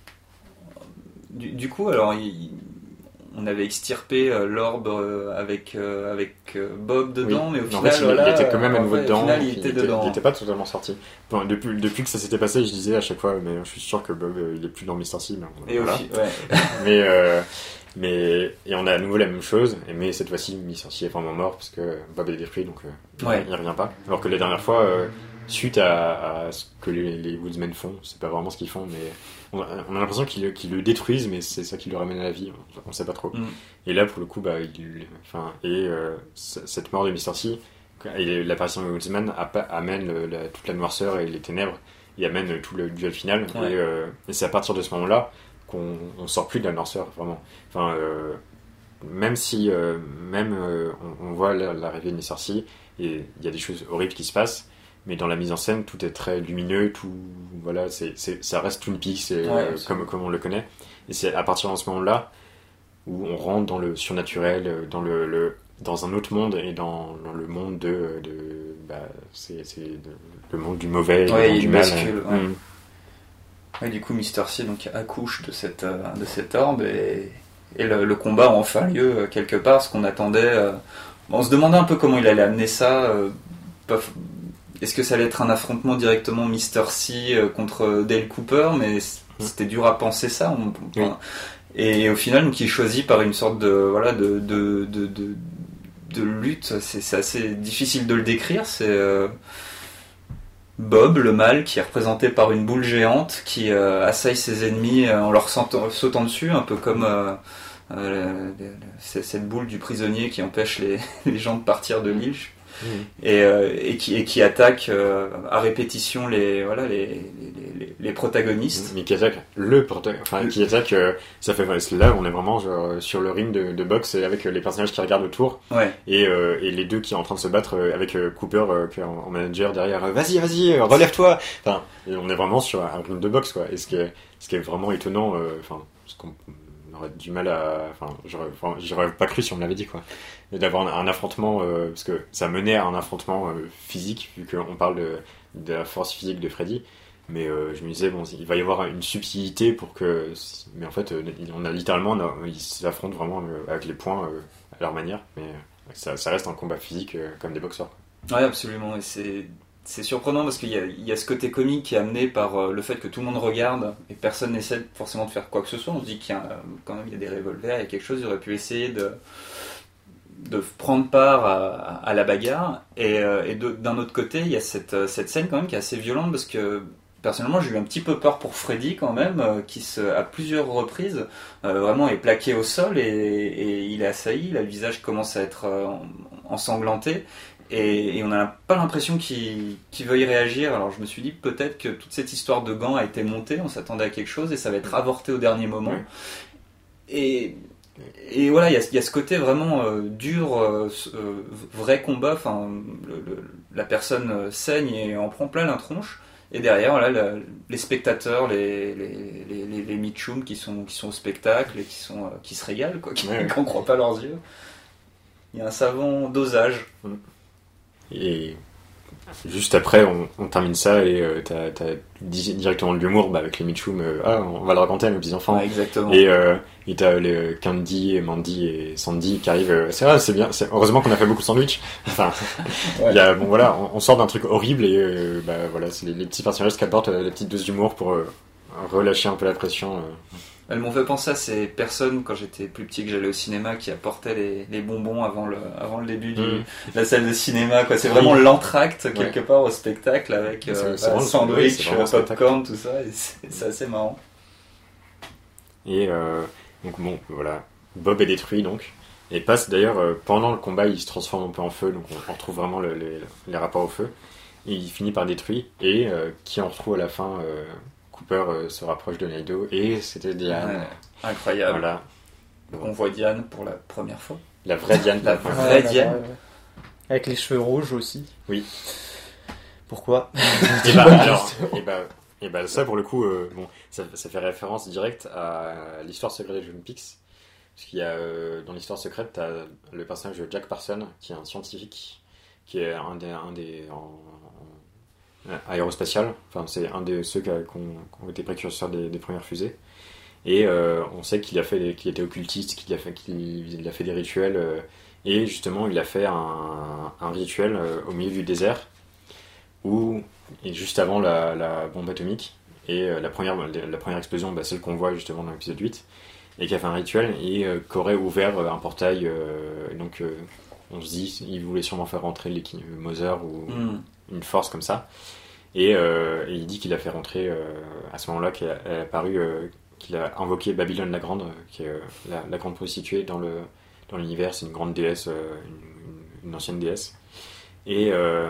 Du, du coup, alors, il, on avait extirpé euh, l'orbe euh, avec euh, avec euh, Bob dedans, oui. mais au en final, fait, il, voilà, il était quand même à nouveau ouais, dedans. Final, il, il, était était, dedans. il était pas totalement sorti. Bon, depuis depuis que ça s'était passé, je disais à chaque fois, mais je suis sûr que Bob euh, il est plus dans mister C. Mais, et voilà. au fi- ouais. mais euh, Mais, et on a à nouveau la même chose, mais cette fois-ci, mister C est vraiment mort parce que Bob est détruit, donc euh, ouais. il ne revient pas. Alors que la dernière fois, euh, suite à, à ce que les, les Woodsmen font, c'est pas vraiment ce qu'ils font, mais on a, on a l'impression qu'ils, qu'ils le détruisent, mais c'est ça qui le ramène à la vie, on ne sait pas trop. Mm. Et là, pour le coup, bah, il, enfin, et euh, cette mort de mister C, et l'apparition des Woodsmen amène le, la, toute la noirceur et les ténèbres, et amène tout le duel final, ouais. et, euh, et c'est à partir de ce moment-là qu'on on sort plus de la noirceur, vraiment. Enfin, euh, même si euh, même euh, on, on voit l'arrivée de mister C et il y a des choses horribles qui se passent, mais dans la mise en scène tout est très lumineux, tout voilà, c'est, c'est ça reste Twin Peaks, c'est, ouais, euh, comme comme on le connaît, et c'est à partir de ce moment-là où on rentre dans le surnaturel, dans le, le dans un autre monde et dans, dans le monde de, de bah, c'est, c'est de, le monde du mauvais, ouais, le monde du mal. Bascule, ouais. mm. Et du coup, mister C donc, accouche de cette, euh, de cette orbe et, et le, le combat a enfin lieu euh, quelque part, ce qu'on attendait. Euh, on se demandait un peu comment il allait amener ça. Euh, pas, est-ce que ça allait être un affrontement directement mister C euh, contre Dale Cooper, mais c'était dur à penser ça. On, on, oui. Et au final, donc, il choisit par une sorte de, voilà, de, de, de, de, de lutte. C'est, c'est assez difficile de le décrire. C'est. Euh, Bob, le mal, qui est représenté par une boule géante qui euh, assaille ses ennemis euh, en leur sautant, sautant dessus, un peu comme euh, euh, le, le, c'est cette boule du prisonnier qui empêche les, les gens de partir de l'île, mmh. et, euh, et, qui, et qui attaque euh, à répétition les, voilà, les, les, les, les protagonistes. Mais qui attaque le protagoniste, enfin qui attaque, euh, ça fait là on est vraiment genre, sur le ring de, de boxe avec les personnages qui regardent autour, ouais. et, euh, et les deux qui sont en train de se battre avec euh, Cooper euh, qui est en, en manager derrière, euh, vas-y vas-y relève-toi, enfin et on est vraiment sur un ring de boxe quoi, et ce qui est, ce qui est vraiment étonnant, enfin euh, ce qu'on aurait du mal à, enfin j'aurais, enfin, j'aurais pas cru si on me l'avait dit quoi, et d'avoir un, un affrontement, euh, parce que ça menait à un affrontement euh, physique vu qu'on parle de, de la force physique de Freddy. Mais euh, je me disais, bon, il va y avoir une subtilité pour que. Mais en fait, euh, on a littéralement. On a, ils s'affrontent vraiment euh, avec les poings euh, à leur manière. Mais euh, ça, ça reste un combat physique euh, comme des boxeurs. Oui, absolument. Et c'est, c'est surprenant parce qu'il y a, il y a ce côté comique qui est amené par euh, le fait que tout le monde regarde et personne n'essaie forcément de faire quoi que ce soit. On se dit qu'il y a, euh, quand même, il y a des revolvers, il y a quelque chose, il aurait pu essayer de. de prendre part à, à la bagarre. Et, euh, et de, d'un autre côté, il y a cette, cette scène quand même qui est assez violente parce que. personnellement, j'ai eu un petit peu peur pour Freddy quand même, euh, qui se, à plusieurs reprises, euh, vraiment est plaqué au sol et, et il est assailli. Là, le visage commence à être euh, ensanglanté. Et, et on n'a pas l'impression qu'il, qu'il veuille réagir. Alors je me suis dit peut-être que toute cette histoire de gants a été montée, on s'attendait à quelque chose et ça va être avorté au dernier moment. Ouais. Et, et voilà, il y a, y a ce côté vraiment euh, dur, euh, euh, vrai combat. Enfin, le, le, la personne saigne et en prend plein la tronche. Et derrière, là, la, les spectateurs, les, les, les, les, les Mitchum qui sont, qui sont au spectacle et qui, sont, euh, qui se régalent, quoi, qui n'en croient pas leurs yeux. Il y a un savant dosage. Et juste après, on, on termine ça et euh, t'as, t'as directement de l'humour bah, avec les Mitchum. Euh, ah, on va le raconter à nos petits-enfants. Ouais, exactement. Et, euh, et t'as les Candy, Mandy et Sandy qui arrivent. Euh, c'est vrai, c'est bien. C'est, heureusement qu'on a fait beaucoup de sandwich. Enfin, ouais. y a, bon, voilà, on, on sort d'un truc horrible et euh, bah, voilà, c'est les, les petits personnages qui apportent euh, la petite dose d'humour pour euh, relâcher un peu la pression. Euh. Elles m'ont fait penser à ces personnes, quand j'étais plus petit, que j'allais au cinéma, qui apportaient les, les bonbons avant le, avant le début de mmh. la salle de cinéma, quoi. C'est vraiment oui. l'entracte, quelque ouais. part, au spectacle, avec euh, bah, sandwich, popcorn, tout ça, et c'est, c'est assez marrant. Et euh, donc bon, voilà, Bob est détruit, donc, et passe, d'ailleurs, euh, pendant le combat, il se transforme un peu en feu, donc on, on retrouve vraiment le, les, les rapports au feu, et il finit par détruire, et euh, qui en retrouve à la fin... Euh, Cooper euh, se rapproche de Naido et c'était Diane. Ouais, incroyable. Voilà. Donc on voit Diane pour la première fois. La vraie Diane. La vraie ouais, Diane. Ouais, ouais. Avec les cheveux rouges aussi. Oui. Pourquoi? Et bah, alors, et bah, et bah ça pour le coup, euh, bon, ça, ça fait référence directe à l'histoire secrète de Twin Peaks. Parce qu'il y a euh, dans l'histoire secrète, t'as le personnage de Jack Parsons qui est un scientifique, qui est un des, un des en, aérospatial, enfin c'est un de ceux qui, a, qui, ont, qui ont été précurseurs des, des premières fusées et euh, on sait qu'il a fait des, qu'il était occultiste, qu'il a fait, qu'il a fait des rituels euh, et justement il a fait un, un rituel euh, au milieu du désert où et juste avant la, la bombe atomique et euh, la, première, la première explosion, bah, celle qu'on voit justement dans l'épisode huit et qui a fait un rituel et euh, qui aurait ouvert euh, un portail euh, donc euh, on se dit il voulait sûrement faire rentrer les Mother ou mm. une force comme ça et, euh, et il dit qu'il a fait rentrer euh, à ce moment-là qu'il a, elle a apparu euh, qu'il a invoqué Babylone la Grande qui est euh, la, la grande prostituée dans, le, dans l'univers, c'est une grande déesse euh, une, une ancienne déesse et, euh,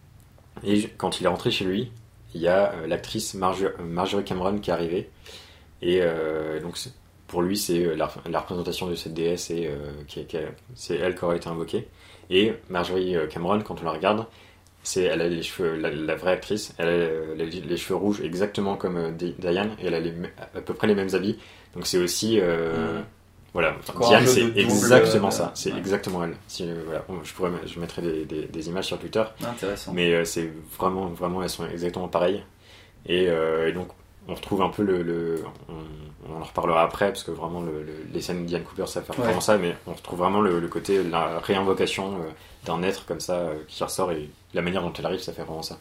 et quand il est rentré chez lui il y a euh, l'actrice Marjo- Marjorie Cameron qui est arrivée et euh, donc c'est, pour lui c'est la, la représentation de cette déesse et, euh, qui, qui a, c'est elle qui aurait été invoquée et Marjorie Cameron quand on la regarde c'est, elle a les cheveux, la, la vraie actrice, elle a les, les cheveux rouges exactement comme euh, Diane et elle a les, à peu près les mêmes habits. Donc c'est aussi, euh, mmh. voilà, enfin, Diane c'est exactement double, ça, euh, c'est ouais. exactement elle. Si, euh, voilà, je pourrais, je mettrai des, des, des images sur Twitter. Intéressant. Mais euh, c'est vraiment, vraiment, elles sont exactement pareilles. Et, euh, et donc on retrouve un peu le, le on, on en reparlera après parce que vraiment le, le, les scènes de Diane Cooper ça fait ouais. vraiment ça, mais on retrouve vraiment le, le côté la réinvocation euh, d'un être comme ça euh, qui ressort et la manière dont elle arrive ça fait vraiment ça.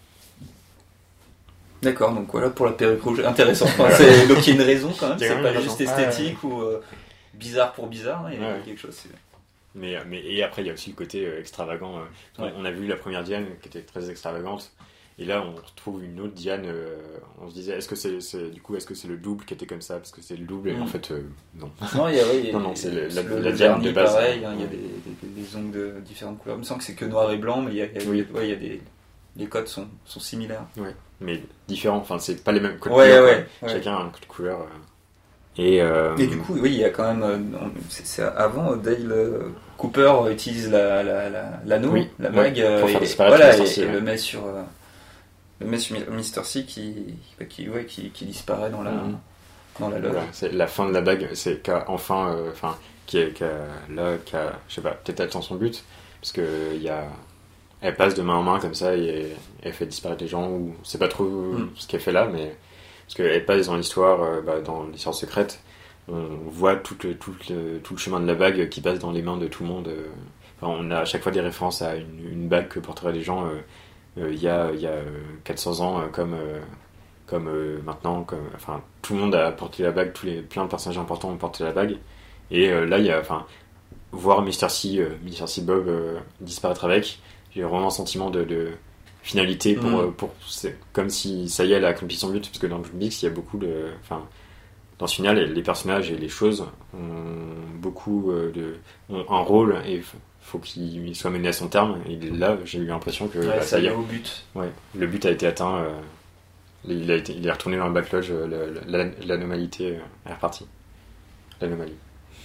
D'accord, donc voilà pour la perruque rouge, intéressant. Enfin, c'est, donc il y a une raison quand même, c'est, c'est pas juste esthétique ah, ouais. ou euh, bizarre pour bizarre, il y a ouais. quelque chose. C'est... Mais, mais et après il y a aussi le côté euh, extravagant. Euh, ouais. On a vu la première Diane qui était très extravagante. Et là, on retrouve une autre Diane. Euh, on se disait, est-ce que c'est, c'est du coup, est-ce que c'est le double qui était comme ça parce que c'est le double et mmh. en fait, euh, non. Non, il y a, oui, non, non, c'est le, la, le, la le Diane de base. Pareil, hein, il y a des, des, des ongles de différentes couleurs. Il me semble que c'est que noir et blanc, mais il y a, il y a, oui. ouais, il y a des, les codes sont, sont similaires. Ouais, mais différents. Enfin, c'est pas les mêmes codes. Ouais, couleur, ouais, ouais. Chacun a un code de couleur. Euh... Et, euh... et du coup, oui, il y a quand même. Euh, c'est, c'est avant, Dale euh, Cooper utilise la, la, la, l'anneau, oui, la bague, ouais, pour euh, faire et, disparaître voilà, sorcier, et, ouais. et le met sur. Euh, Le Mister C qui, qui, ouais, qui, qui disparaît dans la, mmh. dans la loge. Voilà, c'est la fin de la bague, c'est qu'a enfin, enfin, euh, qui est, qu'a, là, qu'a, je sais pas, peut-être atteint son but, parce que il y a, elle passe de main en main comme ça et elle fait disparaître les gens, ou c'est pas trop mmh. ce qu'elle fait là, mais parce qu'elle passe dans l'histoire, euh, bah, dans l'histoire secrète, on voit tout le, tout le, tout le chemin de la bague qui passe dans les mains de tout le monde. Euh, enfin, on a à chaque fois des références à une, une bague que porteraient les gens. Euh, il euh, y a, y a euh, quatre cents ans euh, comme, euh, comme euh, maintenant comme, enfin, tout le monde a porté la bague, tous les, plein de personnages importants ont porté la bague et euh, là il y a, enfin, voir Mister C, euh, Mister C Bob euh, disparaître avec, j'ai vraiment un sentiment de, de finalité pour, Mm. euh, pour c'est comme si ça y est, elle a accompli son but, parce que dans Twin Peaks, il y a beaucoup de, enfin, dans ce final, les personnages et les choses ont beaucoup euh, de, ont un rôle et f- faut qu'il soit mené à son terme. Et là, j'ai eu l'impression que Ouais, bah, ça ça y y est est, au but. ouais, le but a été atteint. euh, il, a été, il est retourné dans le backlog, euh, le- le- la- l'anomalité euh, est repartie. L'anomalie.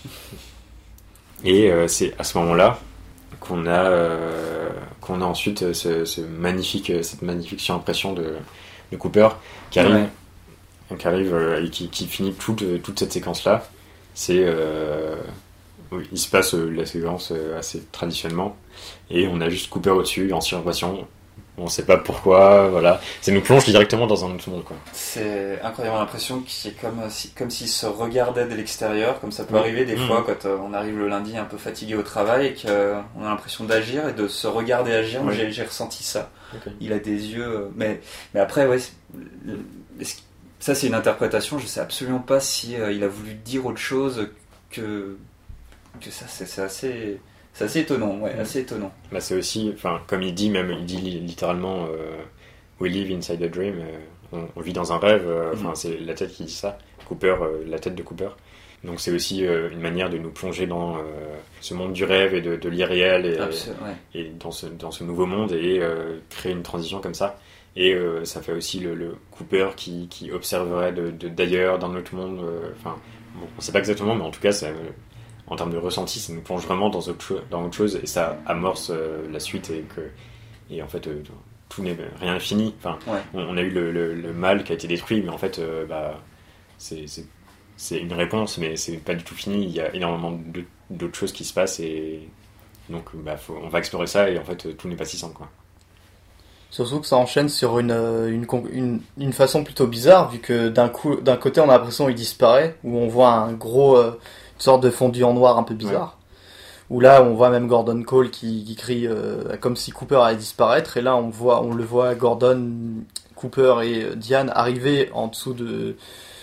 Et euh, c'est à ce moment-là qu'on a, euh, qu'on a ensuite ce, ce magnifique, cette magnifique surimpression de, de Cooper qui arrive, Ouais. qui arrive euh, et qui, qui finit toute, toute cette séquence-là. C'est, euh, oui, il se passe euh, la séquence euh, assez traditionnellement et on a juste Cooper au-dessus en surimpression. On sait pas pourquoi, voilà. Ça nous plonge directement dans un autre monde, quoi. C'est incroyable, l'impression qu'il est comme si, comme s'il se regardait de l'extérieur, comme ça peut Oui. arriver des Mmh. fois quand euh, on arrive le lundi un peu fatigué au travail et qu'on a l'impression d'agir et de se regarder agir. Moi, Oui. j'ai, j'ai ressenti ça. Okay. Il a des yeux, euh, mais mais après, ouais, c'est- est-ce que- ça c'est une interprétation. Je sais absolument pas si euh, il a voulu dire autre chose que que ça. C'est, c'est assez, c'est assez étonnant, ouais, Mmh. assez étonnant. Bah c'est aussi, enfin, comme il dit même, il dit li- littéralement euh, We live inside a dream, euh, on, on vit dans un rêve, euh, enfin, Mhm. c'est la tête qui dit ça, Cooper, euh, la tête de Cooper. Donc c'est aussi euh, une manière de nous plonger dans euh, ce monde du rêve et de, de l'irréel et, Absol- ouais. et dans, ce, dans ce nouveau monde et euh, créer une transition comme ça. Et euh, ça fait aussi le, le Cooper qui, qui observerait de, de, d'ailleurs, d'un autre monde. euh, Enfin, bon, on sait pas exactement, mais en tout cas, ça, en termes de ressenti, ça nous plonge vraiment dans autre, cho- dans autre chose et ça amorce euh, la suite et que et en fait euh, tout n'est rien n'est fini. Enfin, Ouais. on, on a eu le, le, le mal qui a été détruit, mais en fait, euh, bah, c'est, c'est c'est une réponse, mais c'est pas du tout fini. Il y a énormément de- d'autres choses qui se passent et donc bah, faut, on va explorer ça et en fait tout n'est pas si simple, quoi. Surtout que ça enchaîne sur une, euh, une, con- une, une façon plutôt bizarre, vu que d'un coup, d'un côté on a l'impression qu'il disparaît, où on voit un gros, euh, une sorte de fondu en noir un peu bizarre. Où là on voit même Gordon Cole qui, qui crie euh, comme si Cooper allait disparaître, et là on voit, on le voit Gordon, Cooper et euh, Diane arriver en dessous de,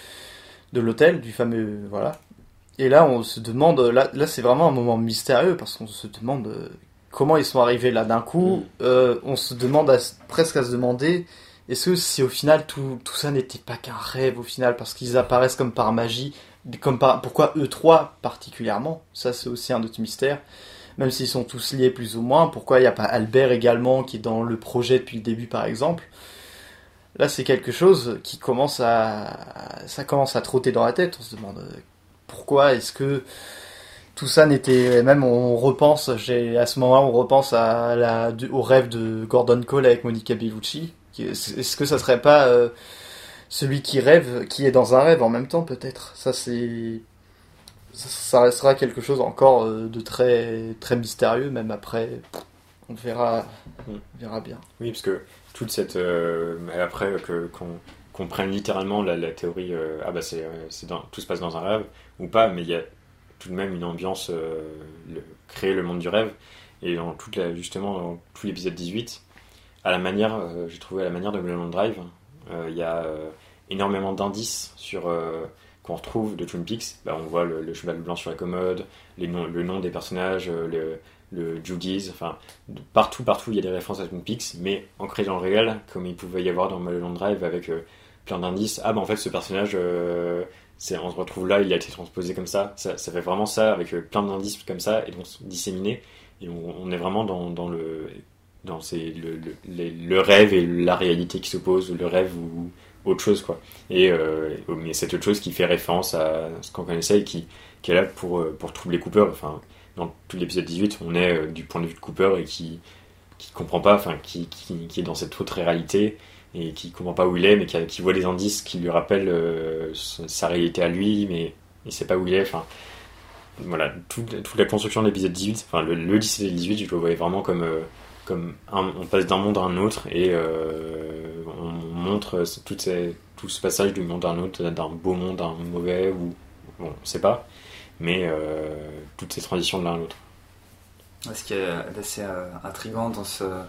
de l'hôtel, du fameux, voilà. Et là on se demande, là, là c'est vraiment un moment mystérieux, parce qu'on se demande euh, comment ils sont arrivés là d'un coup. Euh, on se demande à, presque à se demander, est-ce que si au final tout, tout ça n'était pas qu'un rêve au final, parce qu'ils apparaissent comme par magie, comme par, pourquoi eux trois particulièrement, ça c'est aussi un autre mystère, même s'ils sont tous liés plus ou moins, pourquoi il n'y a pas Albert également qui est dans le projet depuis le début par exemple. Là c'est quelque chose qui commence à, ça commence à trotter dans la tête, on se demande euh, pourquoi est-ce que tout ça n'était, même on repense, j'ai, à ce moment-là on repense à la, au rêve de Gordon Cole avec Monica Bellucci. Est-ce que ça serait pas euh, celui qui rêve, qui est dans un rêve en même temps peut-être? Ça c'est, ça, ça restera quelque chose encore euh, de très très mystérieux, même après on verra, on verra bien. Oui, parce que toute cette euh, après que qu'on qu'on prenne littéralement la, la théorie euh, ah bah c'est, euh, c'est dans, tout se passe dans un rêve ou pas, mais il y a tout de même une ambiance euh, le, créer le monde du rêve et dans toute la, justement dans tout l'épisode dix-huit à la manière euh, j'ai trouvé à la manière de Mulholland Drive il euh, y a euh, énormément d'indices sur euh, qu'on retrouve de Twin Peaks. Bah, on voit le, le cheval blanc sur la commode, les noms, le nom des personnages, euh, le le Jugies, enfin partout partout il y a des références à Twin Peaks, mais ancrées dans le réel comme il pouvait y avoir dans Mulholland Drive avec euh, plein d'indices. Ah bah en fait ce personnage euh, c'est, on se retrouve là, il a été transposé comme ça, ça, ça fait vraiment ça avec euh, plein d'indices comme ça et donc disséminés et on, on est vraiment dans, dans le dans ces, le, le, les, le rêve et la réalité qui s'opposent, le rêve ou autre chose quoi. Et euh, mais cette autre chose qui fait référence à ce qu'on connaissait et qui, qui est là pour, pour troubler Cooper. Enfin dans tout l'épisode dix-huit on est euh, du point de vue de Cooper et qui qui comprend pas, enfin qui, qui, qui est dans cette autre réalité et qui comprend pas où il est, mais qui, a, qui voit des indices qui lui rappellent euh, sa réalité à lui, mais il sait pas où il est. Enfin, voilà, toute, toute la construction de l'épisode dix-huit, enfin le, le dix-sept et le dix-huit, je le voyais vraiment comme, euh, comme un, on passe d'un monde à un autre et euh, on montre tout, ces, tout ce passage du monde à un autre, d'un beau monde à un mauvais, ou bon, on sait pas, mais euh, toutes ces transitions de l'un à l'autre. Ce qui est assez euh, intriguant dans ce,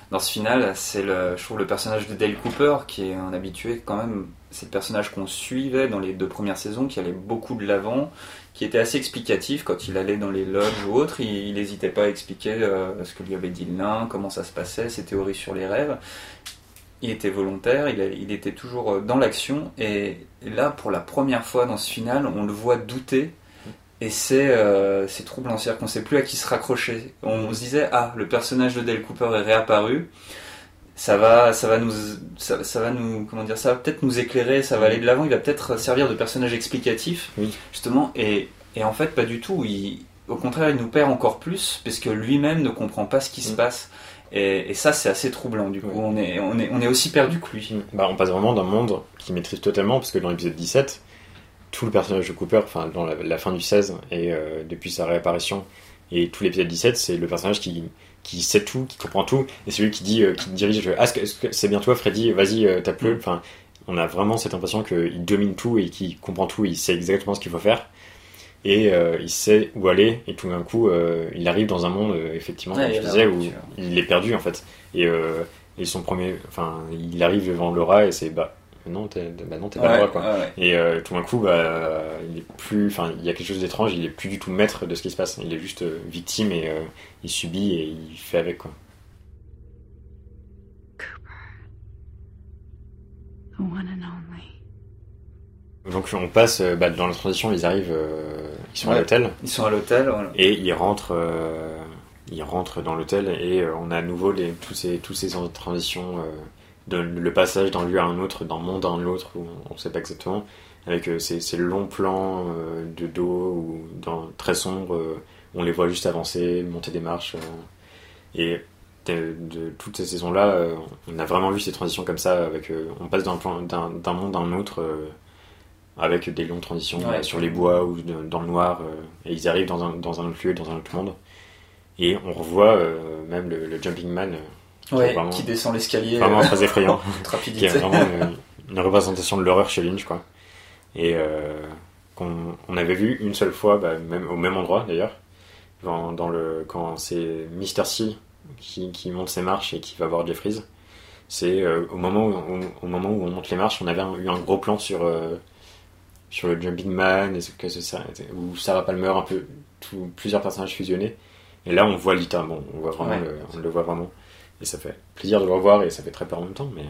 dans ce final, c'est le, je trouve le personnage de Dale Cooper, qui est un habitué quand même. C'est le personnage qu'on suivait dans les deux premières saisons, qui allait beaucoup de l'avant, qui était assez explicatif quand il allait dans les lodges ou autres. Il n'hésitait pas à expliquer euh, ce que lui avait dit le nain, comment ça se passait, ses théories sur les rêves. Il était volontaire, il, a, il était toujours dans l'action. Et, et là, pour la première fois dans ce final, on le voit douter. Et c'est, euh, c'est troublant, c'est-à-dire qu'on ne sait plus à qui se raccrocher. On se disait, ah, le personnage de Dale Cooper est réapparu. Ça va, ça va nous, ça, ça va nous, comment dire, ça va peut-être nous éclairer, ça va aller de l'avant. Il va peut-être servir de personnage explicatif, oui. justement. Et, et en fait, pas du tout. Il, au contraire, il nous perd encore plus parce que lui-même ne comprend pas ce qui se passe. Et, et ça, c'est assez troublant. Du coup, oui. on est, on est, on est aussi perdu que lui. Bah, on passe vraiment d'un monde qu'il maîtrise totalement, parce que dans l'épisode dix-sept, tout le personnage de Cooper, enfin dans la, la fin du seize et euh, depuis sa réapparition, et tout l'épisode dix-sept, c'est le personnage qui qui sait tout, qui comprend tout, et c'est lui qui dit, euh, qui dirige. Ah, est-ce que, est-ce que c'est bien toi, Freddy? Vas-y, euh, tape-le. Enfin, on a vraiment cette impression qu'il domine tout et qu'il comprend tout. Il sait exactement ce qu'il faut faire et euh, il sait où aller. Et tout d'un coup, euh, il arrive dans un monde, euh, effectivement, ouais, comme je disais, où il est perdu en fait. Et, euh, et son premier, enfin, il arrive devant Laura et c'est bah. Non, t'es, bah non, t'es pas ouais, le roi, quoi. Ouais. Et euh, tout d'un coup, bah, il est plus, enfin, il y a quelque chose d'étrange. Il est plus du tout maître de ce qui se passe. Il est juste euh, victime et euh, il subit et il fait avec, quoi. Cooper, the one and only. Donc on passe, euh, bah, dans la transition, ils arrivent, euh, ils sont ouais. à l'hôtel. Ils sont à l'hôtel, voilà. Et ils rentrent, euh, ils rentrent dans l'hôtel et euh, on a à nouveau les, tous ces, tous ces transitions. Euh, De, le passage d'un lieu à un autre, d'un monde à un autre, où on ne sait pas exactement, avec euh, ces, ces longs plans euh, de dos ou dans, très sombres, euh, on les voit juste avancer, monter des marches. Euh, et de, de toutes ces saisons-là, euh, on a vraiment vu ces transitions comme ça, avec, euh, on passe d'un, plan, d'un, d'un monde à un autre, euh, avec des longues transitions ouais, euh, sur les bois ou de, dans le noir, euh, et ils arrivent dans un, dans un autre lieu, dans un autre monde. Et on revoit euh, même le, le Jumping Man. Euh, Ouais, vraiment, qui descend l'escalier. Vraiment très effrayant. Rapidité. Qui est vraiment une, une représentation de l'horreur chez Lynch, quoi. Et euh, qu'on on avait vu une seule fois, bah, même, au même endroit d'ailleurs, dans, dans le, quand c'est Mister C qui, qui monte ses marches et qui va voir Jeffries. C'est euh, au, moment où, au, au moment où on monte les marches, on avait un, eu un gros plan sur, euh, sur le Jumping Man, et ce que c'est ça, où Sarah Palmer, un peu, tout, plusieurs personnages fusionnés. Et là, on voit littéralement, on voit vraiment, ouais. le, on le voit vraiment. Et ça fait plaisir de le revoir et ça fait très peur en même temps. Mais...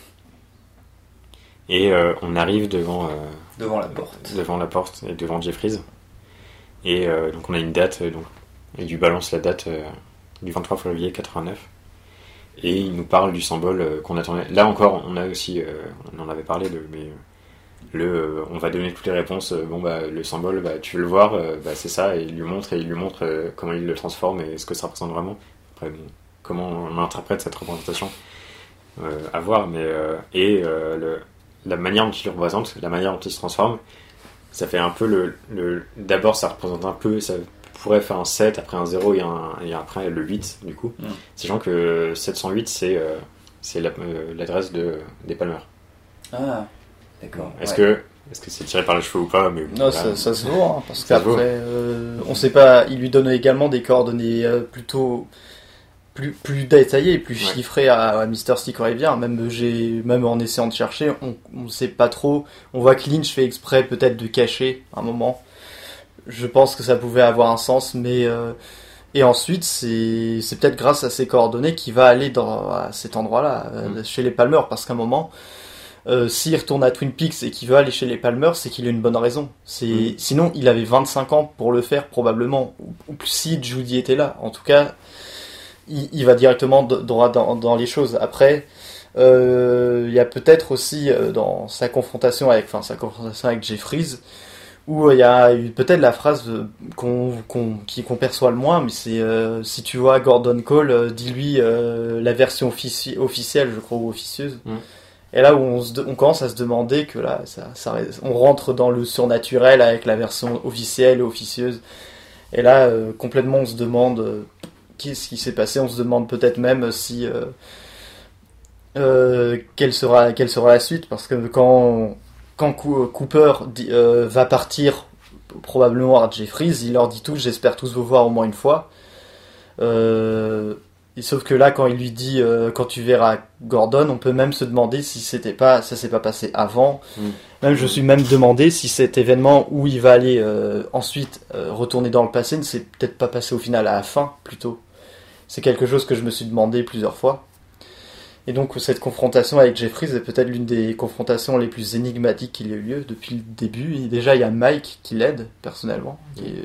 Et euh, on arrive devant, euh, devant la porte. Devant la porte et devant Jeffries. Et euh, donc on a une date, donc, il lui balance la date euh, du vingt-trois février quatre-vingt-neuf. Et il nous parle du symbole euh, qu'on attendait. Là encore, on a aussi, euh, on en avait parlé, de, mais le, euh, on va donner toutes les réponses. Euh, bon, bah, le symbole, bah, tu veux le voir, euh, bah, c'est ça. Et il lui montre, et il lui montre euh, comment il le transforme et ce que ça représente vraiment. Après, bon, comment on interprète cette représentation euh, à voir, mais euh, et euh, le, la manière dont il le représente, la manière dont il se transforme, ça fait un peu le, le d'abord ça représente un peu, ça pourrait faire un sept, après un zéro et, un, et après le huit du coup, mmh. sachant que sept cent huit c'est, euh, c'est la, euh, l'adresse de, des Palmer. Ah, d'accord. Est-ce ouais. que est-ce que c'est tiré par les cheveux ou pas, mais non, bah, ça, ça se voit, hein, parce qu'après euh, on sait pas, il lui donne également des coordonnées euh, plutôt plus plus détaillé, plus ouais. chiffré à, à Mister C quand il vient. Même j'ai même en essayant de chercher, on on sait pas trop. On voit que Lynch fait exprès peut-être de cacher un moment. Je pense que ça pouvait avoir un sens, mais euh, et ensuite c'est c'est peut-être grâce à ces coordonnées qu'il va aller dans à cet endroit-là, mm. euh, chez les Palmer, parce qu'à un moment, euh, s'il retourne à Twin Peaks et qu'il veut aller chez les Palmer, c'est qu'il a une bonne raison. C'est mm. sinon il avait vingt-cinq ans pour le faire probablement, ou, ou si Judy était là. En tout cas. Il, il va directement droit dans, dans les choses. Après, euh, il y a peut-être aussi euh, dans sa confrontation avec, enfin sa confrontation avec Jeffries, où il y a eu peut-être la phrase qu'on, qu'on, qui, qu'on perçoit le moins, mais c'est euh, si tu vois Gordon Cole, euh, dis-lui euh, la version offici- officielle, je crois, ou officieuse. Mm. Et là où on, se, on commence à se demander que là, ça, ça, on rentre dans le surnaturel avec la version officielle et officieuse. Et là, euh, complètement, on se demande. Euh, Qu'est-ce qui s'est passé? On se demande peut-être même si euh, euh, quelle sera quelle sera la suite, parce que quand quand Cooper dit, euh, va partir probablement à Jeffries, il leur dit tous j'espère tous vous voir au moins une fois. Euh, Et sauf que là, quand il lui dit euh, quand tu verras Gordon, on peut même se demander si c'était pas, ça s'est pas passé avant. Mm. Même je me suis même demandé si cet événement où il va aller euh, ensuite euh, retourner dans le passé ne s'est peut-être pas passé au final à la fin plutôt. C'est quelque chose que je me suis demandé plusieurs fois. Et donc cette confrontation avec Jeffries est peut-être l'une des confrontations les plus énigmatiques qu'il y a eu lieu depuis le début. Et déjà il y a Mike qui l'aide personnellement, qui est...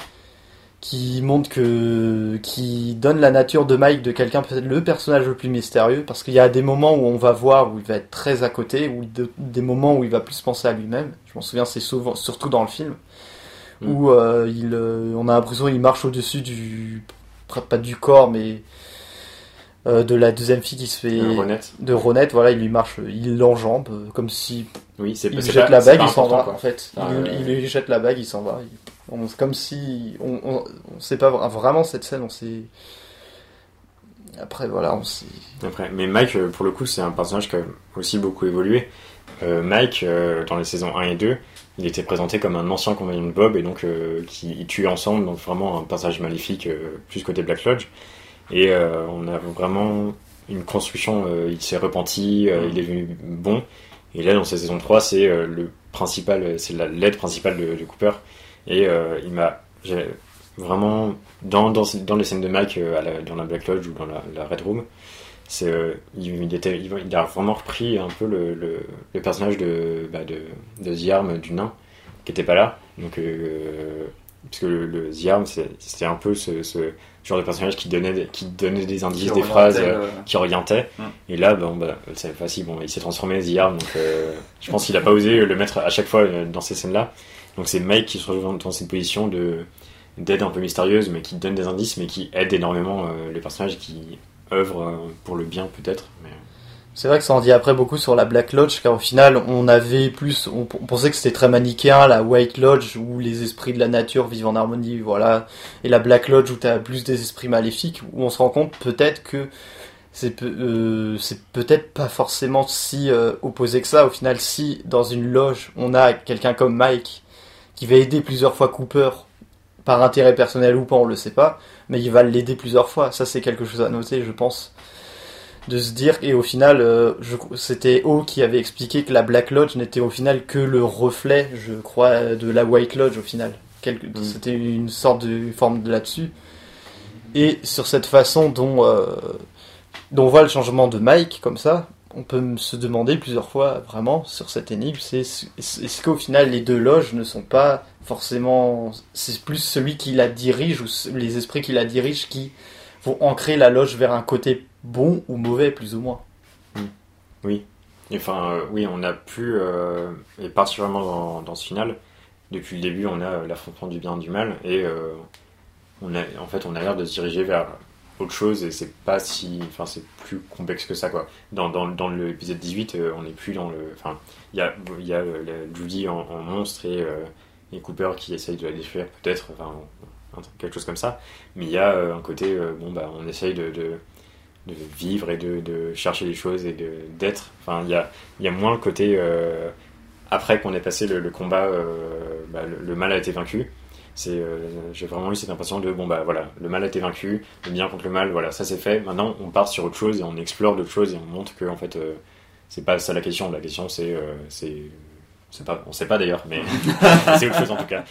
qui montre que, qui donne la nature de Mike de quelqu'un, peut-être le personnage le plus mystérieux, parce qu'il y a des moments où on va voir où il va être très à côté, ou de, des moments où il va plus penser à lui-même. Je m'en souviens, c'est souvent, surtout dans le film, mm. où euh, il, euh, on a l'impression qu'il marche au-dessus du, pas du corps, mais euh, de la deuxième fille qui se fait, euh, Ronette. de Ronette, voilà, il lui marche, il l'enjambe, euh, comme si, oui, c'est, il c'est jette pas, la bague, il s'en va, quoi. en fait. Ah, il, euh... il lui jette la bague, il s'en va. Il... On, comme si on, on, on sait pas vraiment cette scène, on sait. Après voilà, on sait. Après, mais Mike, pour le coup, c'est un personnage qui a aussi beaucoup évolué. Euh, Mike, euh, dans les saisons un et deux, il était présenté comme un ancien compagnon de Bob et donc euh, qui ils tuaient ensemble, donc vraiment un personnage maléfique, euh, plus côté Black Lodge. Et euh, on a vraiment une construction. Euh, il s'est repenti, euh, il est devenu bon. Et là, dans cette saison trois, c'est euh, le principal, c'est la l'aide principale de, de Cooper. Et euh, il m'a j'ai vraiment dans dans dans les scènes de Mike euh, à la, dans la Black Lodge ou dans la, la Red Room, c'est euh, il, il était il, il a vraiment repris un peu le le, le personnage de bah, de de The Arm du nain qui était pas là, donc euh, parce que le, le The Arm c'est, c'était un peu ce, ce genre de personnage qui donnait des, qui donnait des indices, qui des phrases euh, qui orientait. Hum. Et là bon bah c'est facile, bon il s'est transformé The Arm, donc euh, je pense qu'il a pas osé le mettre à chaque fois euh, dans ces scènes là. Donc c'est Mike qui se retrouve dans cette position de, d'aide un peu mystérieuse, mais qui donne des indices, mais qui aide énormément euh, les personnages qui œuvrent euh, pour le bien peut-être. Mais... C'est vrai que ça en dit après beaucoup sur la Black Lodge, car au final on avait plus, on, on pensait que c'était très manichéen, la White Lodge où les esprits de la nature vivent en harmonie, voilà, et la Black Lodge où t'as plus des esprits maléfiques, où on se rend compte peut-être que c'est, euh, c'est peut-être pas forcément si euh, opposé que ça. Au final, si dans une loge on a quelqu'un comme Mike qui va aider plusieurs fois Cooper, par intérêt personnel ou pas, on le sait pas, mais il va l'aider plusieurs fois. Ça, c'est quelque chose à noter, je pense, de se dire. Et au final, euh, je, c'était O qui avait expliqué que la Black Lodge n'était au final que le reflet, je crois, de la White Lodge au final. Quelque, mmh. C'était une sorte de forme de là-dessus. Et sur cette façon dont, euh, dont on voit le changement de Mike, comme ça, on peut se demander plusieurs fois, vraiment, sur cette énigme, c'est est-ce qu'au final, les deux loges ne sont pas forcément... C'est plus celui qui la dirige, ou les esprits qui la dirigent, qui vont ancrer la loge vers un côté bon ou mauvais, plus ou moins. Oui. Et enfin, euh, oui, on a pu, euh, et particulièrement dans, dans ce final, depuis le début, on a l'affrontement du bien et du mal, et euh, on a, en fait, on a l'air de se diriger vers... autre chose, et c'est pas si, enfin c'est plus complexe que ça quoi. Dans dans dans l'épisode dix-huit, euh, on n'est plus dans le, enfin il y a il y a euh, Judy en, en monstre et euh, et Cooper qui essaye de la détruire peut-être, enfin quelque chose comme ça. Mais il y a euh, un côté euh, bon bah on essaye de, de de vivre et de de chercher les choses et de d'être. Enfin il y a il y a moins le côté euh, après qu'on ait passé le, le combat, euh, bah, le, le mal a été vaincu. C'est, euh, j'ai vraiment eu cette impression de bon bah voilà, le mal a été vaincu, le bien contre le mal, voilà, ça c'est fait. Maintenant on part sur autre chose et on explore d'autres choses et on montre que en fait euh, c'est pas ça la question. La question c'est euh, c'est c'est pas, on sait pas d'ailleurs, mais c'est autre chose en tout cas.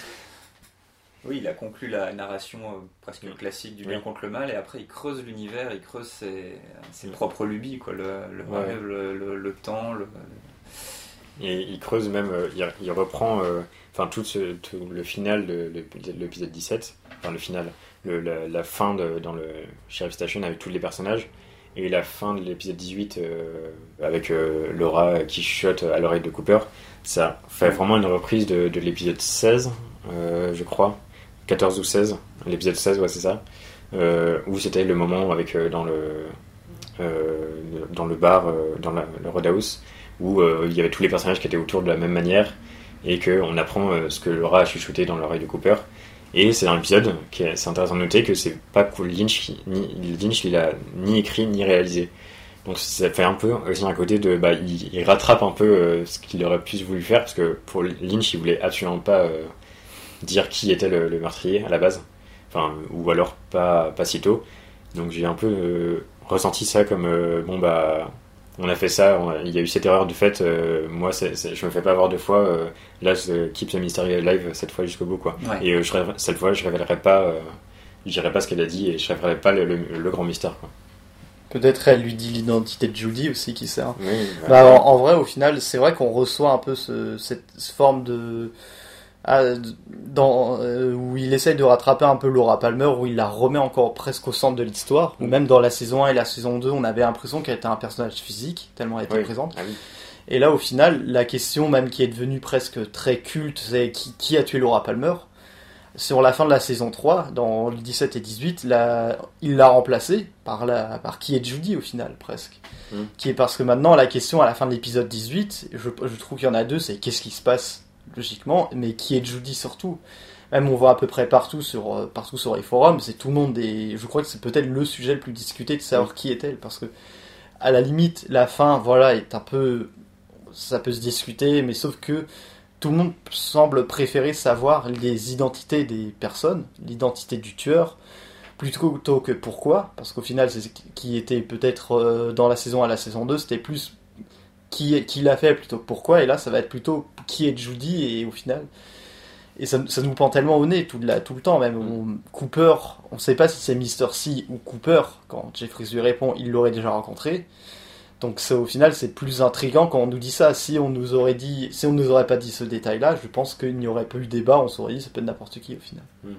Oui, il a conclu la narration euh, presque oui. classique du bien oui. contre le mal, et après il creuse l'univers, il creuse ses, ses oui. propres lubies quoi, le le, ouais. rêve, le, le, le temps, le, le... et il creuse même, euh, il, il reprend. Euh, Enfin, tout, ce, tout le final de, de l'épisode dix-sept, enfin le final, le, la, la fin de, dans le Sheriff Station avec tous les personnages, et la fin de l'épisode dix-huit euh, avec euh, Laura qui chuchote à l'oreille de Cooper, ça fait vraiment une reprise de, de l'épisode seize, euh, je crois, quatorze ou seize, l'épisode seize, ouais c'est ça, euh, où c'était le moment avec euh, dans le euh, dans le bar, euh, dans la, le Roadhouse, où euh, il y avait tous les personnages qui étaient autour de la même manière, et qu'on apprend euh, ce que Laura a chuchoté dans l'oreille de Cooper. Et c'est un épisode qui est, c'est intéressant de noter que c'est pas que Lynch qui, ni, Lynch il a ni écrit ni réalisé. Donc ça fait un peu aussi un côté de bah il, il rattrape un peu euh, ce qu'il aurait plus voulu faire, parce que pour Lynch il voulait absolument pas euh, dire qui était le, le meurtrier à la base, enfin ou alors pas pas si tôt. Donc j'ai un peu euh, ressenti ça comme euh, bon bah on a fait ça, on a, il y a eu cette erreur du fait, euh, moi c'est, c'est, je me fais pas avoir deux fois, euh, là je keep the mystery alive cette fois jusqu'au bout quoi. Ouais. Et euh, je, cette fois je révélerai pas, euh, je dirai pas ce qu'elle a dit et je révélerai pas le, le, le grand mystère quoi. Peut-être elle lui dit l'identité de Judy aussi, qui sait. Hein. Oui, bah, en, en vrai, au final, c'est vrai qu'on reçoit un peu ce, cette forme de... Ah, dans, euh, où il essaye de rattraper un peu Laura Palmer, où il la remet encore presque au centre de l'histoire, ou même dans la saison un et la saison deux, on avait l'impression qu'elle était un personnage physique, tellement elle était oui. présente. Ah oui. Et là, au final, la question même qui est devenue presque très culte, c'est qui, qui a tué Laura Palmer. Sur la fin de la saison trois, dans le dix-sept et dix-huit, la, il l'a remplacée par, la, par qui est Judy au final, presque. Mm. Qui est parce que maintenant, la question à la fin de l'épisode dix-huit, je, je trouve qu'il y en a deux, c'est qu'est-ce qui se passe logiquement, mais qui est Judy surtout. Même on voit à peu près partout sur, partout sur les forums, c'est tout le monde, et je crois que c'est peut-être le sujet le plus discuté de savoir mm. qui est-elle, parce que à la limite, la fin, voilà, est un peu... ça peut se discuter, mais sauf que tout le monde semble préférer savoir les identités des personnes, l'identité du tueur, plutôt que pourquoi, parce qu'au final, c'est ce qui était peut-être dans la saison un à la saison deux, c'était plus qui, qui l'a fait plutôt que pourquoi, et là, ça va être plutôt qui est Judy, et au final... Et ça, ça nous pend tellement au nez tout, la, tout le temps, même. On, Cooper, on ne sait pas si c'est mister C ou Cooper, quand Jeffries lui répond, il l'aurait déjà rencontré. Donc ça, au final, c'est plus intriguant quand on nous dit ça. Si on nous aurait dit, si on nous aurait pas dit ce détail-là, je pense qu'il n'y aurait pas eu débat. On s'aurait dit, ça peut être n'importe qui au final. Mmh.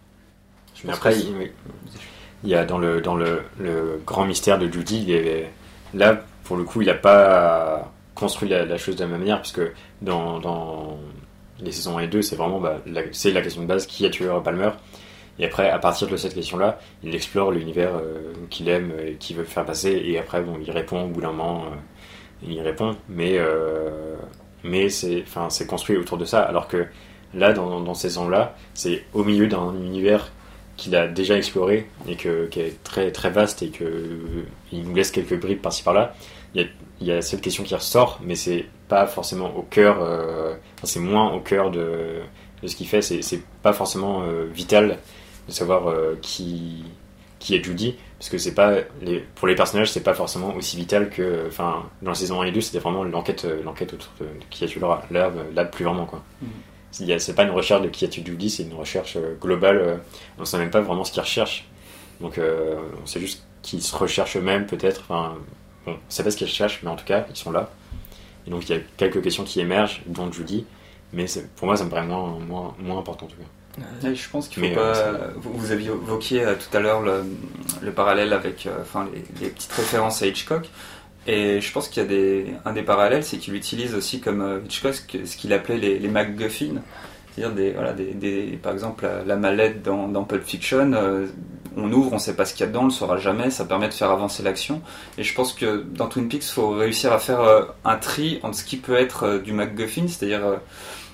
Mais après, il, oui. il y a dans le dans le, le grand mystère de Judy, il est, là pour le coup, il n'a pas construit la, la chose de la même manière, puisque dans dans les saisons un et deux, c'est vraiment bah, la, c'est la question de base, qui a tué Palmer. Et après, à partir de cette question-là, il explore l'univers euh, qu'il aime et qu'il veut faire passer. Et après, bon, il répond au bout d'un moment, euh, il répond. Mais, euh, mais c'est, enfin, c'est construit autour de ça. Alors que là, dans, dans ces saisons-là, c'est au milieu d'un univers qu'il a déjà exploré et que, qui est très, très vaste et qu'il nous laisse quelques bribes par-ci par-là. Il y a, il y a cette question qui ressort, mais c'est pas forcément au cœur, euh, enfin, c'est moins au cœur de, de ce qu'il fait. C'est, c'est pas forcément euh, vital de savoir euh, qui qui est Judy, parce que c'est pas les, pour les personnages, c'est pas forcément aussi vital que, enfin, dans la saison un et deux, c'était vraiment l'enquête l'enquête autour de, de qui a tué Laura. Là, là plus vraiment quoi. Mm-hmm. Il y a, c'est pas une recherche de qui a tué Judy, c'est une recherche euh, globale. Euh, on sait même pas vraiment ce qu'ils recherchent. Donc euh, on sait juste qu'ils se recherchent eux-mêmes peut-être. Enfin, bon, on sait pas ce qu'ils recherchent, mais en tout cas, ils sont là. Et donc il y a quelques questions qui émergent, dont Judy, mais c'est, pour moi, ça me paraît moins moins moins important en tout cas. Ouais, je pense qu'il faut Mais, pas. Euh, vous, vous aviez évoqué euh, tout à l'heure le, le parallèle avec, euh, enfin, les, les petites références à Hitchcock, et je pense qu'il y a des, un des parallèles, c'est qu'il utilise aussi comme euh, Hitchcock ce qu'il appelait les, les MacGuffin, c'est-à-dire des, voilà, des, des, par exemple la, la mallette dans, dans Pulp Fiction. Euh, on ouvre, on ne sait pas ce qu'il y a dedans, on ne le saura jamais, ça permet de faire avancer l'action. Et je pense que dans Twin Peaks, il faut réussir à faire euh, un tri entre ce qui peut être euh, du MacGuffin, c'est-à-dire euh,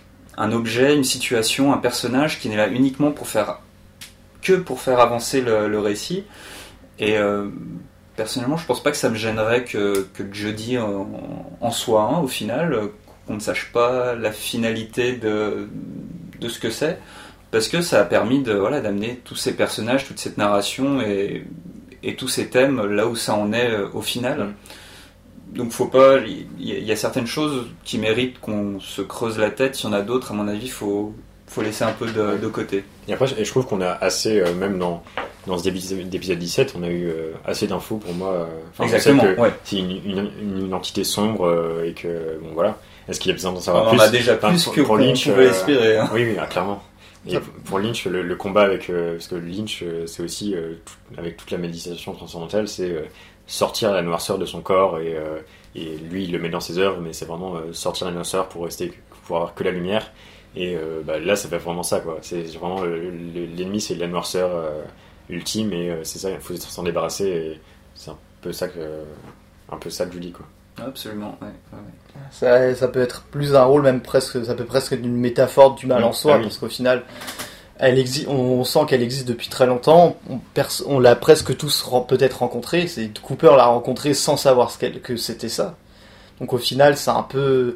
un objet, une situation, un personnage qui n'est là uniquement pour faire que pour faire avancer le, le récit. Et euh, personnellement, je pense pas que ça me gênerait que, que Judy en, en soit un au final, qu'on ne sache pas la finalité de, de ce que c'est, parce que ça a permis de, voilà, d'amener tous ces personnages, toute cette narration et, et tous ces thèmes là où ça en est au final. Mmh. Donc faut pas, il y, y a certaines choses qui méritent qu'on se creuse la tête. Il y en a d'autres, à mon avis, faut faut laisser un peu de, de côté. Et après, et je trouve qu'on a assez, euh, même dans dans ce début d'épisode dix-sept, on a eu euh, assez d'infos pour moi. Enfin, exactement. Que ouais. C'est une, une, une entité sombre euh, et que bon voilà. Est-ce qu'il y a besoin d'en savoir on plus? On a déjà enfin, plus pour, que pour qu'on Lynch, pouvait euh, espérer. Hein. Oui, oui, ah, clairement. Et pour Lynch, le, le combat avec, euh, parce que Lynch, euh, c'est aussi euh, tout, avec toute la méditation transcendantale, c'est euh, sortir la noirceur de son corps et euh, et lui il le met dans ses œuvres, mais c'est vraiment euh, sortir la noirceur pour rester, pour avoir que la lumière. Et euh, bah, là ça fait vraiment ça quoi. C'est vraiment le, le, l'ennemi, c'est la noirceur euh, ultime, et euh, c'est ça, il faut s'en débarrasser, et c'est un peu ça que un peu ça que je dis quoi. Absolument, ouais, ouais. Ça, ça peut être plus un rôle, même presque, ça peut presque être une métaphore du mal en soi, ah, oui. Parce qu'au final, elle existe, on sent qu'elle existe depuis très longtemps. On, pers- on l'a presque tous ren- peut-être rencontrée. C'est Cooper l'a rencontrée sans savoir ce qu'elle, que c'était ça. Donc au final, c'est un peu,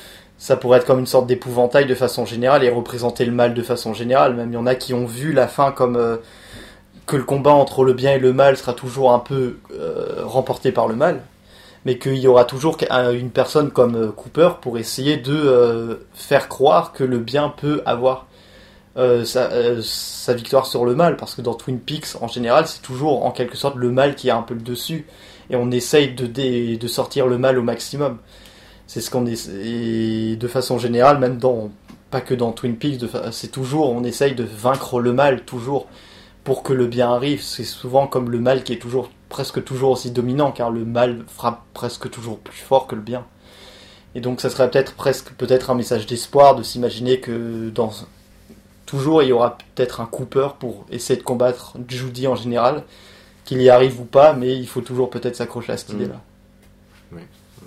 ça pourrait être comme une sorte d'épouvantail de façon générale et représenter le mal de façon générale. Même il y en a qui ont vu la fin comme euh, que le combat entre le bien et le mal sera toujours un peu euh, remporté par le mal, mais qu'il y aura toujours une personne comme Cooper pour essayer de euh, faire croire que le bien peut avoir euh, sa, euh, sa victoire sur le mal, parce que dans Twin Peaks, en général, c'est toujours en quelque sorte le mal qui a un peu le dessus, et on essaye de, dé, de sortir le mal au maximum. C'est ce qu'on est, et de façon générale, même dans, pas que dans Twin Peaks, de, c'est toujours, on essaye de vaincre le mal, toujours, pour que le bien arrive. C'est souvent comme le mal qui est toujours, presque toujours aussi dominant, car le mal frappe presque toujours plus fort que le bien. Et donc ça serait peut-être presque, peut-être un message d'espoir de s'imaginer que dans, toujours il y aura peut-être un Cooper pour essayer de combattre Judy en général, qu'il y arrive ou pas, mais il faut toujours peut-être s'accrocher à cette mmh. idée-là. Oui.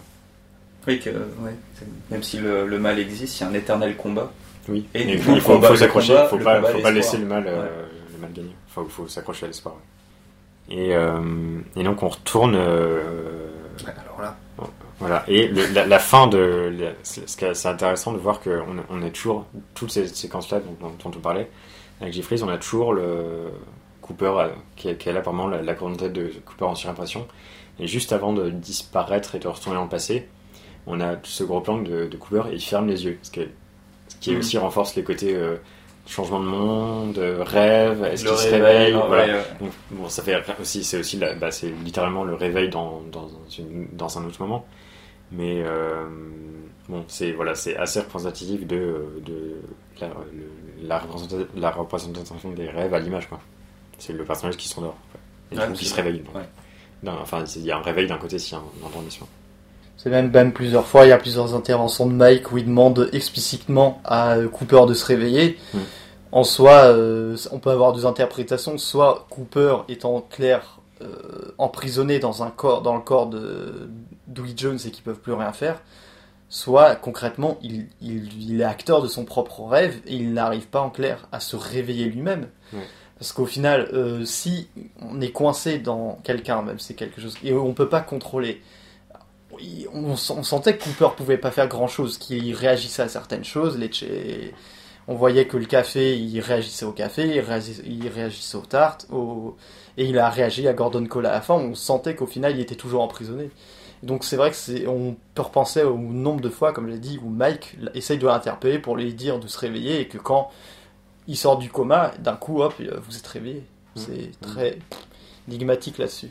Oui, que, ouais. Même si le, le mal existe, il y a un éternel combat. Oui, et il faut, faut, faut s'accrocher, il ne faut, pas, faut pas laisser le mal, euh, ouais. le mal gagner. Il faut, faut s'accrocher à l'espoir. Ouais. Et, euh, et donc on retourne... Euh, Alors là... Voilà, et le, la, la fin de... La, c'est, c'est intéressant de voir qu'on on a toujours, toutes ces séquences-là dont, dont on parlait, avec Jeffries, on a toujours le Cooper euh, qui, qui est là vraiment la, la grande tête de Cooper en surimpression. Et juste avant de disparaître et de retourner en passé, on a ce gros plan de, de Cooper et il ferme les yeux, ce qui, est, ce qui mmh. aussi renforce les côtés euh, changement de monde, rêve, est-ce le qu'il réveil, se réveille, ouais, voilà. Ouais. Donc, bon, ça fait aussi, c'est aussi, la, bah, c'est littéralement le réveil dans dans, une, dans un autre moment, mais euh, bon, c'est voilà, c'est assez représentatif de de la, le, la, représentation, la représentation des rêves à l'image, quoi. C'est le personnage qui s'endort, et ouais, qui se réveille. Donc. Ouais. Non, enfin, il y a un réveil d'un côté, s'il y a un endormissement. C'est même, même plusieurs fois, il y a plusieurs interventions de Mike où il demande explicitement à Cooper de se réveiller. Mmh. En soi, euh, on peut avoir deux interprétations. Soit Cooper est en clair euh, emprisonné dans, un corps, dans le corps de Dewey Jones et qu'ils ne peuvent plus rien faire. Soit, concrètement, il, il, il est acteur de son propre rêve et il n'arrive pas en clair à se réveiller lui-même. Mmh. Parce qu'au final, euh, si on est coincé dans quelqu'un, même c'est quelque chose, et on ne peut pas contrôler... On, on sentait que Cooper pouvait pas faire grand chose, qu'il réagissait à certaines choses. Les ch- on voyait que le café, il réagissait au café, il réagissait, il réagissait aux tartes, au... et il a réagi à Gordon Cole à la fin. On sentait qu'au final, il était toujours emprisonné. Donc c'est vrai que c'est, on peut repenser au nombre de fois, comme j'ai dit, où Mike essaye de l'interpeller pour lui dire de se réveiller, et que quand il sort du coma, d'un coup, hop, vous êtes réveillé. C'est mmh. très énigmatique là-dessus.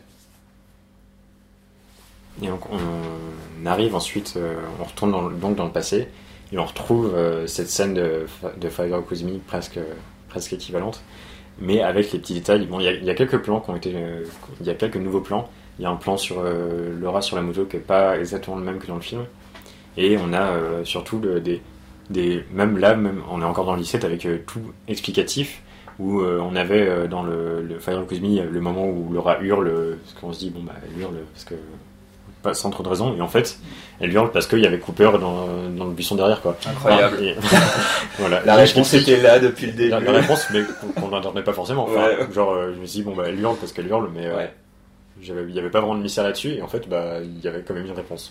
Et donc on arrive ensuite, euh, on retourne dans, donc dans le passé et on retrouve euh, cette scène de, de Father Cosmic presque, presque équivalente, mais avec les petits détails. Bon, il y, y a quelques plans qui ont été, il euh, y a quelques nouveaux plans. Il y a un plan sur euh, Laura sur la moto qui n'est pas exactement le même que dans le film, et on a euh, surtout le, des, des, même là, même on est encore dans le lycée avec euh, tout explicatif. Où euh, on avait euh, dans le, le Father Cosmic le moment où Laura hurle, parce qu'on se dit bon bah elle hurle parce que pas sans trop de raison, et en fait elle hurle parce qu'il y avait Cooper dans, dans le buisson derrière, quoi. Incroyable. Et, voilà. La réponse était là depuis le début. La, la réponse, mais qu'on n'entendait pas forcément. Enfin, ouais. Genre, euh, je me suis dit bon bah elle hurle parce qu'elle hurle, mais euh, ouais. il n'y avait pas vraiment de mystère là-dessus, et en fait bah il y avait quand même une réponse.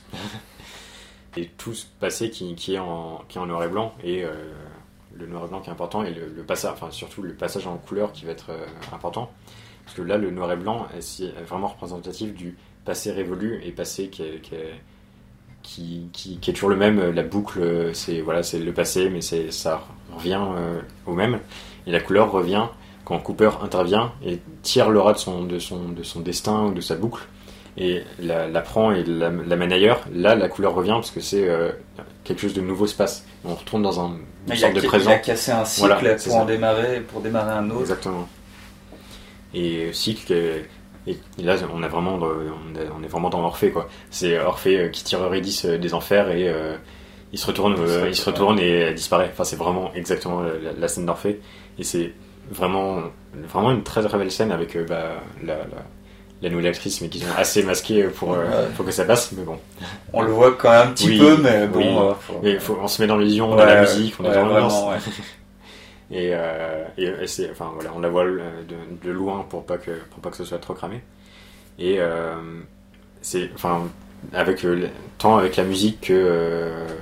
Et tout ce passé qui, qui est en qui est en noir et blanc, et euh, le noir et blanc qui est important, et le, le passage, enfin surtout le passage en couleur qui va être euh, important, parce que là le noir et blanc est, est vraiment représentatif du passé révolu et passé qui est, qui, est, qui, qui, qui est toujours le même. La boucle, c'est voilà, c'est le passé, mais c'est ça revient euh, au même, et la couleur revient quand Cooper intervient et tire Laura de son de son de son destin ou de sa boucle et la, la prend et la, la mène ailleurs. Là la couleur revient parce que c'est euh, quelque chose de nouveau se passe. On retourne dans un une il sorte a, de présent. Il a cassé un cycle, voilà, pour en démarrer, pour démarrer un autre. Exactement. Et cycle, et là on a vraiment, on, a, on est vraiment dans Orphée, quoi. C'est Orphée qui tire Eurydice des enfers et euh, il se retourne, euh, il se retourne et elle disparaît. Enfin c'est vraiment exactement la, la scène d'Orphée, et c'est vraiment, vraiment une très très belle scène avec euh, bah, la, la la nouvelle actrice, mais qui sont assez masqués pour, euh, ouais. pour que ça passe, mais bon. On le voit quand même un petit oui, peu, mais bon. Oui. Euh, faut... mais faut, on se met dans l'illusion, ouais, dans la musique, on est ouais, dans l'ambiance. Ouais. et, euh, et, et c'est, enfin voilà, on la voit de, de loin pour pas que pour pas que ce soit trop cramé. Et euh, c'est, enfin, avec euh, tant avec la musique que euh,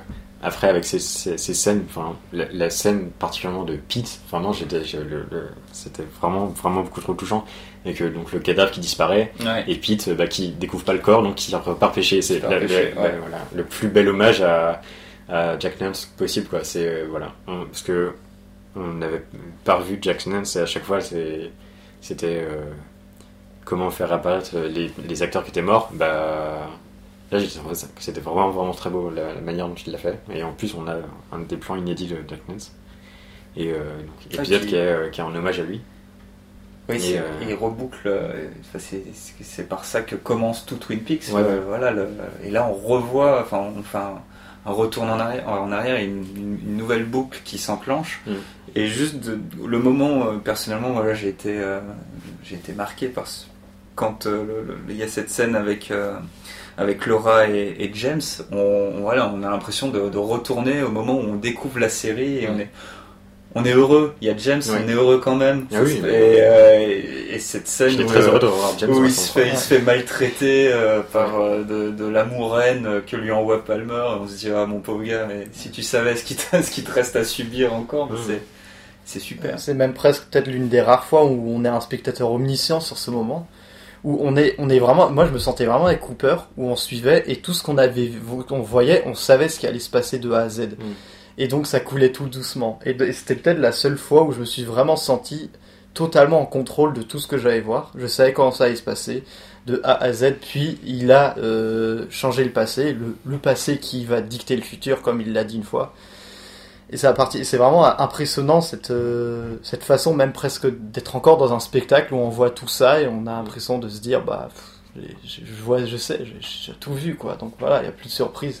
après avec ces, ces, ces scènes, enfin la, la scène particulièrement de Pete, enfin non, j'étais, je, le, le, c'était vraiment vraiment beaucoup trop touchant. Et que donc le cadavre qui disparaît ouais. et Pete bah, qui découvre pas le corps, donc qui repart pêcher. C'est la, pêcher, la, ouais. la, voilà, le plus bel hommage à, à Jack Nance possible, quoi. C'est euh, voilà, on, parce que on n'avait pas revu Jack Nance et à chaque fois c'est, c'était euh, comment faire apparaître les, les acteurs qui étaient morts. Bah là j'ai trouvé ça, c'était vraiment vraiment très beau la, la manière dont il l'a fait. Et en plus on a un des plans inédits de Jack Nance et euh, donc épisode ah, qui... qui est qui est en hommage à lui. Oui, et, euh... il reboucle. Euh, c'est, c'est par ça que commence tout Twin Peaks. Ouais, euh, ouais. Voilà, le, et là, on revoit, enfin, on fait un, un retour en arrière, en arrière et une, une, une nouvelle boucle qui s'enclenche. Mm. Et juste de, le moment, euh, personnellement, voilà, j'ai été, euh, j'ai été marqué parce quand euh, le, le, il y a cette scène avec euh, avec Laura et, et James. On, on, voilà, on a l'impression de, de retourner au moment où on découvre la série et mm. on est On est heureux, il y a James, oui. On est heureux quand même. Ah oui, et, euh, et, et cette scène J'étais où, très heureux de revoir James où il, se fait, il se fait maltraiter euh, par ouais. euh, de, de l'amouraine que lui envoie Palmer. Et on se dit, ah mon pauvre gars, mais si tu savais ce qui te, ce qui te reste à subir encore, mmh. c'est, c'est super. C'est même presque peut-être l'une des rares fois où on est un spectateur omniscient sur ce moment. Où on est, on est vraiment, moi je me sentais vraiment avec Cooper, où on suivait et tout ce qu'on avait, on voyait, on savait ce qui allait se passer de A à Z. Mmh. Et donc ça coulait tout doucement. Et c'était peut-être la seule fois où je me suis vraiment senti totalement en contrôle de tout ce que j'allais voir. Je savais comment ça allait se passer, de A à Z. Puis il a euh, changé le passé, le, le passé qui va dicter le futur, comme il l'a dit une fois. Et c'est, à partir, c'est vraiment impressionnant cette, euh, cette façon même presque d'être encore dans un spectacle où on voit tout ça et on a l'impression de se dire, bah, pff, je, je vois, je sais, j'ai, j'ai tout vu, quoi. Donc voilà, il n'y a plus de surprise.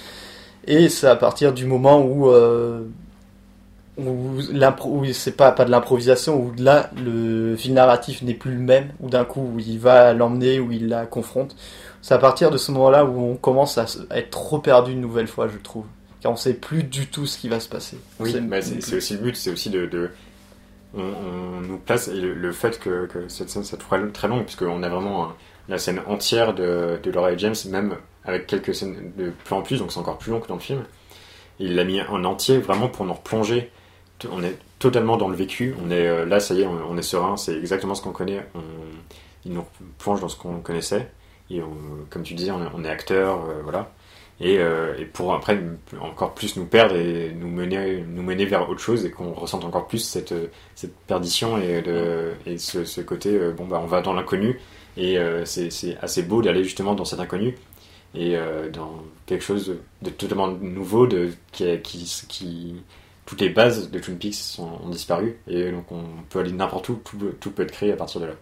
Et c'est à partir du moment où, euh, où, où c'est pas, pas de l'improvisation, où là, le fil narratif n'est plus le même, où d'un coup, où il va l'emmener, où il la confronte. C'est à partir de ce moment-là où on commence à, à être trop perdu une nouvelle fois, je trouve. Car on sait plus du tout ce qui va se passer. Oui, bah c'est, c'est aussi le but, c'est aussi de... de... On, on nous place, et le, le fait que, que cette scène soit très longue, puisqu'on a vraiment un, la scène entière de, de Laura et James, même... avec quelques scènes de plans en plus, donc c'est encore plus long que dans le film. Il l'a mis en entier, vraiment pour nous replonger. On est totalement dans le vécu, on est euh, là, ça y est, on, on est serein, c'est exactement ce qu'on connaît. On, il nous plonge dans ce qu'on connaissait. Et on, comme tu disais, on est, on est acteur, euh, voilà. Et, euh, et pour après encore plus nous perdre et nous mener, nous mener vers autre chose et qu'on ressente encore plus cette, cette perdition et, de, et ce, ce côté, euh, bon bah on va dans l'inconnu. Et euh, c'est, c'est assez beau d'aller justement dans cet inconnu. Et euh, dans quelque chose de totalement nouveau, de, qui, qui, qui, toutes les bases de Twin Peaks sont, ont disparu, et donc on peut aller n'importe où, tout, tout peut être créé à partir de là.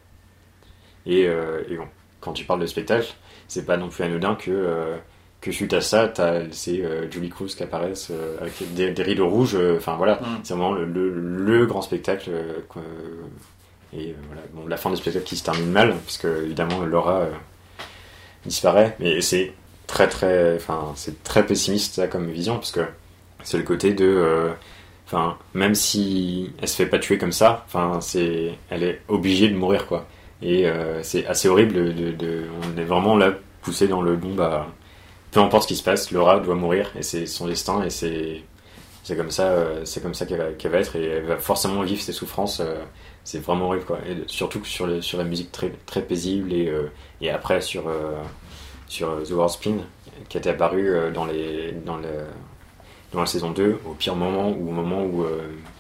Et, euh, et bon, quand tu parles de spectacle, c'est pas non plus anodin que, euh, que suite à ça, t'as c'est euh, Julie Cruz qui apparaît euh, avec des, des rideaux rouges, enfin euh, voilà, mm. c'est vraiment le, le, le grand spectacle. Euh, et euh, voilà, bon, la fin du spectacle qui se termine mal, puisque évidemment Laura euh, disparaît, mais c'est très très, enfin c'est très pessimiste ça comme vision, parce que c'est le côté de, enfin euh, même si elle se fait pas tuer comme ça, enfin c'est, elle est obligée de mourir quoi, et euh, c'est assez horrible de, de, de, on est vraiment là poussé dans le bon bah peu importe ce qui se passe, Laura doit mourir et c'est son destin et c'est c'est comme ça, euh, c'est comme ça qu'elle va, qu'elle va être et elle va forcément vivre ses souffrances. Euh, c'est vraiment horrible quoi, et surtout sur le, sur la musique très très paisible et euh, et après sur euh, sur The World Spin qui était apparu euh, dans les dans le dans la saison deux au pire moment ou au moment où euh,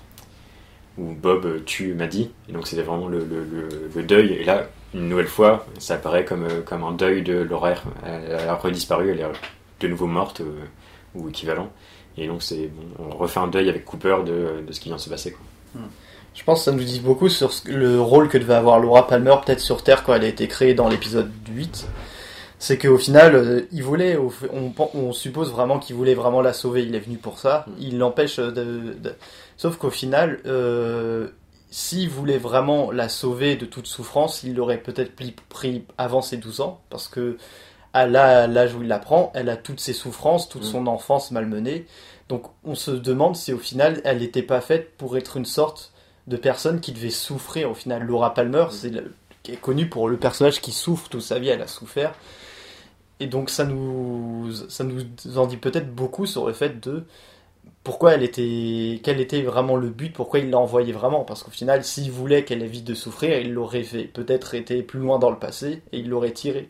où Bob tue Maddie, et donc c'était vraiment le, le, le, le deuil, et là une nouvelle fois ça apparaît comme comme un deuil de Laura. Elle a redisparu, elle est de nouveau morte euh, ou équivalent, et donc c'est bon, on refait un deuil avec Cooper de de ce qui vient de se passer quoi. Hmm. Je pense que ça nous dit beaucoup sur le rôle que devait avoir Laura Palmer peut-être sur Terre quand elle a été créée dans l'épisode huit. C'est qu'au final, euh, il voulait, on, on suppose vraiment qu'il voulait vraiment la sauver, il est venu pour ça, mmh. il l'empêche de, de... Sauf qu'au final, euh, s'il voulait vraiment la sauver de toute souffrance, il l'aurait peut-être pris avant ses douze ans, parce que à l'âge où il la prend, elle a toutes ses souffrances, toute mmh. son enfance malmenée, donc on se demande si au final, elle n'était pas faite pour être une sorte de personne qui devait souffrir. Au final, Laura Palmer, mmh. c'est le, qui est connue pour le personnage qui souffre toute sa vie, elle a souffert. et donc ça nous, ça nous en dit peut-être beaucoup sur le fait de pourquoi elle était, quel était vraiment le but, pourquoi il l'a envoyée vraiment. Parce qu'au final, s'il voulait qu'elle évite de souffrir, il l'aurait fait. Peut-être été plus loin dans le passé et il l'aurait tiré.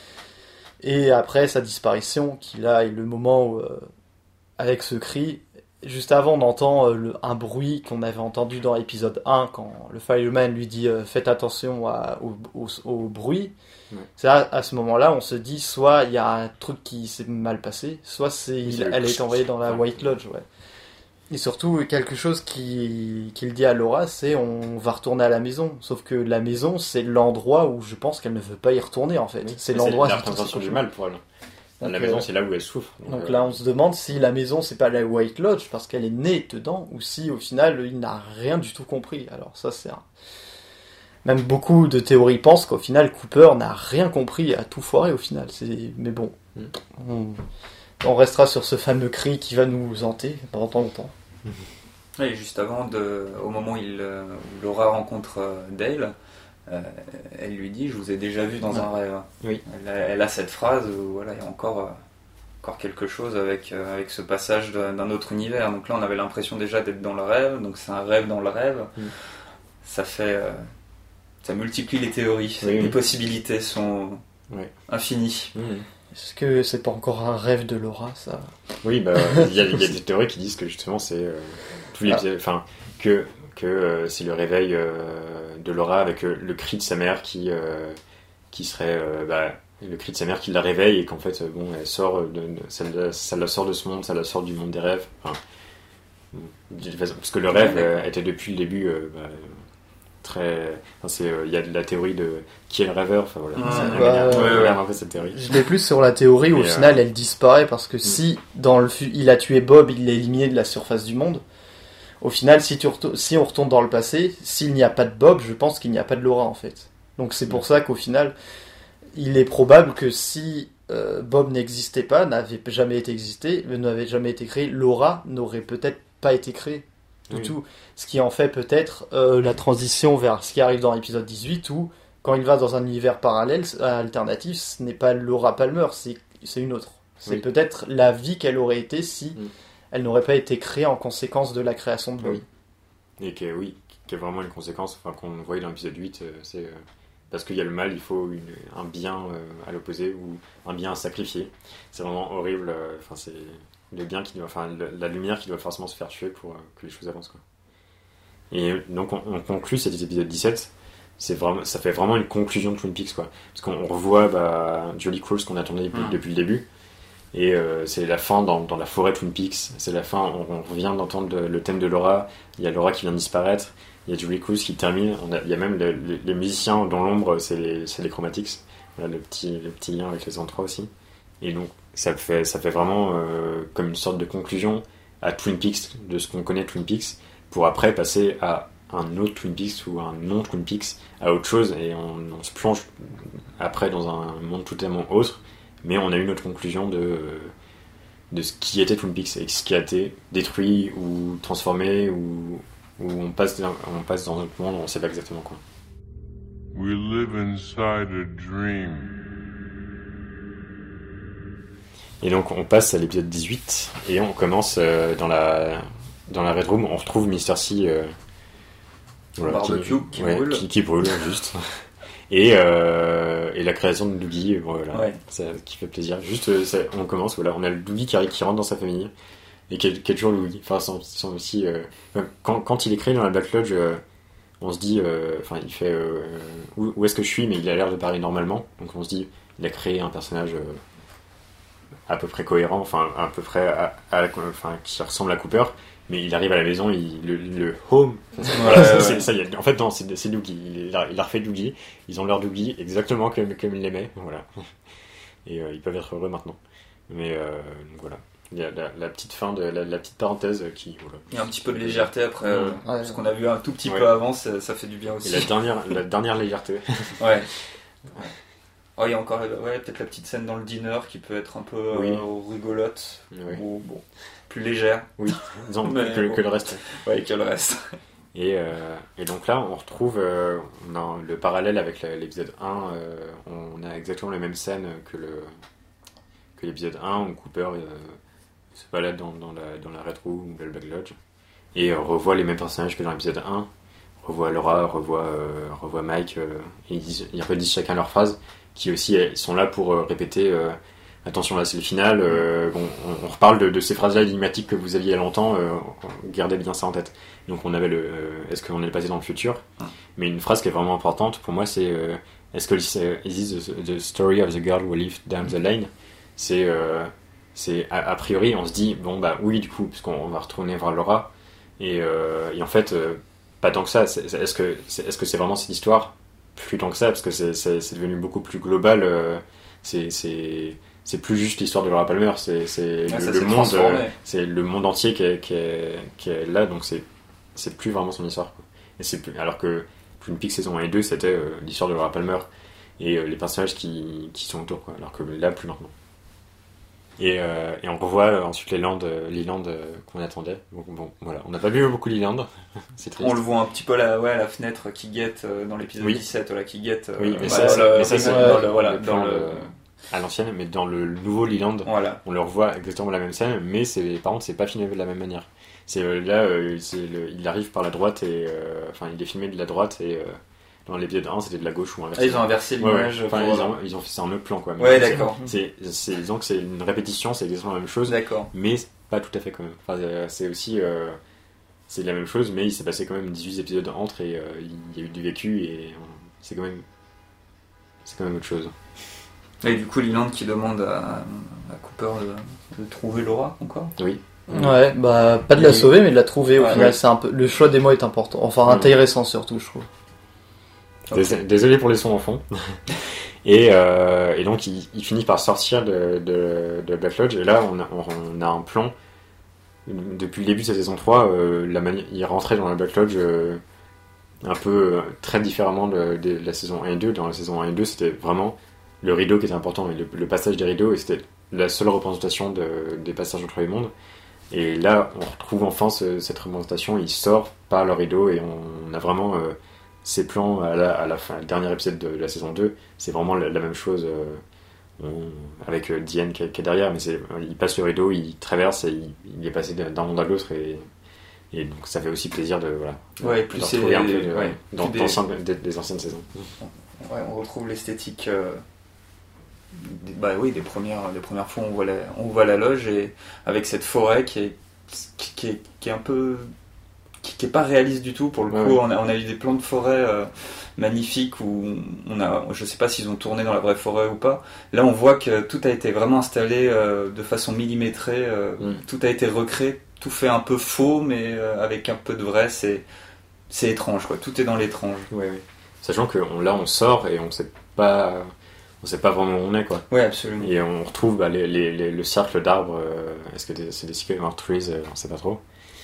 Et après sa disparition, qui là est le moment où, euh, avec ce cri, juste avant on entend euh, le, un bruit qu'on avait entendu dans l'épisode un, quand le fireman lui dit euh, faites attention à, au, au, au bruit. Ouais. C'est à, à ce moment-là, on se dit soit il y a un truc qui s'est mal passé, soit c'est, il, elle est envoyée dans la White Lodge. Ouais. Et surtout, quelque chose qui, qu'il dit à Laura, c'est on va retourner à la maison. Sauf que la maison, c'est l'endroit où je pense qu'elle ne veut pas y retourner, en fait. Oui, c'est l'endroit... C'est la représentation du mal pour elle. Donc, la maison, euh, c'est là où elle souffre. Donc, donc euh... là, on se demande si la maison, c'est pas la White Lodge, parce qu'elle est née dedans, ou si, au final, il n'a rien du tout compris. Alors ça, c'est un... Même beaucoup de théories pensent qu'au final, Cooper n'a rien compris, a tout foiré, au final. C'est... Mais bon, mm. on... on restera sur ce fameux cri qui va nous hanter pendant longtemps. Et juste avant, de, au moment où, il, où Laura rencontre Dale, euh, elle lui dit « Je vous ai déjà vu dans ouais. un rêve oui. ». Elle, elle a cette phrase où voilà, il y a encore, euh, encore quelque chose avec, euh, avec ce passage de, d'un autre univers. Donc là, on avait l'impression déjà d'être dans le rêve, donc c'est un rêve dans le rêve. Mm. Ça fait... Euh, ça multiplie les théories, oui, les oui. possibilités sont oui. infinies. Mm. Est-ce que c'est pas encore un rêve de Laura, ça ? Oui, bah, il y, y a des théories qui disent que justement c'est euh, tous les, ah. enfin que que euh, c'est le réveil euh, de Laura avec euh, le cri de sa mère qui euh, qui serait euh, bah, le cri de sa mère qui la réveille et qu'en fait euh, bon elle sort de, de ça, ça la sort de ce monde, ça la sort du monde des rêves. Enfin, parce que le rêve euh, était depuis le début. Euh, bah, très enfin, c'est il euh, y a de la théorie de qui est le rêveur, enfin voilà mmh, c'est bah, ouais, ouais, ouais. un peu cette théorie. Je l'ai plus sur la théorie où au euh... final elle disparaît parce que mmh. si dans le il a tué Bob, il l'a éliminé de la surface du monde, au final si tu retournes, si on retourne dans le passé, s'il n'y a pas de Bob, je pense qu'il n'y a pas de Laura en fait. Donc c'est pour mmh. ça qu'au final il est probable que si euh, Bob n'existait pas, n'avait jamais été existé, n'avait jamais été créé, Laura n'aurait peut-être pas été créée. Du oui. tout. Ce qui en fait peut-être euh, la transition vers ce qui arrive dans l'épisode dix-huit où quand il va dans un univers parallèle, alternatif, ce n'est pas Laura Palmer, c'est, c'est une autre. C'est oui. peut-être la vie qu'elle aurait été si oui. elle n'aurait pas été créée en conséquence de la création de Bob. Oui. Et que oui, qui est vraiment une conséquence, enfin qu'on voit dans l'épisode huit, euh, c'est euh, parce qu'il y a le mal, il faut une, un bien euh, à l'opposé ou un bien à sacrifier. C'est vraiment horrible. Enfin euh, c'est le bien qui doit, enfin la lumière qui doit forcément se faire tuer pour euh, que les choses avancent quoi. Et donc on, on conclut cet épisode dix-sept. C'est vraiment, ça fait vraiment une conclusion de Twin Peaks quoi, parce qu'on revoit bah, Julie Cruise qu'on attendait depuis, mmh. depuis le début. Et euh, c'est la fin dans, dans la forêt Twin Peaks. C'est la fin. On, on revient d'entendre le, le thème de Laura. Il y a Laura qui vient de disparaître. Il y a Julie Cruise qui termine. On a, il y a même le, le, les musiciens dans l'ombre. C'est les, c'est les Chromatics. Voilà, le petit, le petit lien avec les endroits aussi. Et donc ça fait, ça fait vraiment euh, comme une sorte de conclusion à Twin Peaks, de ce qu'on connaît Twin Peaks, pour après passer à un autre Twin Peaks ou un non Twin Peaks, à autre chose, et on, on se plonge après dans un monde totalement autre, mais on a une autre conclusion de, de ce qui était Twin Peaks et ce qui a été détruit ou transformé, ou, ou on, passe dans, on passe dans un autre monde, on ne sait pas exactement quoi. We live inside a dream. Et donc on passe à l'épisode dix-huit et on commence euh, dans la dans la Red Room. On retrouve Mister C euh, voilà, barbecue qui, qui, ouais, brûle. qui, qui brûle juste et euh, et la création de Doogie, voilà, ouais. ça, qui fait plaisir. Juste ça, on commence, voilà, on a le Doogie qui, qui rentre dans sa famille et qui est, qui est toujours le Doogie. Enfin sans, sans aussi euh, quand quand il est créé dans la Black Lodge, euh, on se dit, enfin euh, il fait euh, où, où est-ce que je suis, mais il a l'air de parler normalement. Donc on se dit il a créé un personnage. Euh, à peu près cohérent, enfin à peu près à, à, enfin qui ressemble à Cooper, mais il arrive à la maison, il le, le home, voilà, c'est, c'est, ça y est. En fait non, c'est, c'est Doogie, il a, il a refait Doogie, ils ont leur Doogie exactement comme comme il l'aimait, voilà, et euh, ils peuvent être heureux maintenant. Mais euh, voilà, il y a la, la petite fin de la, la petite parenthèse qui, voilà. Il y a un petit peu de légèreté après, euh, ouais. parce qu'on a vu un tout petit ouais. peu avant, ça, ça fait du bien aussi. Et la dernière, la dernière légèreté. Ouais. ouais. Oh, il y a encore ouais, peut-être la petite scène dans le dîner qui peut être un peu oui. euh, rigolote, oui. ou bon, plus légère. Oui, disons mais, que, bon. que le reste. Oui, que le reste. Et, euh, et donc là, on retrouve euh, on a le parallèle avec l'épisode un, euh, on a exactement les mêmes scènes que le, que l'épisode un où Cooper euh, se balade dans, dans, la, dans la rétro ou le Black Lodge et euh, revoit les mêmes personnages que dans l'épisode un, revoit Laura, revoit, euh, revoit Mike, euh, et ils, disent, ils redisent chacun leurs phrases qui aussi ils sont là pour euh, répéter euh, attention là c'est le final, euh, bon, on, on reparle de, de ces phrases là énigmatiques que vous aviez il y a longtemps, euh, gardez bien ça en tête. Donc on avait le euh, est-ce qu'on est passé dans le futur, mais une phrase qui est vraiment importante pour moi c'est euh, est-ce que uh, is this the, the story of the girl who lived down the lane, c'est, euh, c'est a, a priori on se dit bon bah oui du coup puisqu'on on va retourner voir Laura et, euh, et en fait euh, pas tant que ça, c'est, c'est, est-ce, que, c'est, est-ce que c'est vraiment cette histoire plus tant que ça parce que c'est, c'est, c'est devenu beaucoup plus global, euh, c'est, c'est, c'est plus juste l'histoire de Laura Palmer, c'est, c'est, ah, le, ça, le c'est monde euh, transformé. c'est le monde entier qui est, qui est, qui est là, donc c'est, c'est plus vraiment son histoire quoi. Et c'est plus, alors que Twin Peaks saison un et deux c'était euh, l'histoire de Laura Palmer et euh, les personnages qui, qui sont autour quoi, alors que là plus maintenant. Et, euh, et on revoit euh, ensuite les landes, euh, les landes euh, qu'on attendait. Bon, bon voilà, on n'a pas vu beaucoup les landes, c'est triste. On le voit un petit peu là, ouais, la fenêtre qui guette euh, dans l'épisode oui. dix-sept, là, qui guette. Euh, oui, mais bah, ça, le, mais ça c'est dans le, le, voilà, le dans plan le... de, à l'ancienne, mais dans le nouveau Leland, voilà. on le revoit exactement la même scène, mais c'est, par contre c'est pas filmé de la même manière. C'est euh, là, euh, c'est le, il arrive par la droite et euh, enfin il est filmé de la droite et euh, dans l'épisode un c'était de la gauche ou inversé. Ah, ils ont inversé l'image. Ouais, ouais. Enfin, pour... ils, ont, ils ont fait ça en autre plan quoi. Mais ouais, c'est, d'accord. C'est, c'est, disons que c'est une répétition, c'est exactement la même chose. D'accord. Mais pas tout à fait quand même. Enfin, c'est aussi euh, c'est la même chose, mais il s'est passé quand même dix-huit épisodes entre et euh, il y a eu du vécu et euh, c'est quand même c'est quand même autre chose. Et du coup, Leland qui demande à, à Cooper de, de trouver Laura encore. Oui. Ouais, bah pas de la Et... sauver, mais de la trouver. Au ouais, final, ouais. c'est un peu le choix des mots est important. Enfin, ouais. intéressant surtout, je trouve. Okay. Désolé pour les sons en fond. et, euh, et donc, il, il finit par sortir de, de, de Black Lodge. Et là, on a, on a un plan. Depuis le début de sa saison trois, euh, la mani- il rentrait dans la Black Lodge euh, un peu euh, très différemment de, de la saison un et deux. Dans la saison un et deux, c'était vraiment le rideau qui était important, et le, le passage des rideaux, et c'était la seule représentation de, des passages entre les mondes. Et là, on retrouve enfin ce, cette représentation, il sort par le rideau, et on, on a vraiment euh, ces plans à la, à la fin, dernier épisode de la saison deux, c'est vraiment la, la même chose, euh, on, avec euh, Diane qui est, qui est derrière, mais c'est, il passe le rideau, il traverse, et il, il est passé d'un monde à l'autre, et, et donc ça fait aussi plaisir de, voilà, ouais, plus de c'est, retrouver un peu de, ouais, dans, des... des, des anciennes saisons. Ouais, on retrouve l'esthétique... Euh... Des, bah oui, des premières, des premières fois on voit, la, on voit la loge et avec cette forêt qui est, qui, qui est, qui est un peu qui, qui est pas réaliste du tout pour le coup. Ouais. On a, on a eu des plans de forêt euh, magnifiques où on a, je sais pas s'ils ont tourné dans la vraie forêt ou pas. Là on voit que tout a été vraiment installé euh, de façon millimétrée, euh, mm. tout a été recréé, tout fait un peu faux mais euh, avec un peu de vrai. C'est, c'est étrange quoi, tout est dans l'étrange. Ouais, ouais. Sachant que on, là on sort et on sait pas. On sait pas vraiment où on est quoi. Ouais, absolument. Et on retrouve bah, les, les, les, le cercle d'arbres. Euh, est-ce que c'est des sycamore trees euh, on sait pas trop.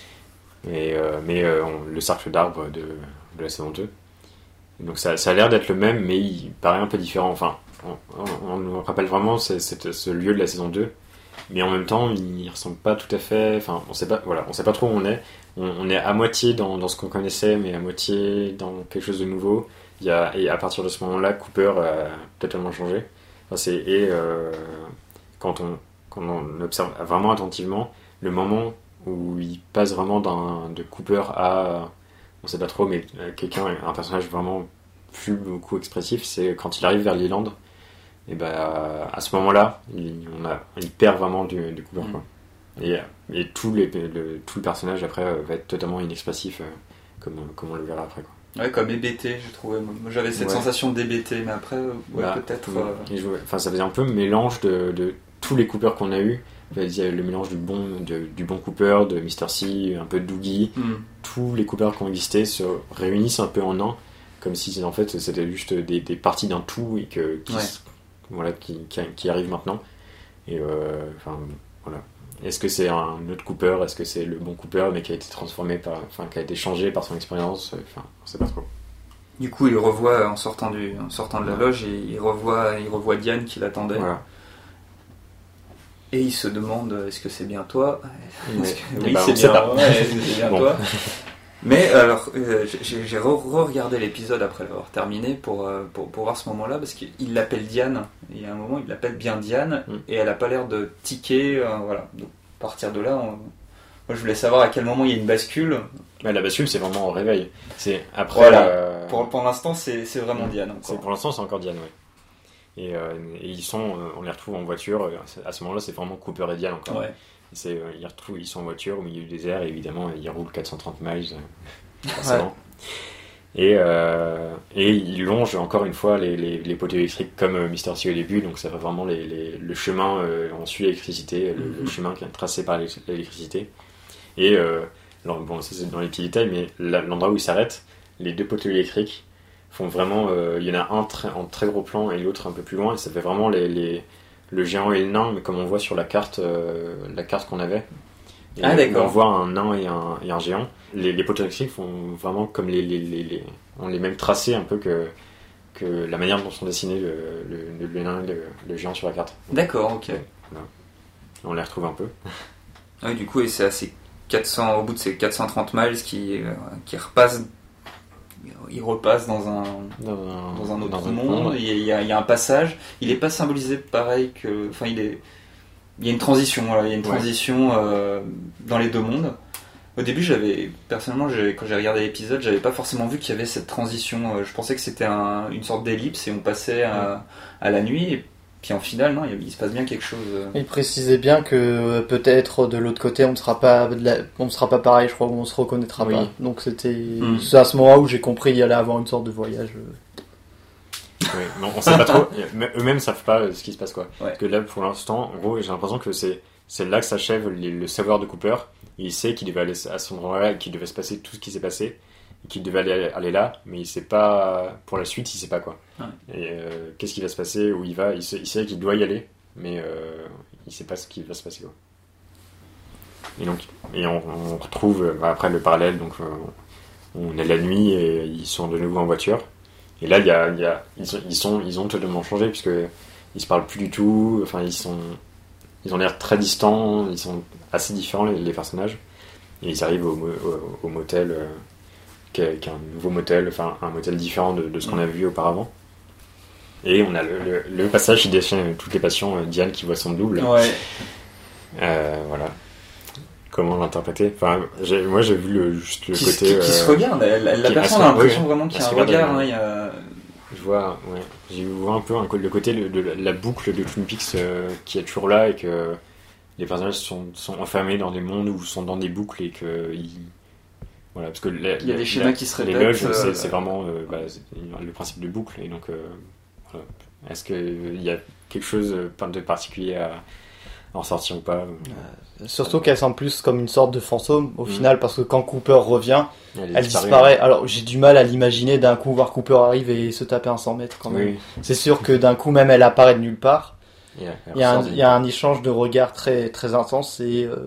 Et, euh, mais euh, on, le cercle d'arbres de, de la saison deux. Donc ça, ça a l'air d'être le même, mais il paraît un peu différent. Enfin, on, on, on nous rappelle vraiment c'est, c'est, ce lieu de la saison deux. Mais en même temps, il ressemble pas tout à fait. Enfin, on sait pas. Voilà, on sait pas trop où on est. On, on est à moitié dans, dans ce qu'on connaissait, mais à moitié dans quelque chose de nouveau. Il y a, et à partir de ce moment-là, Cooper a totalement changé. Enfin, c'est, et euh, quand, on, quand on observe vraiment attentivement, le moment où il passe vraiment d'un, de Cooper à, on sait pas trop, mais quelqu'un, un personnage vraiment plus beaucoup expressif, c'est quand il arrive vers Leland. Et bah, à ce moment-là, il, on a, il perd vraiment du, du Cooper. Quoi. Et, et tout, les, le, tout le personnage après va être totalement inexpressif, comme, comme on le verra après. Quoi. Ouais, comme hébété, je trouvais. Moi, j'avais cette ouais. sensation d'hébété, mais après, ouais, bah, tout, peut-être. Euh... Enfin, ça faisait un peu mélange de, de tous les Coopers qu'on a eu. Il y a le mélange du bon, de, du bon Cooper, de mister C, un peu de Doogie. Mm. Tous les Coopers qui ont existé se réunissent un peu en un, comme si en fait c'était juste des, des parties d'un tout et que qui, ouais. voilà, qui, qui, qui arrivent maintenant. Et euh, enfin voilà. Est-ce que c'est un autre Cooper? Est-ce que c'est le bon Cooper mais qui a été transformé par, enfin qui a été changé par son expérience? Enfin, on sait pas trop. Du coup, il revoit en sortant du, en sortant de la loge, et il revoit, il revoit Diane qui l'attendait. Voilà. Et il se demande est-ce que c'est bien toi? Mais, que... Oui, bah, c'est, bien, pas. Ouais, c'est bien bon. toi. Mais alors, euh, j'ai, j'ai re-regardé l'épisode après l'avoir terminé pour, euh, pour, pour voir ce moment-là, parce qu'il l'appelle Diane. Il y a un moment, il l'appelle bien Diane, mm. et elle a pas l'air de tiquer. Euh, voilà. Donc, à partir de là, on... moi je voulais savoir à quel moment il y a une bascule. Ouais, la bascule, c'est vraiment au réveil. C'est après. Voilà. Euh... Pour, pour l'instant, c'est, c'est vraiment Diane. Encore. C'est, pour l'instant, c'est encore Diane, ouais. Et, euh, et ils sont, on les retrouve en voiture. À ce moment-là, c'est vraiment Cooper et Diane encore. Ouais. C'est, euh, ils, retrouvent, ils sont en voiture au milieu du désert et évidemment ils roulent quatre cent trente miles euh, forcément. Ouais. Et, euh, et ils longent encore une fois les, les, les poteaux électriques comme euh, Mister T au début, donc ça va vraiment les, les, le chemin, euh, on suit l'électricité, le, mm-hmm. le chemin qui est tracé par l'électricité. Et euh, alors bon, ça c'est dans les petits détails, mais la, l'endroit où ils s'arrêtent, les deux poteaux électriques font vraiment, euh, il y en a un très, en très gros plan et l'autre un peu plus loin, et ça fait vraiment les, les le géant et le nain, mais comme on voit sur la carte, euh, la carte qu'on avait. Et ah d'accord. On voit un nain et un, et un géant. Les, les poteaux électriques font vraiment comme les, les, les, les, ont les mêmes tracés un peu que, que la manière dont sont dessinés le, le, le nain et le, le géant sur la carte. D'accord, ok. Voilà. On les retrouve un peu. Oui, du coup, et c'est à ces quatre cents, au bout de ces quatre cent trente miles qui, euh, qui repassent. Il repasse dans un, dans un, dans un autre dans un monde, monde. Il, y a, il y a un passage, il n'est pas symbolisé pareil que... Enfin, il, est, il y a une transition, voilà, il y a une transition ouais. euh, dans les deux mondes. Au début, j'avais, personnellement, j'avais, quand j'ai regardé l'épisode, j'avais pas forcément vu qu'il y avait cette transition. Je pensais que c'était un, une sorte d'ellipse et on passait à, ouais. à la nuit, et puis en finale, non, il, il se passe bien quelque chose. Il précisait bien que peut-être de l'autre côté, on ne sera pas, de la, on ne sera pas pareil, je crois, on se reconnaîtra oui. pas. Donc c'était, mm. c'est à ce moment où j'ai compris qu'il y allait avoir une sorte de voyage. Oui, non, on sait pas trop. Eux-mêmes savent pas ce qui se passe quoi. Ouais. Parce que là, pour l'instant, en gros, j'ai l'impression que c'est, c'est là que s'achève le, le savoir de Cooper. Il sait qu'il devait aller à cet endroit-là, qu'il devait se passer tout ce qui s'est passé, et qu'il devait aller, aller là, mais il sait pas, pour la suite, il sait pas quoi. Ouais. Et euh, qu'est-ce qui va se passer, où il va, il sait, il sait qu'il doit y aller, mais euh, il sait pas ce qui va se passer quoi. Et donc, et on, on retrouve, bah, après le parallèle, donc euh, on est la nuit et ils sont de nouveau en voiture. Et là, il y a, il y a, ils, sont, ils, sont, ils ont totalement changé, puisque ils se parlent plus du tout, enfin, ils sont... Ils ont l'air très distants, ils sont assez différents les, les personnages. Et ils arrivent au, au, au motel, euh, qui, est, qui est un nouveau motel, enfin un motel différent de, de ce qu'on a vu auparavant. Et on a le, le, le passage qui déchaîne toutes les passions, euh, Diane qui voit son double. Ouais. Euh, voilà. Comment l'interpréter, enfin, j'ai, moi j'ai vu le, juste le qui, côté... Qui, qui euh, se regarde, elle, la personne a l'impression oui, vraiment qu'il y a un regard. Hein, il y a... Je vois, ouais, j'ai vu un peu un, le côté de, de la boucle de Twin Peaks euh, qui est toujours là et que les personnages sont, sont enfermés dans des mondes où sont dans des boucles et que ils... voilà, parce que la, il y a la, des schémas la, qui se répètent. Les loges, euh, c'est, c'est vraiment euh, bah, c'est le principe de boucle et donc euh, voilà. Est-ce qu'il y a quelque chose de particulier à en sortir ou pas? euh, Surtout qu'elle semble plus comme une sorte de fantôme au mmh. final, parce que quand Cooper revient, elle, elle disparaît. Alors j'ai du mal à l'imaginer d'un coup voir Cooper arrive et se taper un cent mètres quand même. Oui. C'est sûr que d'un coup même elle apparaît de nulle part. Yeah, il y a un, il y a un échange de regards très très intense et euh,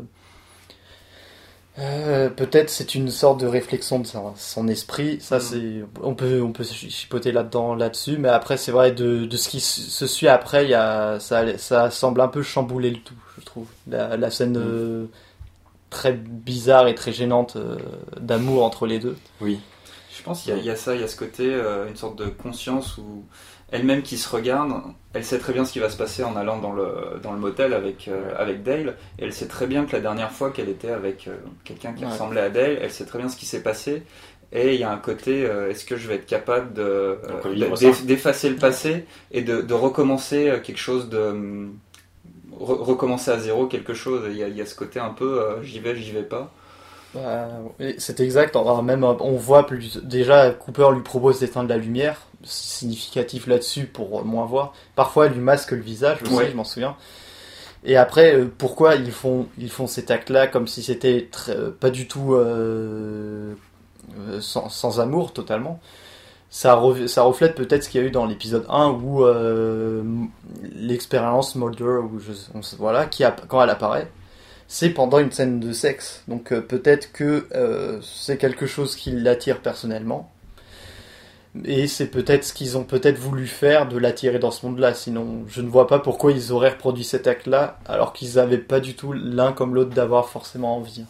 euh, peut-être c'est une sorte de réflexion de son, son esprit. Ça mmh. c'est, on peut on peut chipoter là-dedans là-dessus, mais après c'est vrai de de ce qui se suit après, il y a ça ça semble un peu chambouler le tout, je trouve. La, la scène mmh. euh, très bizarre et très gênante euh, d'amour entre les deux. Oui. Je pense qu'il y a, il y a ça, il y a ce côté, euh, une sorte de conscience où elle-même qui se regarde, elle sait très bien ce qui va se passer en allant dans le, dans le motel avec, euh, avec Dale, et elle sait très bien que la dernière fois qu'elle était avec euh, quelqu'un qui ouais. ressemblait à Dale, elle sait très bien ce qui s'est passé, et il y a un côté, euh, est-ce que je vais être capable de, euh, d'eff- d'effacer le passé et de, de recommencer quelque chose de... Re- recommencer à zéro quelque chose, il y a, il y a ce côté un peu, euh, j'y vais, j'y vais pas. Bah, c'est exact. Alors même on voit plus déjà Cooper lui propose d'éteindre la lumière, significatif là-dessus pour moins voir. Parfois elle lui masque le visage aussi, ouais. je m'en souviens. Et après euh, pourquoi ils font ils font cet acte-là comme si c'était très, euh, pas du tout euh, euh, sans, sans amour totalement. Ça, re, ça reflète peut-être ce qu'il y a eu dans l'épisode un où euh, l'expérience Mulder où je, on, voilà qui a, quand elle apparaît. C'est pendant une scène de sexe. Donc euh, peut-être que euh, c'est quelque chose qui l'attire personnellement. Et c'est peut-être ce qu'ils ont peut-être voulu faire de l'attirer dans ce monde-là. Sinon, je ne vois pas pourquoi ils auraient reproduit cet acte-là, alors qu'ils n'avaient pas du tout l'un comme l'autre d'avoir forcément envie.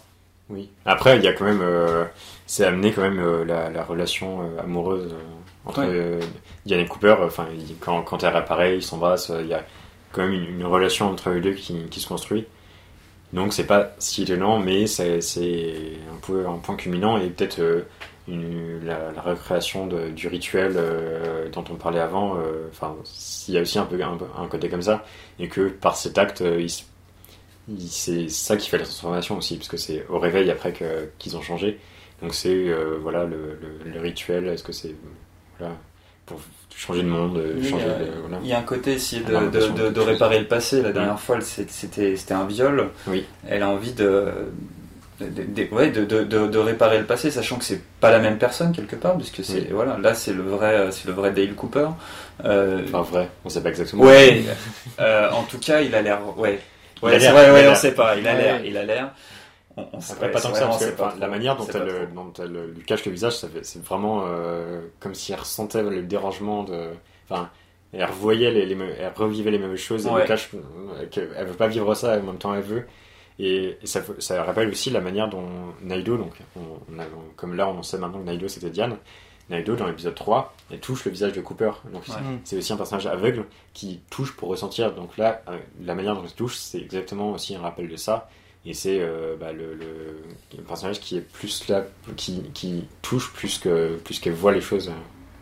Oui. Après, il y a quand même, euh, c'est amené quand même euh, la, la relation euh, amoureuse euh, entre Ouais. euh, Diane et Cooper. Enfin, il- quand, quand elle apparaît, ils s'embrassent. euh, Il y a quand même une, une relation entre les deux qui, qui se construit. Donc, c'est pas si étonnant, mais c'est, c'est un peu un point culminant et peut-être euh, une, la, la recréation de, du rituel euh, dont on parlait avant. euh, Enfin, il y a aussi un peu un, un côté comme ça, et que par cet acte, euh, il se c'est ça qui fait la transformation aussi, parce que c'est au réveil après que, qu'ils ont changé. Donc c'est euh, voilà le, le, le rituel. Est-ce que c'est voilà, pour changer de monde, Oui, changer euh, de, voilà. Il y a un côté essayer de, On a de, l'impression de, de- de réparer le passé. La dernière fois, elle, c'était, c'était un viol. Oui. Elle a envie de, de, de, de- ouais, de, de, de, de réparer le passé, sachant que c'est pas la même personne quelque part, parce que c'est Oui. voilà, là c'est le vrai, c'est le vrai Dale Cooper. Euh, Enfin vrai, on sait pas exactement. ouais. euh, en tout cas, il a l'air. Ouais. Il Ouais, a c'est l'air, vrai, il a ouais, l'air. on sait pas. Il a Ouais. l'air, il a l'air. On, on sait Après, ouais, pas tant c'est que ça, vraiment, parce que c'est pas enfin, trop. la manière dont C'est pas elle, trop. dont elle lui cache le visage, ça fait, c'est vraiment euh, comme si elle ressentait le dérangement de. Enfin, elle revoyait les, les mêmes- elle revivait les mêmes choses et Ouais. le cache. euh, qu'elle- Elle veut pas vivre ça, et en même temps elle veut. Et, et ça, ça rappelle aussi la manière dont Naido, donc on, on a, on- comme là on sait maintenant que Naido c'était Diane, Naido dans l'épisode trois, elle touche le visage de Cooper. Donc Ouais. c'est aussi un personnage aveugle qui touche pour ressentir. Donc là, euh, la manière dont elle touche, c'est exactement aussi un rappel de ça. Et c'est euh, bah, le, le, le personnage qui est plus là, qui, qui touche plus que plus qu'elle voit les choses.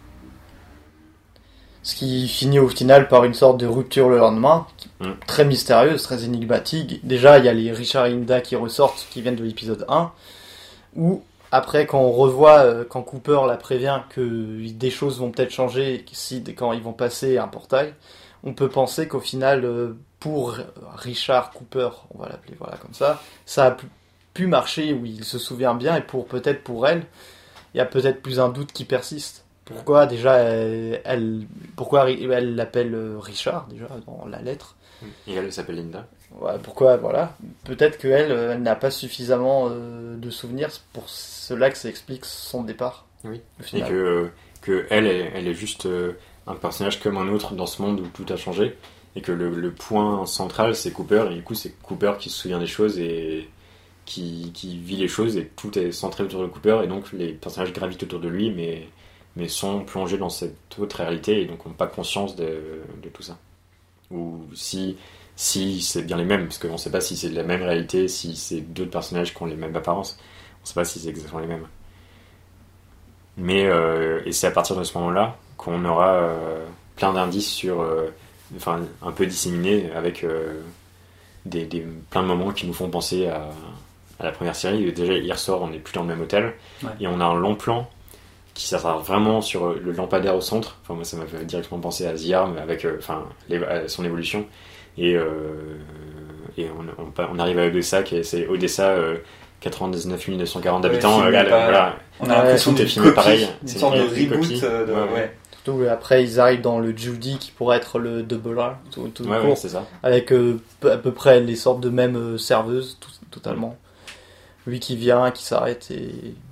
Ce qui finit au final par une sorte de rupture le lendemain, qui- Mm. très mystérieuse, très énigmatique. Déjà, il y a les Richard et Linda qui ressortent, qui viennent de l'épisode un, où après, quand on revoit, euh, quand Cooper la prévient que des choses vont peut-être changer si, quand ils vont passer un portail, on peut penser qu'au final, euh, pour Richard Cooper, on va l'appeler voilà comme ça, ça a pu, pu marcher, où il se souvient bien, et pour peut-être pour elle, il y a peut-être plus un doute qui persiste. Pourquoi déjà elle, elle- pourquoi elle l'appelle euh, Richard déjà dans la lettre? Et elle s'appelle Linda. Ouais, pourquoi voilà, peut-être qu'elle euh, elle n'a pas suffisamment euh, de souvenirs, c'est pour cela que ça explique son départ. Oui. Au Et final. que, que elle, elle, elle est juste euh, un personnage comme un autre dans ce monde où tout a changé. Et que le, le point central c'est Cooper. Et du coup c'est Cooper qui se souvient des choses et qui, qui vit les choses. Et tout est centré autour de Cooper. Et donc les personnages gravitent autour de lui, mais, mais sont plongés dans cette autre réalité. Et donc n'ont pas conscience de, de tout ça. Ou si, si c'est bien les mêmes. Parce qu'on ne sait pas si c'est la même réalité, si c'est deux personnages qui ont les mêmes apparences. On ne sait pas si c'est exactement les mêmes. Mais, euh, et c'est à partir de ce moment-là qu'on aura euh, plein d'indices sur, euh, enfin, un peu disséminés avec euh, des, des, plein de moments qui nous font penser à, à la première série. Et déjà, hier soir, on n'est plus dans le même hôtel. Ouais. Et on a un long plan qui s'attarde vraiment sur le lampadaire au centre. Enfin, moi, ça m'a fait directement penser à The Arm avec euh, enfin, les, à son évolution. Et, euh, et on, on, on arrive à Odessa, qui est, c'est Odessa euh, quatre-vingt-dix-neuf mille neuf cent quarante Ouais, habitants. filmé euh, par- voilà. On a Ouais, l'impression tout est d'une filmé copie, pareil. une C'est sorte de une reboot. copie. euh, de- Ouais, ouais. ouais. Surtout euh, après ils arrivent dans le Judy qui pourrait être le Double R, tout, tout Ouais, court, ouais, c'est ça. avec euh, peu- à peu près les sortes de mêmes euh, serveuses, tout- totalement. Lui qui vient, qui s'arrête et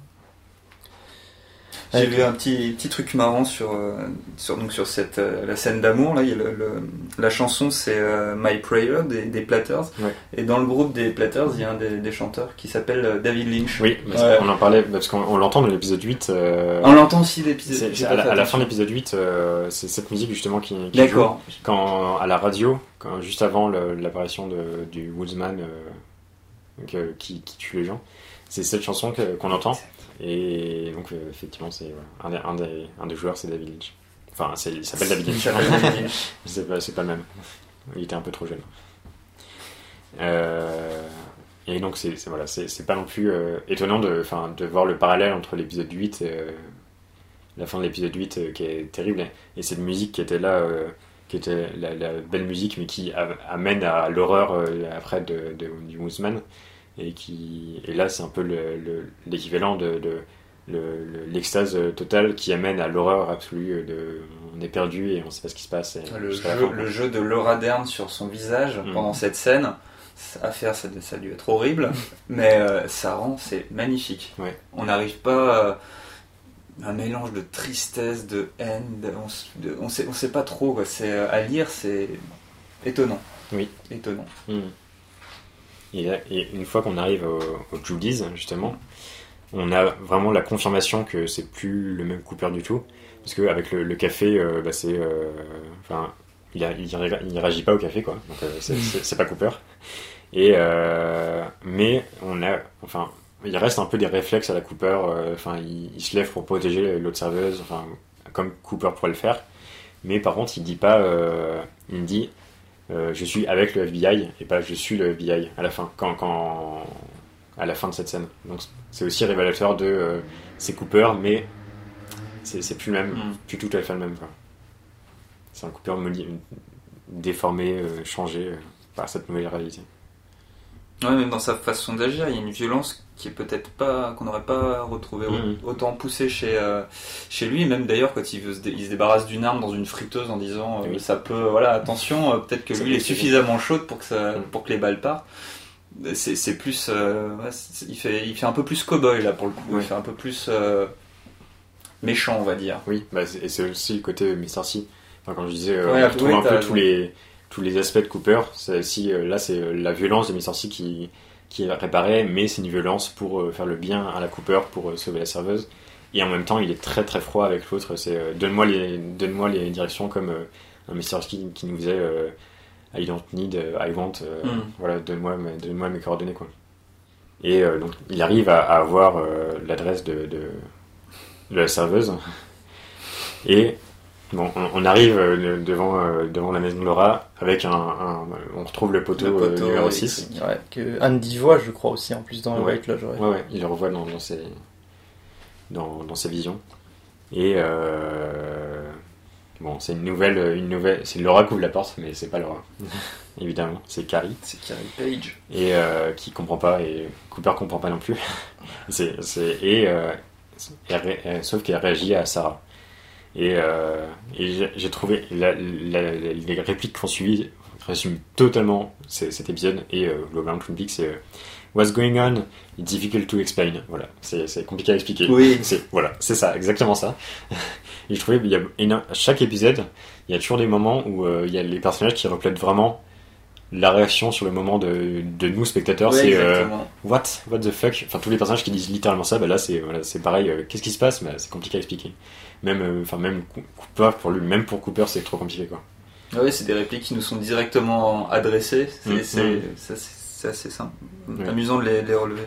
J'ai Avec- vu un petit, petit truc marrant sur, euh, sur, donc sur cette, euh, la scène d'amour. Là, il y a le, le- la chanson, c'est euh, My Prayer des, des Platters. Ouais. Et dans le groupe des Platters, il y a un des, des chanteurs qui s'appelle euh, David Lynch. Oui, parce Ouais. qu'on en parlait, parce qu'on on l'entend dans l'épisode huit. euh, On l'entend aussi l'épisode. c'est- j'ai c'est pas à, la, fait à la attention. fin de l'épisode huit, euh, c'est cette musique justement qui, qui joue. D'accord. Quand, à la radio, quand, juste avant le- l'apparition de, du Woodsman euh, que- qui, qui tue les gens, c'est cette chanson que- qu'on entend. Et donc, euh, effectivement, c'est voilà, un, des, un, des, un des joueurs, c'est David Lynch. Enfin, c'est- il s'appelle David Il Lynch. s'appelle David Lynch. c'est, pas, c'est pas le même. Il était un peu trop jeune. Euh, et donc, c'est, c'est, voilà, c'est, c'est pas non plus euh, étonnant de, enfin, de voir le parallèle entre l'épisode huit et euh, la fin de l'épisode huit euh, qui est terrible. Et cette musique qui était là, euh, qui était la, la belle musique, mais qui a- amène à l'horreur euh, après de, de, du Woodsman. Et, qui, et là, c'est un peu le, le, l'équivalent de, de le, le, l'extase totale qui amène à l'horreur absolue. De, on est perdu et on sait pas ce qui se passe. Et Le jusqu'à la jeu, fin. le jeu de Laura Dern sur son visage Mm. pendant cette scène, à faire, ça, ça a dû être horrible, mais euh, ça rend, c'est magnifique. Ouais. On n'arrive pas euh, un mélange de tristesse, de haine, de, on, s- de- on sait, on sait pas trop. Quoi. C'est, euh, à lire, c'est étonnant. Oui. Étonnant. Mm. Et, et une fois qu'on arrive au, au Judy's, justement, on a vraiment la confirmation que c'est plus le même Cooper du tout. Parce qu'avec le, le café, euh, bah c'est, euh, enfin, il, a, il, il réagit pas au café, quoi. Donc euh, c'est, c'est, c'est pas Cooper. Et euh, mais on a, enfin, il reste un peu des réflexes à la Cooper. Enfin, euh, il, il se lève pour protéger l'autre serveuse, enfin, comme Cooper pourrait le faire. Mais par contre, il dit pas, euh, il dit, euh, je suis avec le F B I et pas je suis le F B I à la fin, quand, quand, à la fin de cette scène. Donc c'est aussi révélateur de, euh, c'est Cooper, mais c'est, c'est plus le même, mm. plus tout à fait le même, quoi. C'est un Cooper modi- déformé, euh, changé euh, par cette nouvelle réalité. Ouais, même dans sa façon d'agir, il y a une violence qui est peut-être pas, qu'on n'aurait pas retrouvé mmh. autant poussée chez, euh, chez lui. Et même d'ailleurs, quand il, veut se, dé- il se débarrasse d'une arme dans une friteuse en disant euh, oui. ça peut, voilà, attention, euh, peut-être que ça lui est suffisamment chaude pour que, ça, mmh. pour que les balles partent. C'est, c'est plus. Euh, ouais, c'est, il, fait, il fait un peu plus cow-boy là pour le coup. Oui. Il fait un peu plus euh, méchant, on va dire. Oui, bah, c'est, et c'est aussi le côté mister C. Enfin, quand je disais, euh, ouais, on retrouve oui, un peu tous les. tous les aspects de Cooper. C'est aussi, euh, là, c'est la violence de mister C qui, qui est réparée, mais c'est une violence pour euh, faire le bien à la Cooper, pour euh, sauver la serveuse. Et en même temps, il est très très froid avec l'autre. C'est euh, donne-moi les donne-moi les directions comme euh, un mister C qui, qui nous faisait euh, I don't need, uh, I want. Euh, mm. Voilà, donne-moi donne-moi mes coordonnées, quoi. Et euh, donc, il arrive à, à avoir euh, l'adresse de, de de la serveuse. Et bon, on, on arrive euh, devant, euh, devant la maison de Laura avec un, un on retrouve le poteau, le poteau euh, numéro six. Ouais, que Andy voit, je crois, aussi, en plus, dans le ouais. White Lodge. Ouais. ouais, ouais, il le revoit dans, dans, ses, dans, dans ses visions. Et euh, bon, c'est une nouvelle, une nouvelle. C'est Laura qui ouvre la porte, mais c'est pas Laura. Évidemment, c'est Carrie. C'est Carrie Page. Et euh, qui comprend pas, et Cooper comprend pas non plus. c'est, c'est, et, euh, elle, elle, sauf qu'elle réagit à Sarah. Et, euh, et j'ai, j'ai trouvé la, la, la, les répliques qu'on suit résument totalement cet épisode et euh, globalement Twin Peaks. C'est euh, What's going on? It's difficult to explain. Voilà, c'est, c'est compliqué à expliquer. Oui. C'est, voilà, c'est ça, exactement ça. Et je trouvais qu'il y a énorme, à chaque épisode, il y a toujours des moments où euh, il y a les personnages qui reflètent vraiment la réaction sur le moment de, de nous spectateurs. Oui, c'est euh, what what the fuck. Enfin, tous les personnages qui disent littéralement ça, bah là c'est voilà, c'est pareil. Euh, qu'est-ce qui se passe? Bah, c'est compliqué à expliquer. Même enfin euh, même Cooper pour lui, même pour Cooper, c'est trop compliqué, quoi. Ah oui, c'est des répliques qui nous sont directement adressées. C'est, mmh, c'est, mmh. c'est, c'est, c'est assez simple, ouais. Amusant de les, les relever.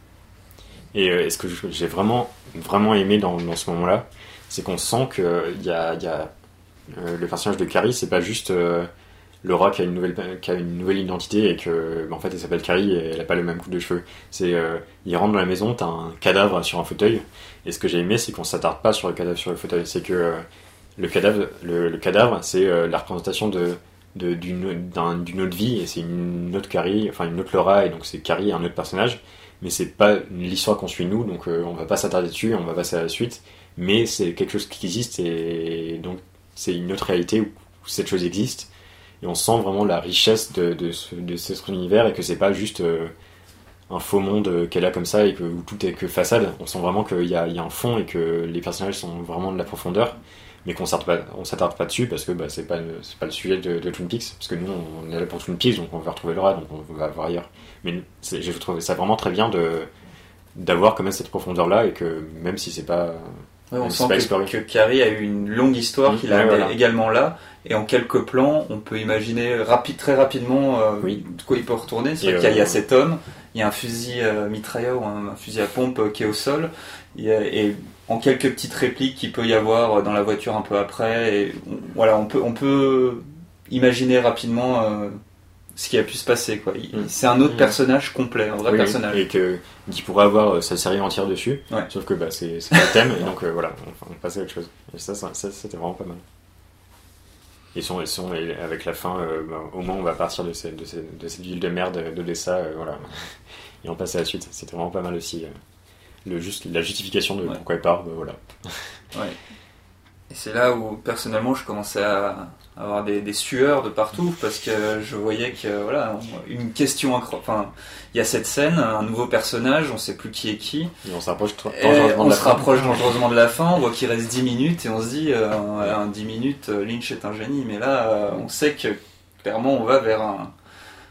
Et euh, ce que j'ai vraiment vraiment aimé dans, dans ce moment-là, c'est qu'on sent que il y a il y a euh, le personnage de Carrie, c'est pas juste euh, Laura qui a une nouvelle qui a une nouvelle identité et que bah, en fait elle s'appelle Carrie et elle a pas le même coupe de cheveux. C'est euh, il rentre dans la maison, t'as un cadavre sur un fauteuil, et ce que j'ai aimé c'est qu'on s'attarde pas sur le cadavre sur le fauteuil, c'est que euh, le cadavre le, le cadavre c'est euh, la représentation de, de d'une d'un, d'une autre vie, et c'est une autre Carrie, enfin une autre Laura, et donc c'est Carrie, un autre personnage, mais c'est pas l'histoire qu'on suit nous, donc euh, on va pas s'attarder dessus, on va passer à la suite, mais c'est quelque chose qui existe, et donc c'est une autre réalité où, où cette chose existe. Et on sent vraiment la richesse de, de, ce, de cet univers, et que c'est pas juste euh, un faux monde qu'elle a comme ça et que, où tout est que façade. On sent vraiment qu'il y a, il y a un fond et que les personnages sont vraiment de la profondeur, mais qu'on s'attarde pas, on s'attarde pas dessus parce que bah, c'est, pas, c'est pas le sujet de, de Twin Peaks. Parce que nous, on est là pour Twin Peaks, donc on va retrouver Laura, donc on va voir ailleurs. Mais c'est, j'ai trouvé ça vraiment très bien de, d'avoir quand même cette profondeur-là, et que même si c'est pas. Ouais, on sent que, que Carrie a eu une longue histoire, mmh, qu'il a ouais, voilà. également là, et en quelques plans, on peut imaginer rapide, très rapidement euh, oui. de quoi il peut retourner. C'est et vrai euh, qu'il y a, il y a cet homme, il y a un fusil euh, mitrailleur ou un, un fusil à pompe euh, qui est au sol, et, et en quelques petites répliques qu'il peut y avoir dans la voiture un peu après, et on, voilà, on peut, on peut imaginer rapidement euh, ce qui a pu se passer, quoi. Il, mmh. C'est un autre mmh. personnage complet, un vrai oui, personnage. Et que, qui pourrait avoir euh, sa série entière dessus, ouais. Sauf que bah, c'est, c'est pas le thème, et donc euh, voilà, on, on passe à autre chose. Et ça, ça, ça c'était vraiment pas mal. Et, sont, et, sont, et avec la fin, euh, bah, au moins on va partir de, ces, de, ces, de cette ville de merde d'Odessa, euh, voilà. Et on passe à la suite. C'était vraiment pas mal aussi. Euh, le, juste, la justification de ouais. pourquoi elle part, bah, voilà. Ouais. Et c'est là où personnellement je commençais à avoir des, des sueurs de partout, parce que je voyais que voilà, une question incroyable. Enfin, il y a cette scène, un nouveau personnage, on sait plus qui est qui. Et on se rapproche dangereusement on de la se fin. rapproche dangereusement de la fin. On voit qu'il reste dix minutes et on se dit, euh, en dix minutes, Lynch est un génie. Mais là, euh, on sait que clairement, on va vers un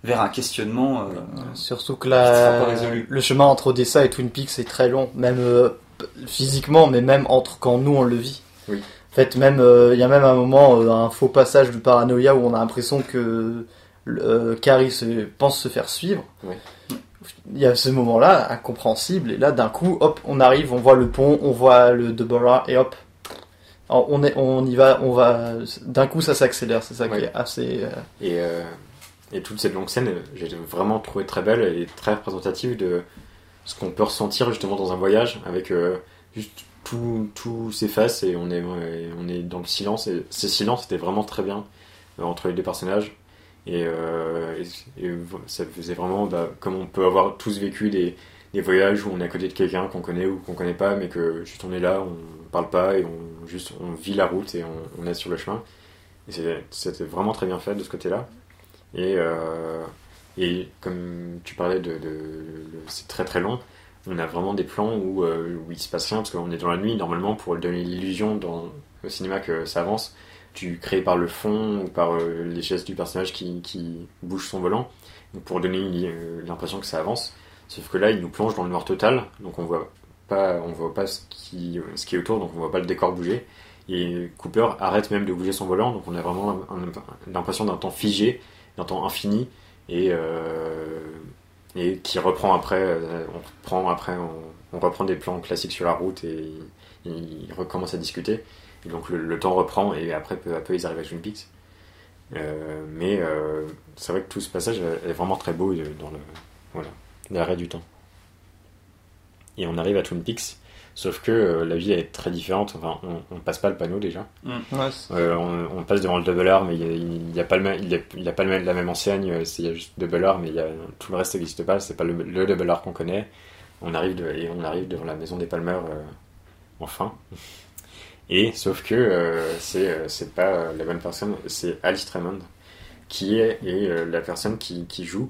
vers un questionnement euh, surtout que qui sera pas la... résolu. le chemin entre Odessa et Twin Peaks est très long, même euh, physiquement, mais même entre quand nous on le vit. Oui. En fait, même il euh, y a même un moment, euh, un faux passage de paranoïa où on a l'impression que euh, Carrie se, pense se faire suivre. Oui. Il y a ce moment-là, incompréhensible, et là d'un coup, hop, on arrive, on voit le pont, on voit le Deborah, et hop, on, est, on y va, on va. D'un coup, ça s'accélère, c'est ça Oui. qui est assez. Euh... Et, euh, et toute cette longue scène, j'ai vraiment trouvé très belle et très représentative de ce qu'on peut ressentir justement dans un voyage, avec euh, juste tout, tout s'efface et on est, on est dans le silence. Et ces silences étaient vraiment très bien euh, entre les deux personnages. Et, euh, et, et ça faisait vraiment bah, comme on peut avoir tous vécu des, des voyages où on est à côté de quelqu'un qu'on connaît ou qu'on connaît pas, mais que juste on est là, on parle pas et on, juste, on vit la route et on, on est sur le chemin. Et c'était, c'était vraiment très bien fait de ce côté-là. Et, euh, et comme tu parlais de, de, de, de c'est très très long, on a vraiment des plans où, euh, où il se passe rien parce qu'on est dans la nuit. Normalement, pour donner l'illusion dans le cinéma que ça avance, tu crées par le fond ou par euh, les gestes du personnage qui, qui bouge son volant pour donner euh, l'impression que ça avance. Sauf que là, il nous plonge dans le noir total, donc on voit pas, on voit pas ce qui, ce qui est autour, donc on voit pas le décor bouger. Et Cooper arrête même de bouger son volant, donc on a vraiment un, un, l'impression d'un temps figé, d'un temps infini, et, euh, et qui reprend après, euh, on reprend après, on, on reprend des plans classiques sur la route et il recommence à discuter. Et donc le, le temps reprend et après peu à peu ils arrivent à Twin Peaks. Euh, mais euh, c'est vrai que tout ce passage est vraiment très beau dans le voilà l'arrêt du temps. Et on arrive à Twin Peaks, sauf que euh, la vie est très différente. Enfin, on, on passe pas le panneau déjà. Mm. Ouais, euh, on, on passe devant le Double R, mais il n'y a, a pas le même, il y a, il y a pas le même, la même enseigne. C'est, il y a juste Double R, mais il y a, tout le reste n'existe pas. C'est pas le, le Double R qu'on connaît. On arrive de, et on arrive devant la maison des Palmer euh, enfin. Et sauf que euh, c'est euh, c'est pas euh, la bonne personne, c'est Alice Tremond qui est et, euh, la personne qui, qui joue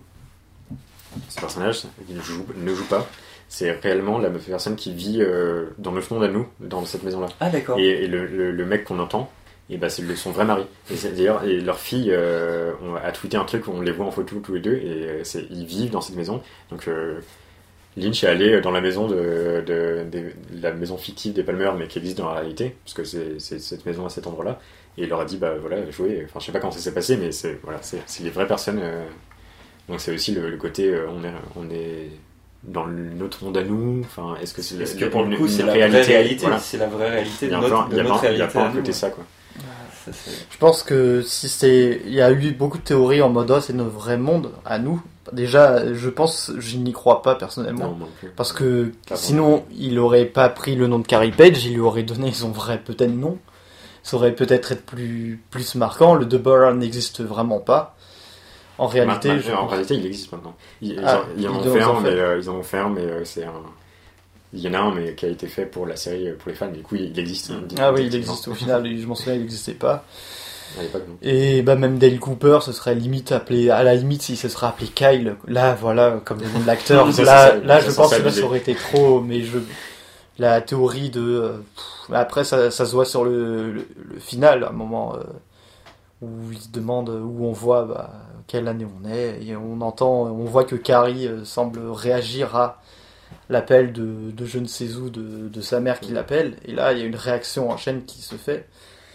ce personnage. Il joue, ne joue pas. C'est réellement la personne qui vit euh, dans notre monde à nous, dans cette maison-là. Ah d'accord. Et, et le, le, le mec qu'on entend, et bah, c'est son vrai mari. Et c'est, d'ailleurs, et leur fille euh, on a tweeté un truc où on les voit en photo tous les deux, et euh, c'est, ils vivent dans cette maison. Donc euh, Lynch est allé dans la maison de, de, de, de la maison fictive des Palmer, mais qui existe dans la réalité, parce que c'est, c'est cette maison à cet endroit-là, et il leur a dit bah voilà, jouez. Enfin, je sais pas comment ça s'est passé, mais c'est voilà, c'est, c'est les vraies personnes. Euh, donc c'est aussi le, le côté euh, on est on est dans notre monde à nous. Enfin, est-ce que c'est Est-ce le, que pour une, le coup une c'est la réalité, vraie réalité, voilà. C'est la vraie réalité de Il y a notre, un de notre peu, il y a réalité. pas à un côté nous. ça quoi. Ça, c'est... Je pense que si c'est, il y a eu beaucoup de théories en mode oh, c'est notre vrai monde à nous. Déjà, je pense, je n'y crois pas personnellement, Non, non plus. parce que Pas sinon il aurait pas pris le nom de Carrie Page, il lui aurait donné son vrai peut-être nom. Ça aurait peut-être être plus plus marquant. Le Deborah n'existe vraiment pas. En réalité, Ma- ma- je en pense- réalité, il existe maintenant. Ils, Ah, ils, en- ils en ils ont doivent fait en un, faire. mais euh, ils en ont fait un, mais euh, c'est un. Il y en a un, mais qui a été fait pour la série, euh, pour les fans. Du coup, il, il existe. hein, Ah oui, il effectivement. existe au final. Je m'en souviens, il n'existait pas. À l'époque, non. Et bah même Dale Cooper, ce serait limite appelé, à la limite, s'il se serait appelé Kyle. Là, voilà, comme le nom de l'acteur. Ça, là, c'est ça, là, ça, je ça, pense ça, que là, l'idée. ça aurait été trop. Mais je, la théorie de. euh, pff, après, ça, ça se voit sur le, le, le final, à un moment euh, où il se demande, où on voit bah, quelle année on est, et on entend, on voit que Carrie euh, semble réagir à l'appel de, de je ne sais où de, de sa mère qui l'appelle, et là il y a une réaction en chaîne qui se fait,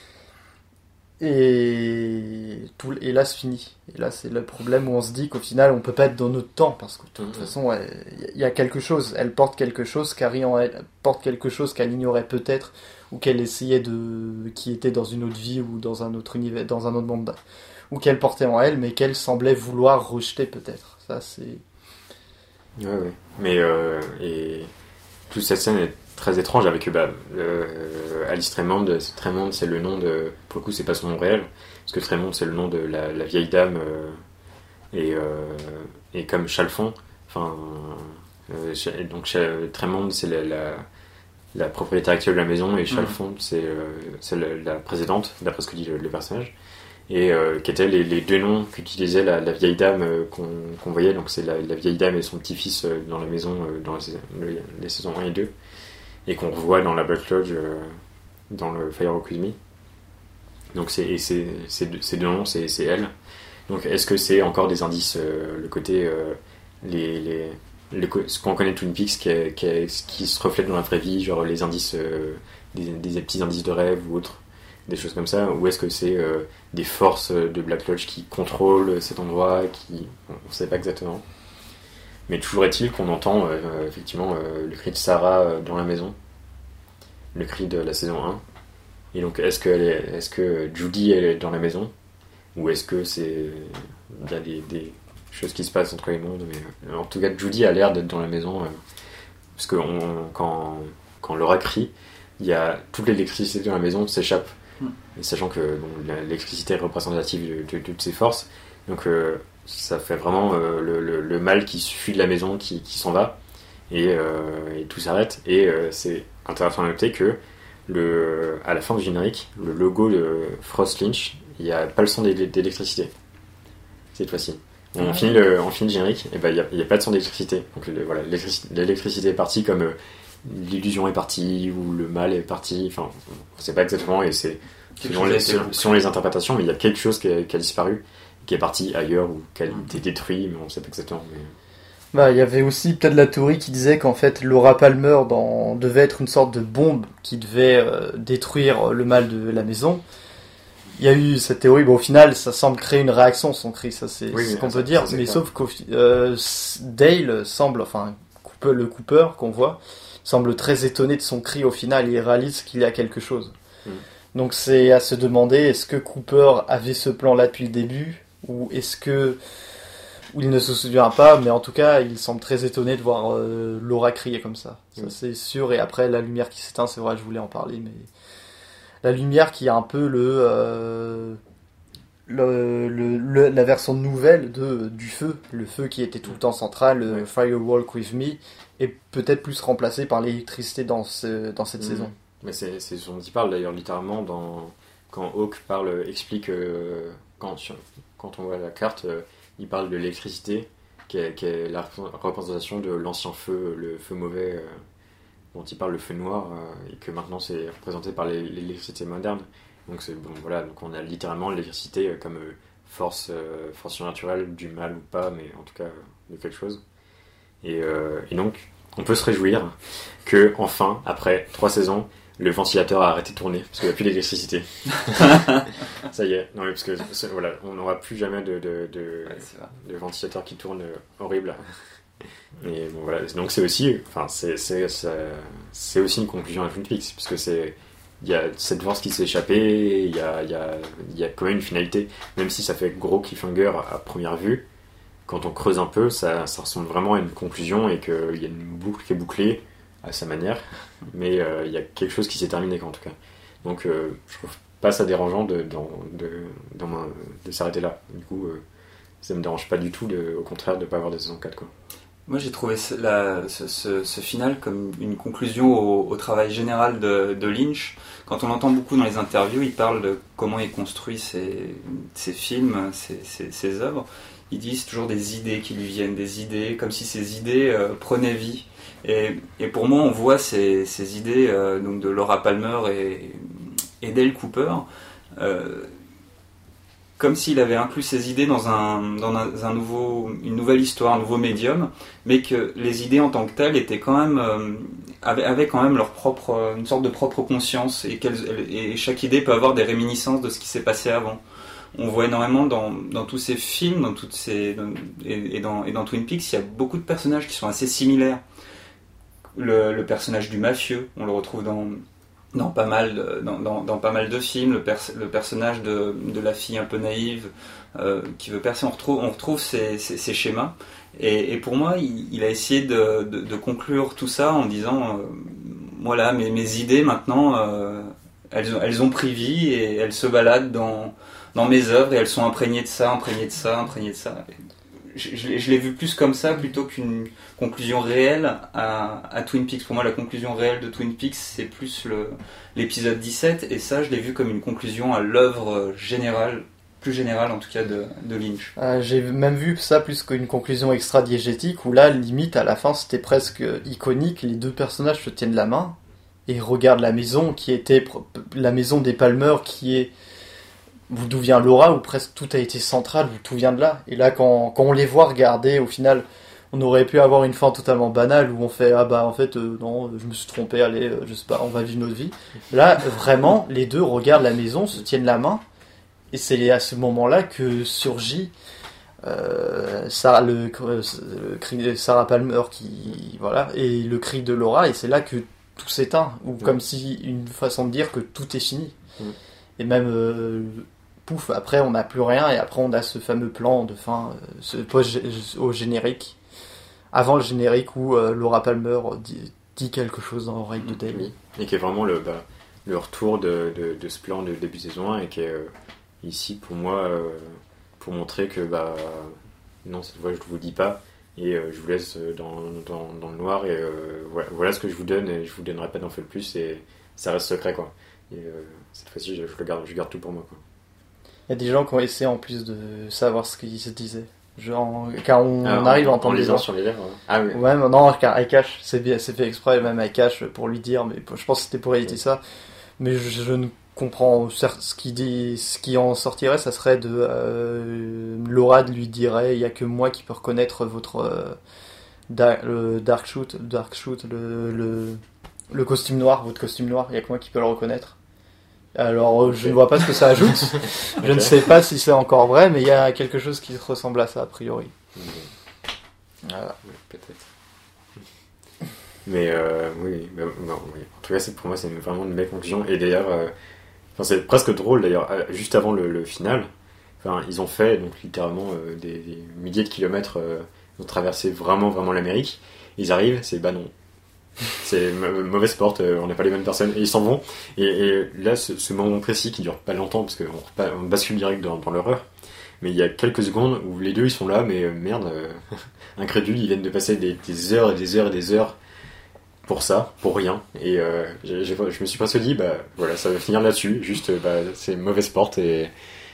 et tout, et là c'est fini. Et là c'est le problème où on se dit qu'au final on peut pas être dans notre temps, parce que de toute Mhm. façon il y a quelque chose, elle porte quelque chose, Carrie en elle porte quelque chose qu'elle ignorait peut-être, ou qu'elle essayait de, qui était dans une autre vie ou dans un autre univers, dans un autre monde, ou qu'elle portait en elle, mais qu'elle semblait vouloir rejeter peut-être. Ça c'est. Ouais, ouais. Mais euh, et toute cette scène est très étrange avec bah, euh, Alice Tremond. Tremond, c'est le nom de. Pour le coup, c'est pas son nom réel, parce que Tremond, c'est le nom de la, la vieille dame. Euh, et, euh, et comme Chalfont, enfin. Euh, Ch- donc Ch- Tremond, c'est la, la, la propriétaire actuelle de la maison, et Chalfont, c'est, euh, c'est la, la présidente, d'après ce que dit le, le personnage. Et euh, qui étaient les, les deux noms qu'utilisait la, la vieille dame euh, qu'on, qu'on voyait. Donc c'est la, la vieille dame et son petit-fils euh, dans la maison euh, dans la saison- le- les saisons un et deux, et qu'on revoit dans la Black Lodge euh, dans le Fire Walk With Me. Donc c'est, et c'est, c'est deux- ces deux noms, c'est, c'est elle. Donc est-ce que c'est encore des indices, euh, le côté, euh, les, les, les, ce qu'on connaît de Twin Peaks qui, est, qui, est, qui se reflète dans la vraie vie, genre les indices, euh, des, des petits indices de rêve ou autres, des choses comme ça, ou est-ce que c'est euh, des forces de Black Lodge qui contrôlent cet endroit, qui, on ne sait pas exactement. Mais toujours est-il qu'on entend euh, effectivement euh, le cri de Sarah euh, dans la maison, le cri de la saison un. Et donc est-ce que, elle est, est-ce que Judy elle est dans la maison, ou est-ce que c'est il y a des, des choses qui se passent entre les mondes, mais euh, en tout cas Judy a l'air d'être dans la maison, euh, parce que on, quand, quand Laura crie, il y a toute l'électricité dans la maison s'échappe, mm. et sachant que bon, l'électricité est représentative de, de, de toutes ces forces, donc euh, ça fait vraiment euh, le, le, le mal qui fuit de la maison, qui, qui s'en va, et, euh, et tout s'arrête. Et euh, c'est intéressant de noter que le, à la fin du générique, le logo de Frost Lynch, il n'y a pas le son d'électricité cette fois-ci. On, ah, finit, le, on finit le générique, et ben il n'y a, a pas de son d'électricité. Donc le, voilà, l'électricité, l'électricité est partie, comme euh, l'illusion est partie, ou le mal est parti, enfin on ne sait pas exactement, et c'est selon les, selon les interprétations, mais il y a quelque chose qui a, qui a disparu, qui est parti ailleurs, ou qui a été détruit, mais on ne sait pas exactement. Mais... Bah, il y avait aussi peut-être la théorie qui disait qu'en fait Laura Palmer dans, devait être une sorte de bombe qui devait euh, détruire le mal de la maison. Il y a eu cette théorie, bon, au final ça semble créer une réaction son cri, ça c'est oui, ce qu'on ça, peut dire, mais sauf que euh, Dale semble, enfin Cooper, le Cooper qu'on voit, semble très étonné de son cri au final, il réalise qu'il y a quelque chose. Mm. Donc c'est à se demander, est-ce que Cooper avait ce plan-là depuis le début, ou est-ce que ou il ne se souvient pas, mais en tout cas, il semble très étonné de voir euh, Laura crier comme ça. Ça, mmh. c'est sûr. Et après, la lumière qui s'éteint, c'est vrai, je voulais en parler, mais la lumière qui a un peu le, euh, le, le, le la version nouvelle de du feu, le feu qui était tout le temps central, le ouais. Firewalk with Me, est peut-être plus remplacé par l'électricité dans ce, dans cette mmh. saison. Mais c'est c'est ce dont il parle d'ailleurs littéralement dans quand Hawk parle, explique euh, quand quand on voit la carte. Euh, Il parle de l'électricité, qui est, qui est la représentation de l'ancien feu, le feu mauvais, euh, dont il parle le feu noir, euh, et que maintenant c'est représenté par les, l'électricité moderne. Donc c'est bon, voilà, donc on a littéralement l'électricité comme euh, force, euh, force surnaturelle, du mal ou pas, mais en tout cas de quelque chose. Et, euh, et donc on peut se réjouir que enfin, après trois saisons, le ventilateur a arrêté de tourner parce qu'il n'y a plus d'électricité. Ça y est. Non, mais parce que voilà, on n'aura plus jamais de, de, de, ouais, de ventilateur qui tourne horrible. Et bon voilà. Donc c'est aussi, enfin c'est c'est c'est, c'est aussi une conclusion à Twin Peaks parce que c'est il y a cette force qui s'est échappée, il y a il y a il y a quand même une finalité, même si ça fait gros cliffhanger à première vue. Quand on creuse un peu, ça ça ressemble vraiment à une conclusion et qu'il y a une boucle qui est bouclée à sa manière, mais il euh, y a quelque chose qui s'est terminé en tout cas. Donc euh, je trouve pas ça dérangeant de, de, de, de, de s'arrêter là. Du coup, euh, ça me dérange pas du tout, de, au contraire, de pas avoir de saison quatre. Quoi. Moi j'ai trouvé la, ce, ce, ce final comme une conclusion au, au travail général de, de Lynch. Quand on l'entend beaucoup dans les interviews, il parle de comment il construit ses, ses films, ses, ses, ses œuvres. Il dit c'est toujours des idées qui lui viennent, des idées, comme si ces idées euh, prenaient vie. Et, et pour moi, on voit ces, ces idées euh, donc de Laura Palmer et, et Dale Cooper euh, comme s'il avait inclus ces idées dans, un, dans un, un nouveau, une nouvelle histoire, un nouveau médium, mais que les idées en tant que telles étaient quand même, euh, avaient, avaient quand même leur propre, une sorte de propre conscience, et, et chaque idée peut avoir des réminiscences de ce qui s'est passé avant. On voit énormément dans, dans tous ces films, dans toutes ces, dans, et, et, dans, et dans Twin Peaks, il y a beaucoup de personnages qui sont assez similaires. Le, le personnage du mafieux, on le retrouve dans, dans, pas, mal de, dans, dans, dans pas mal de films, le, pers, le personnage de, de la fille un peu naïve euh, qui veut percer, on retrouve, on retrouve ces, ces, ces schémas. Et, et pour moi, il, il a essayé de, de, de conclure tout ça en disant, euh, voilà, mes, mes idées maintenant, euh, elles, elles ont pris vie et elles se baladent dans, dans mes œuvres et elles sont imprégnées de ça, imprégnées de ça, imprégnées de ça. Et, Je, je, je l'ai vu plus comme ça plutôt qu'une conclusion réelle à, à Twin Peaks. Pour moi, la conclusion réelle de Twin Peaks, c'est plus le, l'épisode dix-sept, et ça, je l'ai vu comme une conclusion à l'œuvre générale, plus générale en tout cas, de, de Lynch. Euh, j'ai même vu ça plus qu'une conclusion extra-diégétique, où là, limite, à la fin, c'était presque iconique. Les deux personnages se tiennent la main et regardent la maison qui était la maison des Palmer, qui est d'où vient Laura, où presque tout a été central, où tout vient de là. Et là, quand, quand on les voit regarder, au final, on aurait pu avoir une fin totalement banale où on fait ah bah en fait euh, non, je me suis trompé, allez, euh, je sais pas, on va vivre notre vie. Là, vraiment, les deux regardent la maison, se tiennent la main, et c'est à ce moment-là que surgit euh, Sarah, le, le cri de Sarah Palmer qui voilà, et le cri de Laura, et c'est là que tout s'éteint, ou mmh. comme si une façon de dire que tout est fini. Mmh. Et même euh, pouf, après on n'a plus rien, et après on a ce fameux plan de fin, euh, ce post au générique. Avant le générique où euh, Laura Palmer dit, dit quelque chose dans l'oreille de Dale. Oui. Et qui est vraiment le, bah, le retour de, de, de ce plan de début saison un et qui est euh, ici pour moi euh, pour montrer que bah, non, cette fois je ne vous dis pas et euh, je vous laisse dans, dans, dans le noir et euh, voilà, voilà ce que je vous donne et je vous donnerai pas d'en faire plus et ça reste secret quoi. Et euh, cette fois-ci je, je, le garde, je garde tout pour moi quoi. Il y a des gens qui ont essayé en plus de savoir ce qu'ils se disaient. Genre, car on, ah, on arrive en, à entendre les les gens sur les lèvres. Ah oui. Ouais, mais non, car iCache, c'est bien, c'est fait exprès, même iCache pour lui dire, mais je pense que c'était pour éviter ça. Mais je, je ne comprends ce qui dit, ce qui en sortirait, ça serait de euh, Laura lui dirait, il y a que moi qui peux reconnaître votre euh, da, le Dark Shoot, Dark Shoot, le, le le costume noir, votre costume noir, il y a que moi qui peux le reconnaître. Alors, okay. Je ne vois pas ce que ça ajoute. Je okay. ne sais pas si c'est encore vrai, mais il y a quelque chose qui ressemble à ça, a priori. Okay. Voilà. Ouais, peut-être. Mais euh, oui, mais, non, oui, en tout cas, c'est, pour moi, c'est vraiment une belle conclusion. Et d'ailleurs, euh, c'est presque drôle, d'ailleurs, juste avant le, le final, enfin, ils ont fait, donc littéralement, euh, des, des milliers de kilomètres, euh, ils ont traversé vraiment, vraiment l'Amérique. Ils arrivent, c'est bah non. C'est mauvaise porte, on n'est pas les mêmes personnes et ils s'en vont et, et là ce, ce moment précis qui dure pas longtemps parce qu'on on bascule direct dans, dans l'horreur mais il y a quelques secondes où les deux ils sont là mais euh, merde euh, incrédules, ils viennent de passer des, des heures et des heures et des heures pour ça, pour rien et euh, j'ai, j'ai, je me suis presque dit bah voilà ça va finir là-dessus, juste bah, c'est mauvaise porte et,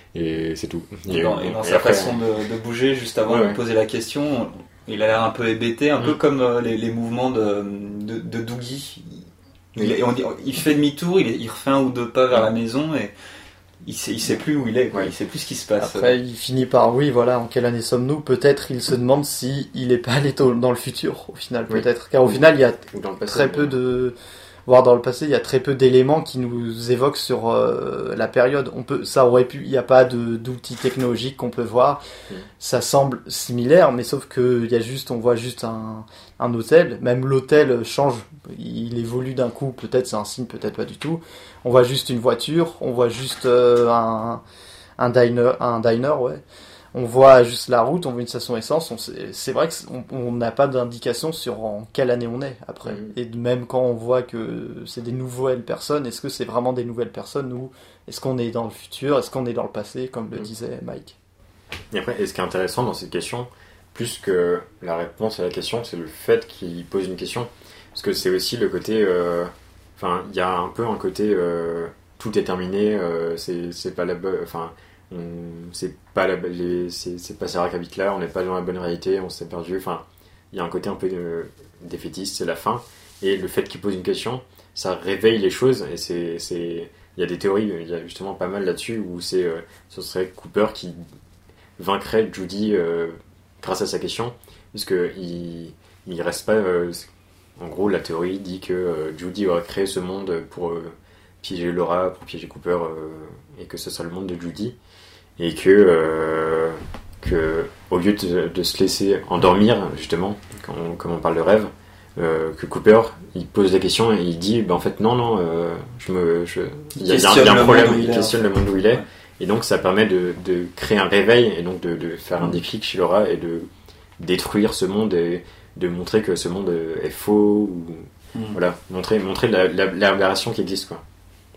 et c'est tout et, et dans, et dans et sa après, façon de, de bouger juste avant ouais, de poser ouais. la question. Il a l'air un peu hébété, un mmh. peu comme euh, les, les mouvements de, de, de Doogie. Il, on dit, il fait demi-tour, il, il refait un ou deux pas vers la maison et il sait, il sait plus où il est, quoi. Ouais. Il sait plus ce qui se passe. Après, il finit par, oui, voilà, en quelle année sommes-nous ? Peut-être il se demande si il est pas allé dans le futur, au final, oui. peut-être. Car au final, il y a passé, très peu de... Voire dans le passé, il y a très peu d'éléments qui nous évoquent sur euh, la période. On peut, ça aurait pu, il n'y a pas de, d'outils technologiques qu'on peut voir. Mmh. Ça semble similaire, mais sauf que il y a juste, on voit juste un, un hôtel. Même l'hôtel change, il évolue d'un coup. Peut-être c'est un signe, peut-être pas du tout. On voit juste une voiture, on voit juste euh, un, un diner, un diner, ouais. On voit juste la route, on voit une station essence. On sait, c'est vrai qu'on n'a pas d'indication sur en quelle année on est après. Mmh. Et même quand on voit que c'est des nouvelles personnes, est-ce que c'est vraiment des nouvelles personnes ou est-ce qu'on est dans le futur, est-ce qu'on est dans le passé, comme le mmh. disait Mike. Et après, et ce qui est intéressant dans cette question, plus que la réponse à la question, c'est le fait qu'il pose une question. Parce que c'est aussi le côté... Enfin, euh, il y a un peu un côté... Euh, tout est terminé, euh, c'est, c'est pas la bonne... Enfin... On, c'est pas la, les, c'est, c'est pas Sarah qui habite là, on n'est pas dans la bonne réalité, on s'est perdu. Enfin, il y a un côté un peu de, défaitiste, c'est la fin. Et le fait qu'il pose une question, ça réveille les choses. Et c'est, c'est, il y a des théories, il y a justement pas mal là-dessus où c'est, euh, ce serait Cooper qui vaincrait Judy euh, grâce à sa question, parce que il, il reste pas. Euh, en gros, la théorie dit que euh, Judy aurait créé ce monde pour euh, piéger Laura, pour piéger Cooper, euh, et que ce serait le monde de Judy. Et que, euh, que au lieu de, de se laisser endormir, justement, quand on, comme on parle de rêve, euh, que Cooper, il pose la question et il dit, ben en fait, non, non, euh, je me, je, il y a, il y a, il y a un problème, il questionne le monde où il est, ouais. Et donc ça permet de, de créer un réveil et donc de, de faire un déclic chez Laura et de détruire ce monde et de montrer que ce monde est faux, ou mm. voilà, montrer, montrer la, la, l'aberration qui existe, quoi.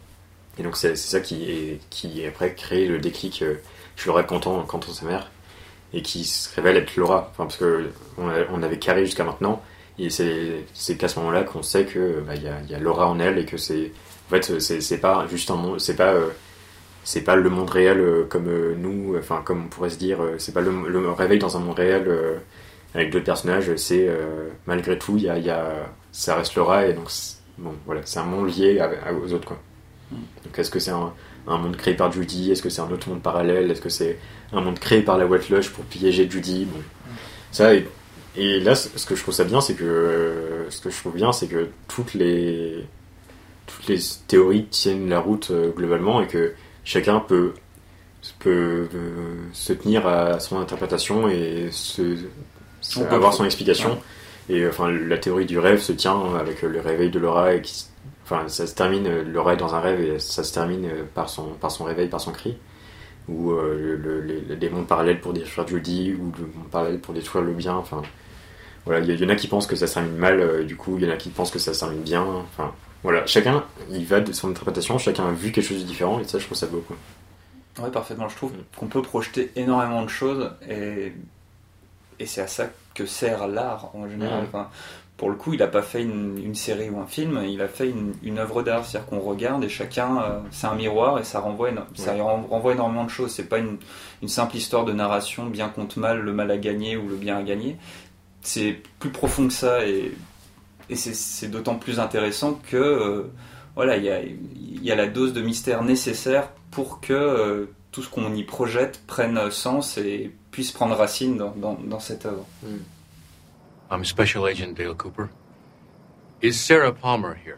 Et donc c'est, c'est ça qui est qui après crée le déclic euh, chez Laura quand on quand on sa mère et qui se révèle être Laura. Enfin parce que on, a, on avait Carrie jusqu'à maintenant et c'est c'est qu'à ce moment-là qu'on sait que bah il y a il y a Laura en elle et que c'est en fait c'est c'est pas juste un monde, c'est pas euh, c'est pas le monde réel euh, comme euh, nous, enfin comme on pourrait se dire, euh, c'est pas le, le réveil dans un monde réel euh, avec d'autres personnages. C'est euh, malgré tout il y a il y a ça reste Laura et donc bon voilà c'est un monde lié à, à, aux autres, quoi. Donc est-ce que c'est un, un monde créé par Judy? Est-ce que c'est un autre monde parallèle? Est-ce que c'est un monde créé par la White Lodge pour piéger Judy? Bon, ça et, et là, ce que je trouve ça bien, c'est que ce que je trouve bien, c'est que toutes les toutes les théories tiennent la route euh, globalement et que chacun peut peut euh, se tenir à son interprétation et se, se avoir son explication. Ouais. Et enfin, la théorie du rêve se tient avec le réveil de Laura et qui, enfin, ça se termine, Laura est dans un rêve et ça se termine par son, par son réveil, par son cri. Ou euh, le, le, les mondes parallèles pour détruire Judy, ou le monde parallèle pour détruire le bien. Enfin, voilà, il y, y en a qui pensent que ça se termine mal, euh, du coup, il y en a qui pensent que ça se termine bien. Enfin, voilà, chacun, il va de son interprétation, chacun a vu quelque chose de différent, et ça, je trouve ça beau, quoi. Ouais, parfaitement. Je trouve qu'on peut projeter énormément de choses et, et c'est à ça que sert l'art en général. Mmh. Enfin, pour le coup, il n'a pas fait une, une série ou un film, il a fait une, une œuvre d'art. C'est-à-dire qu'on regarde et chacun, euh, c'est un miroir et ça renvoie, éno- ça ouais. renvoie énormément de choses. C'est pas une, une simple histoire de narration, bien contre mal, le mal à gagner ou le bien à gagner. C'est plus profond que ça et, et c'est, c'est d'autant plus intéressant que euh, voilà, il y a, y a la dose de mystère nécessaire pour que euh, tout ce qu'on y projette prenne sens et puisse prendre racine dans, dans, dans cette œuvre. Mm. I'm Special Agent Dale Cooper. Is Sarah Palmer here?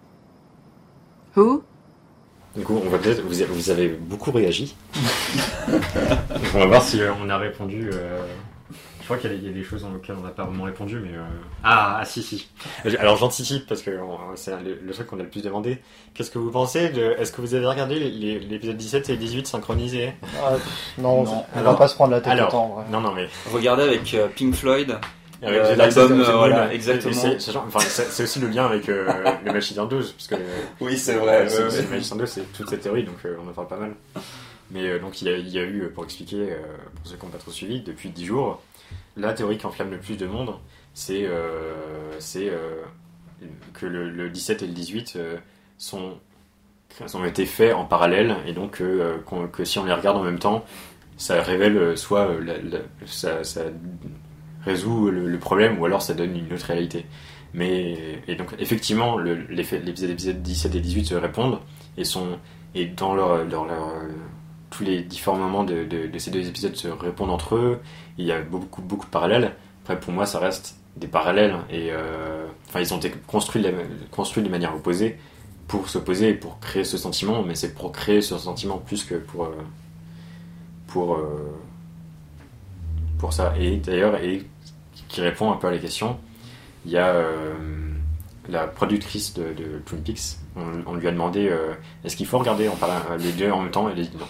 Who? Du coup, on va peut-être, vous, vous avez beaucoup réagi. On va voir si euh, on a répondu. Euh... Je crois qu'il y a, il y a des choses auxquelles on n'a pas vraiment répondu, mais... Euh... Ah, ah, si, si. Alors, j'anticipe, parce que c'est le, le truc qu'on a le plus demandé. Qu'est-ce que vous pensez de... Est-ce que vous avez regardé les, les, l'épisode dix-sept et dix-huit synchronisés? ah, Non, non on va pas se prendre la tête alors, autant. Ouais. Non, non, mais... Regardez avec euh, Pink Floyd... Avec euh, l'album, euh, voilà, exactement. C'est, c'est, genre, enfin, c'est, c'est aussi le lien avec euh, le Magicien douze, parce que... Oui, c'est vrai. Euh, c'est, ouais, c'est, ouais. Le Magicien douze, c'est toute cette théorie, donc euh, on en parle pas mal. Mais euh, donc, il y, a, il y a eu, pour expliquer, euh, pour ceux qui n'ont pas trop suivi, depuis dix jours... La théorie qui enflamme le plus de monde, c'est, euh, c'est euh, que le, le dix-sept et le dix-huit euh, sont, ont été faits en parallèle, et donc euh, que si on les regarde en même temps, ça révèle soit la, la, ça, ça résout le, le problème, ou alors ça donne une autre réalité. Mais, et donc effectivement, le, l'épisode, l'épisode dix-sept et dix-huit se répondent, et, sont, et dans leur... leur, leur tous les différents moments de, de, de ces deux épisodes se répondent entre eux. Il y a beaucoup, beaucoup de parallèles. Après, pour moi, ça reste des parallèles. Et, euh, enfin, ils ont été construits de, la, construits de manière opposée pour s'opposer et pour créer ce sentiment. Mais c'est pour créer ce sentiment plus que pour, euh, pour, euh, pour ça. Et d'ailleurs, et qui répond un peu à la question, il y a euh, la productrice de, de Twin Peaks. On, on lui a demandé euh, est-ce qu'il faut regarder en parlant, les deux en même temps? Elle a dit non.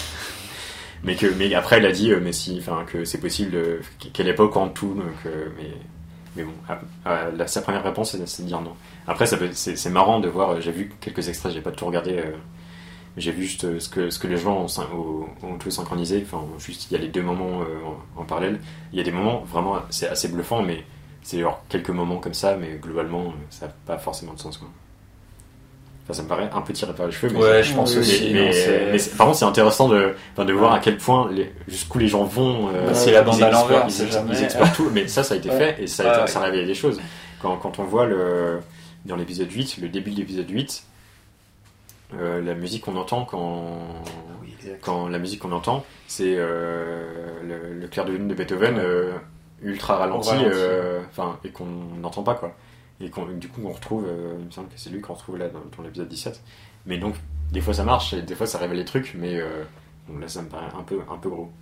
Mais, que, mais après, elle a dit euh, mais si, enfin, que c'est possible, euh, qu'elle n'est pas au courant de tout. Donc, euh, mais, mais bon, à, à, la, sa première réponse, c'est, c'est de dire non. Après, ça peut, c'est, c'est marrant de voir, j'ai vu quelques extraits, j'ai pas tout regardé, euh, j'ai vu juste ce que, ce que les gens ont, ont, ont tout synchronisé. Enfin, juste, il y a les deux moments euh, en, en parallèle. Il y a des moments, vraiment, c'est assez bluffant, mais c'est genre quelques moments comme ça, mais globalement, ça n'a pas forcément de sens, quoi. Enfin, ça me paraît un peu tiré par les cheveux, mais ouais, je pense mais, aussi. Mais, non, c'est... mais c'est, par contre, c'est intéressant de, enfin, de voir à quel point, les, jusqu'où les gens vont. Euh, bah, c'est la bande à l'envers, ils, c'est ils, jamais... ils explorent tout, mais ça, ça a été ouais. fait et ça, a ouais, été, ouais. ça révèle des choses. Quand, quand on voit le, dans l'épisode huit, le début de l'épisode huit, euh, la musique qu'on entend quand, oui, quand la musique qu'on entend, c'est euh, le, le clair de lune de Beethoven, ouais. euh, ultra ralenti, enfin, euh, et qu'on n'entend pas, quoi. Et qu'on, du coup, on retrouve, euh, il me semble que c'est lui qu'on retrouve là dans, dans l'épisode dix-sept. Mais donc, des fois ça marche, et des fois ça révèle des trucs, mais euh, bon, là ça me paraît un peu, un peu gros.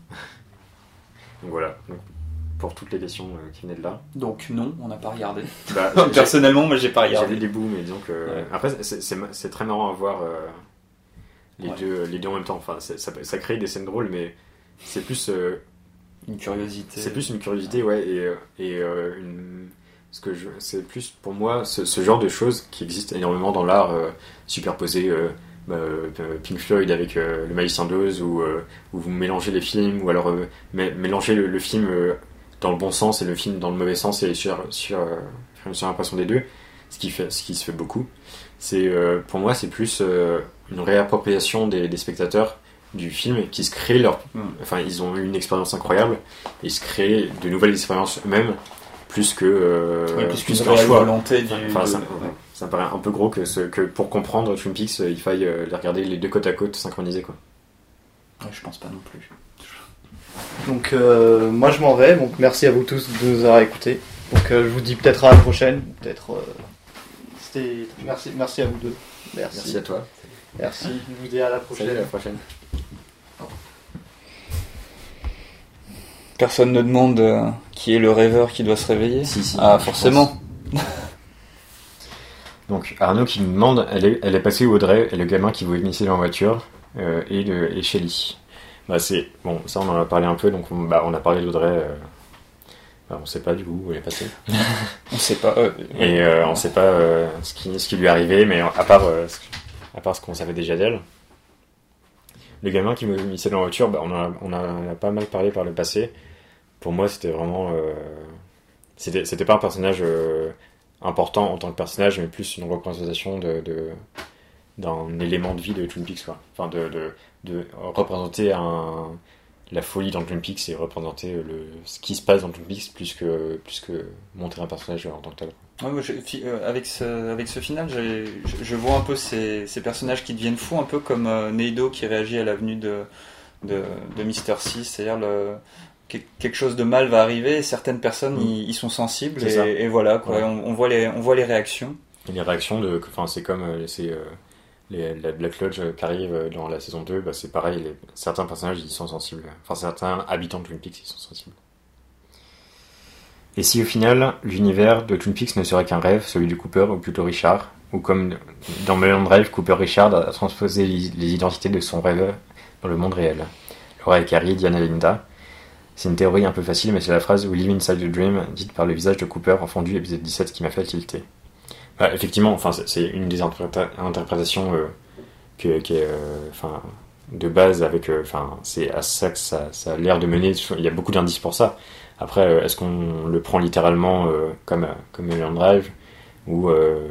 Donc voilà, donc, pour toutes les questions euh, qui venaient de là. Donc non, on n'a pas regardé. Bah, personnellement, moi j'ai pas regardé. J'ai vu des bouts, mais disons que... Ouais. Après, c'est, c'est, c'est très marrant à voir euh, les, ouais. deux, les deux en même temps. Enfin, ça, ça crée des scènes drôles, mais c'est plus... Euh, une curiosité. C'est plus une curiosité, ouais, et, et euh, une... Parce que je, c'est plus pour moi ce, ce genre de choses qui existent énormément dans l'art euh, superposé euh, euh, Pink Floyd avec euh, le Magicien d'Oz où, euh, où vous mélangez les films ou alors euh, mé- mélangez le, le film euh, dans le bon sens et le film dans le mauvais sens et sur sur euh, sur l'impression des deux, ce qui fait ce qui se fait beaucoup. C'est euh, pour moi c'est plus euh, une réappropriation des, des spectateurs du film qui se créent leur, mm. enfin ils ont eu une expérience incroyable, ils se créent de nouvelles expériences eux-mêmes. plus que euh, oui, plus, plus qu'une qu'un réelle choix. volonté du, Enfin, de- ça, ouais. ça me paraît un peu gros que, ce, que pour comprendre Twin Peaks, il faille euh, les regarder les deux côte à côte synchronisés, quoi. Ouais, je pense pas non plus. Donc euh, moi je m'en vais, donc merci à vous tous de nous avoir écoutés. Donc euh, je vous dis peut-être à la prochaine, peut-être... euh, c'était... Merci, merci à vous deux. Merci. Merci à toi. Merci, je vous dis à la prochaine. Salut, à la prochaine. Personne ne demande euh, qui est le rêveur qui doit se réveiller. Si, si, ah, je forcément. Donc Arnaud qui nous demande, elle est, elle est passée où Audrey et le gamin qui voulait initier dans la voiture euh, et, le, et Shelly. Bah c'est bon, ça on en a parlé un peu, donc on, bah, on a parlé d'Audrey. Euh, bah, on sait pas du coup où elle est passée. On sait pas. Euh, Et euh, on sait pas euh, ce, qui, ce qui lui est arrivé, mais à part, euh, ce, à part ce qu'on savait déjà d'elle. Le gamin qui voulait initier dans la voiture, bah, on, en a, on en a pas mal parlé par le passé. Pour moi, c'était vraiment, euh, c'était, c'était pas un personnage euh, important en tant que personnage, mais plus une représentation de, de d'un élément de vie de Twin Peaks, quoi. Enfin, de, de, de représenter un, la folie dans Twin Peaks et représenter le, ce qui se passe dans Twin Peaks plus que, plus que montrer un personnage en tant que tel. Ouais, moi, je- fi- euh, avec ce avec ce final, j'ai- je, je vois un peu ces, ces personnages qui deviennent fous, un peu comme euh, Neido qui réagit à la venue de de, de Mister C, c'est-à-dire le que- quelque chose de mal va arriver, et certaines personnes Mm. y, y sont sensibles C'est ça. et, et voilà quoi, Ouais. on, on voit les on voit les réactions. Et les réactions de, enfin c'est comme euh, c'est euh, les, la Black Lodge qui arrive euh, dans la saison deux, bah c'est pareil, les, certains personnages ils sont sensibles, enfin certains habitants de Twin Peaks ils sont sensibles. Et si au final l'univers de Twin Peaks ne serait qu'un rêve, celui de Cooper ou plutôt Richard, ou comme dans Mulholland Drive, Cooper Richard a transposé les, les identités de son rêve dans le monde réel. Laura et Carrie, Diana et Linda. C'est une théorie un peu facile, mais c'est la phrase « We live inside the dream » dite par le visage de Cooper en fondu épisode dix-sept qui m'a fait tilter. Bah, effectivement, enfin, c'est, c'est une des interpréta- interprétations euh, que, qui est, euh, enfin, de base avec, euh, enfin, c'est à ça que ça, ça a l'air de mener. Il y a beaucoup d'indices pour ça. Après, euh, est-ce qu'on le prend littéralement euh, comme comme Mulholland Drive ou euh,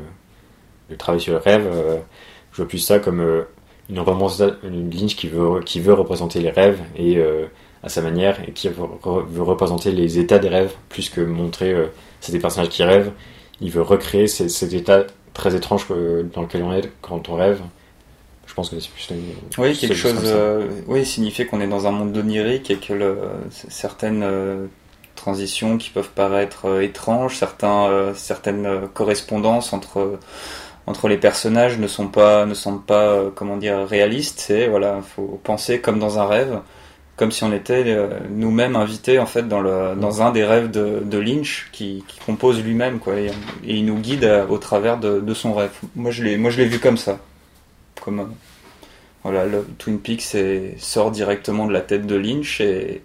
le travail sur le rêve euh, je vois plus ça comme euh, une représentation, une Lynch qui veut qui veut représenter les rêves et euh, à sa manière et qui veut, veut représenter les états des rêves plus que montrer euh, c'est des personnages qui rêvent. Il veut recréer ces, cet état très étrange que, dans lequel on est quand on rêve. Je pense que c'est plus une, Oui, c'est quelque juste chose, comme ça. euh, oui, signifier qu'on est dans un monde onirique et que le, certaines euh, transitions qui peuvent paraître euh, étranges, certains, euh, certaines euh, correspondances entre entre les personnages ne sont pas ne sont pas euh, comment dire réalistes. C'est voilà, faut penser comme dans un rêve, comme si on était euh, nous-mêmes invités en fait dans le dans un des rêves de, de Lynch qui, qui compose lui-même quoi, et, et il nous guide à- au travers de, de son rêve. Moi je l'ai moi je l'ai vu comme ça, comme euh, voilà, le Twin Peaks c'est- sort directement de la tête de Lynch et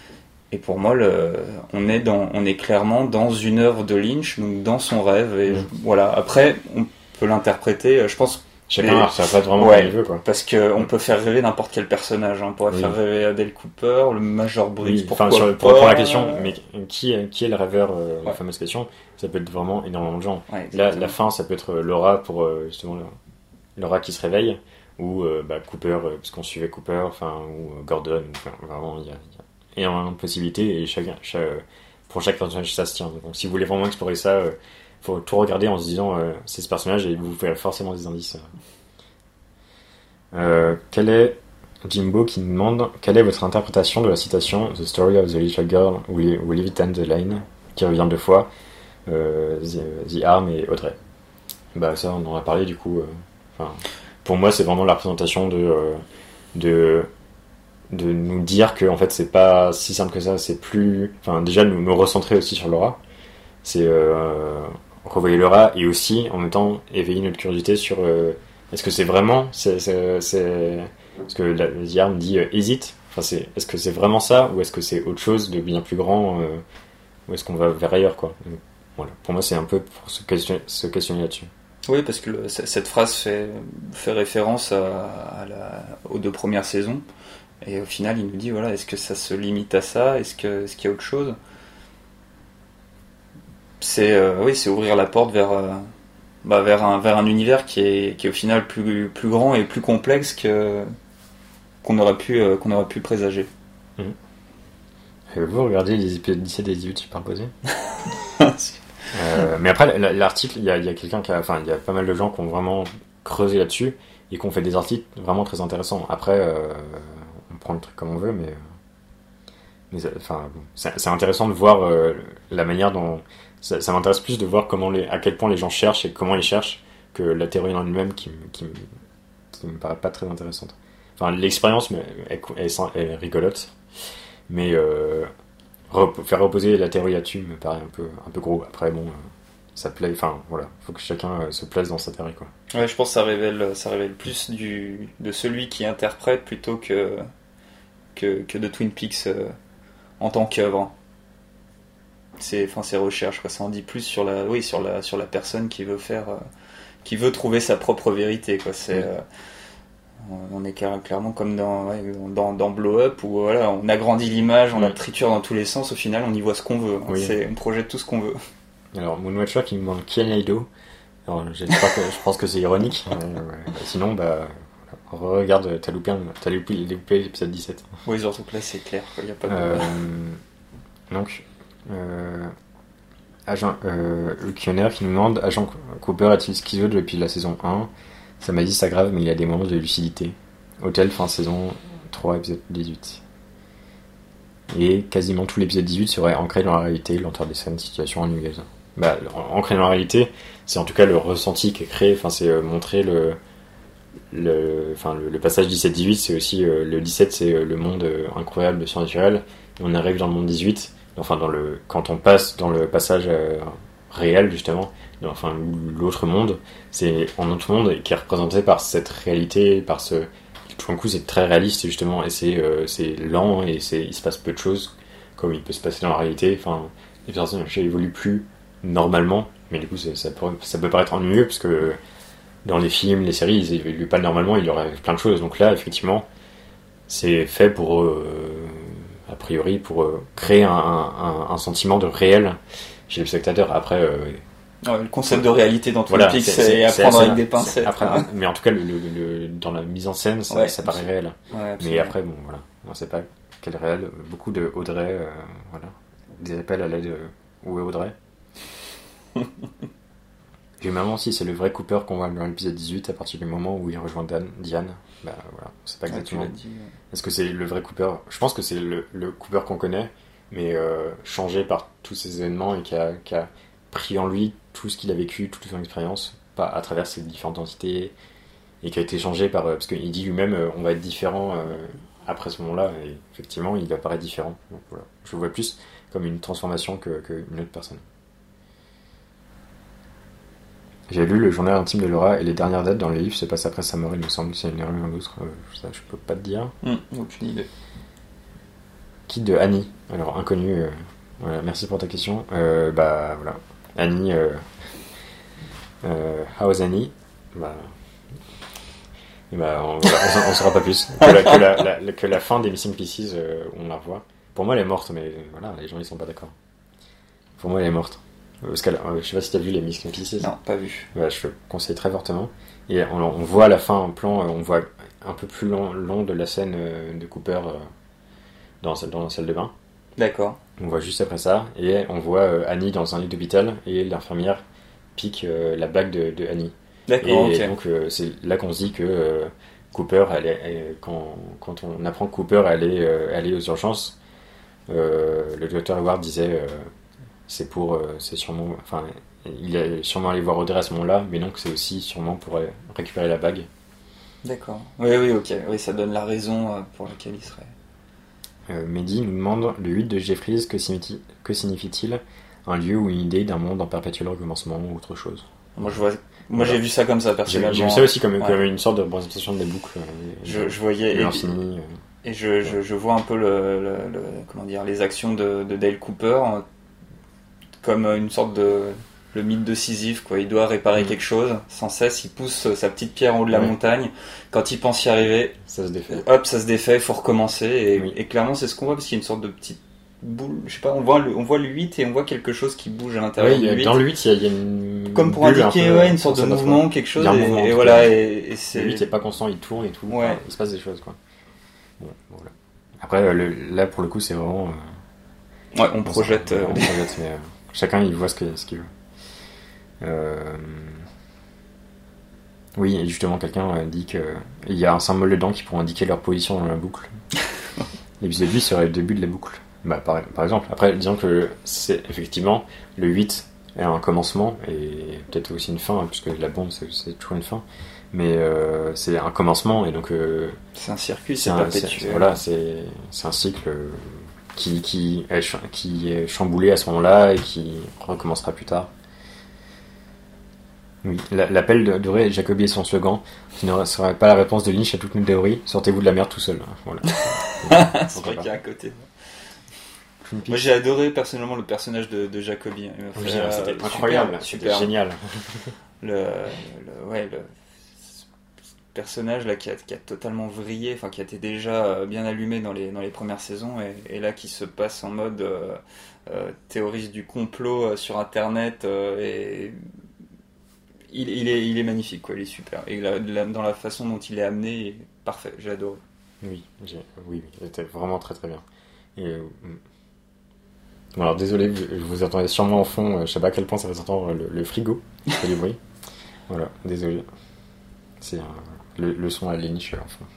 et pour moi le, on est dans on est clairement dans une œuvre de Lynch, donc dans son rêve et Mm. je- voilà, après on peut l'interpréter, je pense Chacun les- ça va pas vraiment Ouais. comme il veut quoi. parce que on peut faire rêver n'importe quel personnage, hein. On pourrait Oui. faire rêver Adele Cooper, le Major Briggs, Oui, pourquoi enfin, sur, pas. pour répondre à la question, mais qui est, qui est le rêveur, euh, la Ouais. fameuse question, ça peut être vraiment énormément de gens. Ouais, Là, exactement. la fin, ça peut être Laura pour euh, justement le- Laura qui se réveille, ou euh, bah, Cooper, euh, parce qu'on suivait Cooper, enfin, ou euh, Gordon, enfin, vraiment, il y a, il y a énormément de possibilités, et chacun, chaque, pour chaque personnage, ça se tient. Donc, si vous voulez vraiment explorer ça, euh, faut tout regarder en se disant, euh, c'est ce personnage, et vous verrez forcément des indices. Euh, quel est Jimbo qui nous demande quelle est votre interprétation de la citation The story of the little girl we, we leave it on the line qui revient deux fois euh, the, the Arm et Audrey. Bah ça on en a parlé du coup. Euh, enfin, pour moi c'est vraiment la représentation de euh, de de nous dire que en fait c'est pas si simple que ça. C'est plus enfin déjà nous nous recentrer aussi sur Laura. C'est euh, revoyer Laura et aussi en même temps éveiller notre curiosité sur euh, est-ce que c'est vraiment c'est, c'est, c'est... Parce que la, The Arm dit euh, hésite. Enfin, c'est, est-ce que c'est vraiment ça ou est-ce que c'est autre chose de bien plus grand euh, ou est-ce qu'on va vers ailleurs quoi. Donc, voilà. Pour moi, c'est un peu pour se questionner, se questionner là-dessus. Oui, parce que le, c- cette phrase fait, fait référence à, à la, aux deux premières saisons. Et au final, il nous dit voilà, est-ce que ça se limite à ça? Est-ce que, est-ce qu'il y a autre chose? C'est euh, oui, c'est ouvrir la porte vers euh, bah, vers un vers un univers qui est qui est au final plus plus grand et plus complexe que qu'on aurait pu euh, qu'on aurait pu présager. Vous regardez les épisodes dix-sept et dix-huit superposés? euh, mais après, l'article, il y a, y a quelqu'un qui a, enfin, il y a pas mal de gens qui ont vraiment creusé là-dessus et qui ont fait des articles vraiment très intéressants. Après, euh, on prend le truc comme on veut, mais, mais enfin, c'est, c'est intéressant de voir euh, la manière dont ça, ça m'intéresse plus de voir comment les, à quel point les gens cherchent et comment ils cherchent que la théorie en elle-même qui, qui, qui me paraît pas très intéressante. Enfin, l'expérience est, est, est rigolote, mais euh, rep- faire reposer la théorie là-dessus me paraît un peu, un peu gros. Après, bon, euh, ça plaît. Enfin, voilà, faut que chacun euh, se place dans sa théorie, quoi. Ouais, je pense que ça révèle, ça révèle plus du, de celui qui interprète plutôt que, que, que de Twin Peaks euh, en tant qu'œuvre. C'est, enfin, ses recherches, quoi. Ça en dit plus sur la, oui, sur la, sur la personne qui veut faire, euh, qui veut trouver sa propre vérité, quoi. C'est, euh, on est clairement comme dans, ouais, dans, dans Blow Up où voilà, on agrandit l'image, on la triture dans tous les sens, au final on y voit ce qu'on veut. Oui. C'est, on projette tout ce qu'on veut. Alors Moonwatcher qui me demande qui est Naido. Alors j'espère que, je pense que c'est ironique. euh, ouais. Sinon, bah, regarde, t'as loupé, t'as loupé, loupé l'épisode dix-sept. Oui, surtout que là c'est clair, il n'y a pas de... Euh, donc, euh, agent, euh, le questionnaire qui nous demande Agent Cooper est-il schizo depuis la saison un? Ça m'a dit ça grave, mais il y a des moments de lucidité. Hôtel, fin saison trois, épisode dix-huit. Et quasiment tout l'épisode dix-huit serait ancré dans la réalité, l'auteur des scènes, situation ennuyeuse. Bah, ancré dans la réalité, c'est en tout cas le ressenti qui est créé, enfin, c'est euh, montrer le, le, enfin, le, le passage dix-sept dix-huit, c'est aussi, euh, le dix-sept, c'est euh, le monde euh, incroyable, surnaturel, et on arrive dans le monde dix-huit, enfin, dans le, quand on passe dans le passage euh, réel, justement, enfin l'autre monde, c'est un autre monde qui est représenté par cette réalité, par ce, tout d'un coup c'est très réaliste justement, et c'est euh, c'est lent et c'est il se passe peu de choses comme il peut se passer dans la réalité. Enfin, les personnages évoluent plus normalement, mais du coup ça, ça, peut, ça peut paraître ennuyeux parce que dans les films, les séries, ils évoluent pas normalement, il y aurait plein de choses. Donc là, effectivement, c'est fait pour euh, a priori pour euh, créer un, un, un sentiment de réel chez le spectateur. Après. Euh, Ouais, le concept de réalité dans Twin Peaks, c'est à prendre avec des pincettes. Après, hein. Mais en tout cas, le, le, le, dans la mise en scène, ça, ouais, ça paraît réel. Ouais, mais après, bon, voilà, on sait pas quel est réel. Beaucoup de Audrey, euh, voilà, des appels à l'aide. Euh, où est Audrey? J'ai maman si c'est le vrai Cooper qu'on voit dans l'épisode dix-huit à partir du moment où il rejoint Dan, Diane. Bah voilà, on sait pas exactement. Ouais, dit, ouais. Est-ce que c'est le vrai Cooper? Je pense que c'est le, le Cooper qu'on connaît, mais euh, changé par tous ces événements et qui a, qui a pris en lui tout ce qu'il a vécu, toute son expérience, pas à travers ses différentes entités, et qui a été changé par... Parce qu'il dit lui-même, euh, on va être différent euh, après ce moment-là, et effectivement, il apparaît différent. Donc voilà, je le vois plus comme une transformation que, que une autre personne. J'ai lu le journal intime de Laura, et les dernières dates dans les livres se passent après sa mort, il me semble, c'est une erreur ou un autre, euh, ça je peux pas te dire. Mmh, aucune idée. Kit de Annie, alors inconnu, euh, voilà, merci pour ta question. Euh, bah voilà. Annie, euh, euh, how's Annie? Bah, et bah, on, voilà, on, on saura pas plus. Que la, que la, la, que la fin des Missing Pieces, euh, on la revoit. Pour moi, elle est morte, mais voilà, les gens ils sont pas d'accord. Pour moi, elle est morte. Parce que, euh, je sais pas si t'as vu les Missing Pieces. Non, pas vu. Bah, je le conseille très fortement. Et on, on voit à la fin en plan, on voit un peu plus long, long de la scène de Cooper euh, dans, dans la salle de bain. D'accord. On voit juste après ça, et on voit euh, Annie dans un lit d'hôpital, et l'infirmière pique euh, la bague de, de Annie. D'accord, et ok. donc euh, c'est là qu'on se dit que euh, Cooper, elle est, elle, quand, quand on apprend que Cooper allait euh, aller aux urgences, euh, le docteur Howard disait euh, c'est pour, euh, c'est sûrement, enfin, il est sûrement allé voir Audrey à ce moment-là, mais donc c'est aussi sûrement pour euh, récupérer la bague. D'accord. Oui, oui, ok. Oui, ça donne la raison euh, pour laquelle il serait. Euh, Mehdi nous demande le huit de Jeffries, que signifie, que signifie-t-il? Un lieu ou une idée d'un monde en perpétuel recommencement ou autre chose? Moi, je vois, moi voilà. J'ai vu ça comme ça personnellement. J'ai, j'ai vu ça aussi comme, ouais. comme une sorte de représentation des boucles. Euh, je, je voyais et, l'infini, euh, et je, ouais. je, je vois un peu le, le, le, comment dire, les actions de, de Dale Cooper euh, comme une sorte de le mythe de Sisyphe, quoi. Il doit réparer mmh. quelque chose sans cesse. Il pousse sa petite pierre en haut de la ouais. montagne. Quand il pense y arriver, ça se défait. Hop, ça se défait. Il faut recommencer. Et, oui. et clairement, c'est ce qu'on voit parce qu'il y a une sorte de petite boule. Je sais pas. On voit le, on voit le huit et on voit quelque chose qui bouge à l'intérieur ouais, du huit. Dans le huit, il y a, il y a une comme pour indiquer ouais, une sorte de mouvement, fois. quelque chose. Et, mouvement, et voilà. Et, et c'est... Le huit n'est pas constant, il tourne et tout. Ouais. Enfin, il se passe des choses, quoi. Bon, voilà. Après, le, là pour le coup, c'est vraiment. Euh... Ouais, on projette. Euh, euh, on projette, mais. Euh... chacun il voit ce qu'il, ce qu'il veut. Euh... Oui, et justement, quelqu'un dit qu'il y a un symbole dedans qui pourrait indiquer leur position dans la boucle. L'épisode huit serait le début de la boucle. Bah, par, par exemple. Après, disons que c'est effectivement le huit est un commencement et peut-être aussi une fin, hein, puisque la bombe c'est, c'est toujours une fin. Mais euh, c'est un commencement et donc. Euh, c'est un circuit, c'est, c'est un, perpétuel. C'est, voilà, c'est, c'est un cycle qui, qui, est, qui est chamboulé à ce moment-là et qui recommencera plus tard. Oui, l'appel de Doré et Jacobi est son slogan, qui ne serait pas la réponse de Lynch à toutes nos théories. Sortez-vous de la merde tout seul. Voilà. C'est vrai qu'il y a à côté. Moi j'ai adoré personnellement le personnage de, de Jacobi. Oui, fait, c'était super, incroyable, super. C'était génial. Le, le, ouais, le personnage là qui a, qui a totalement vrillé, enfin qui a été déjà bien allumé dans les, dans les premières saisons et, et là qui se passe en mode euh, euh, théoriste du complot euh, sur internet euh, et il, il, est, il est magnifique, quoi, il est super. Et la, la, dans la façon dont il est amené, il est parfait, j'ai adoré. Oui, j'ai, oui, oui, c'était vraiment très très bien. Et, euh, bon, alors désolé, je vous entendais sûrement en fond, je sais pas à quel point ça va s'entendre le, le frigo, c'est du bruit. Voilà, désolé. C'est un, le, le son à Lynch en fond.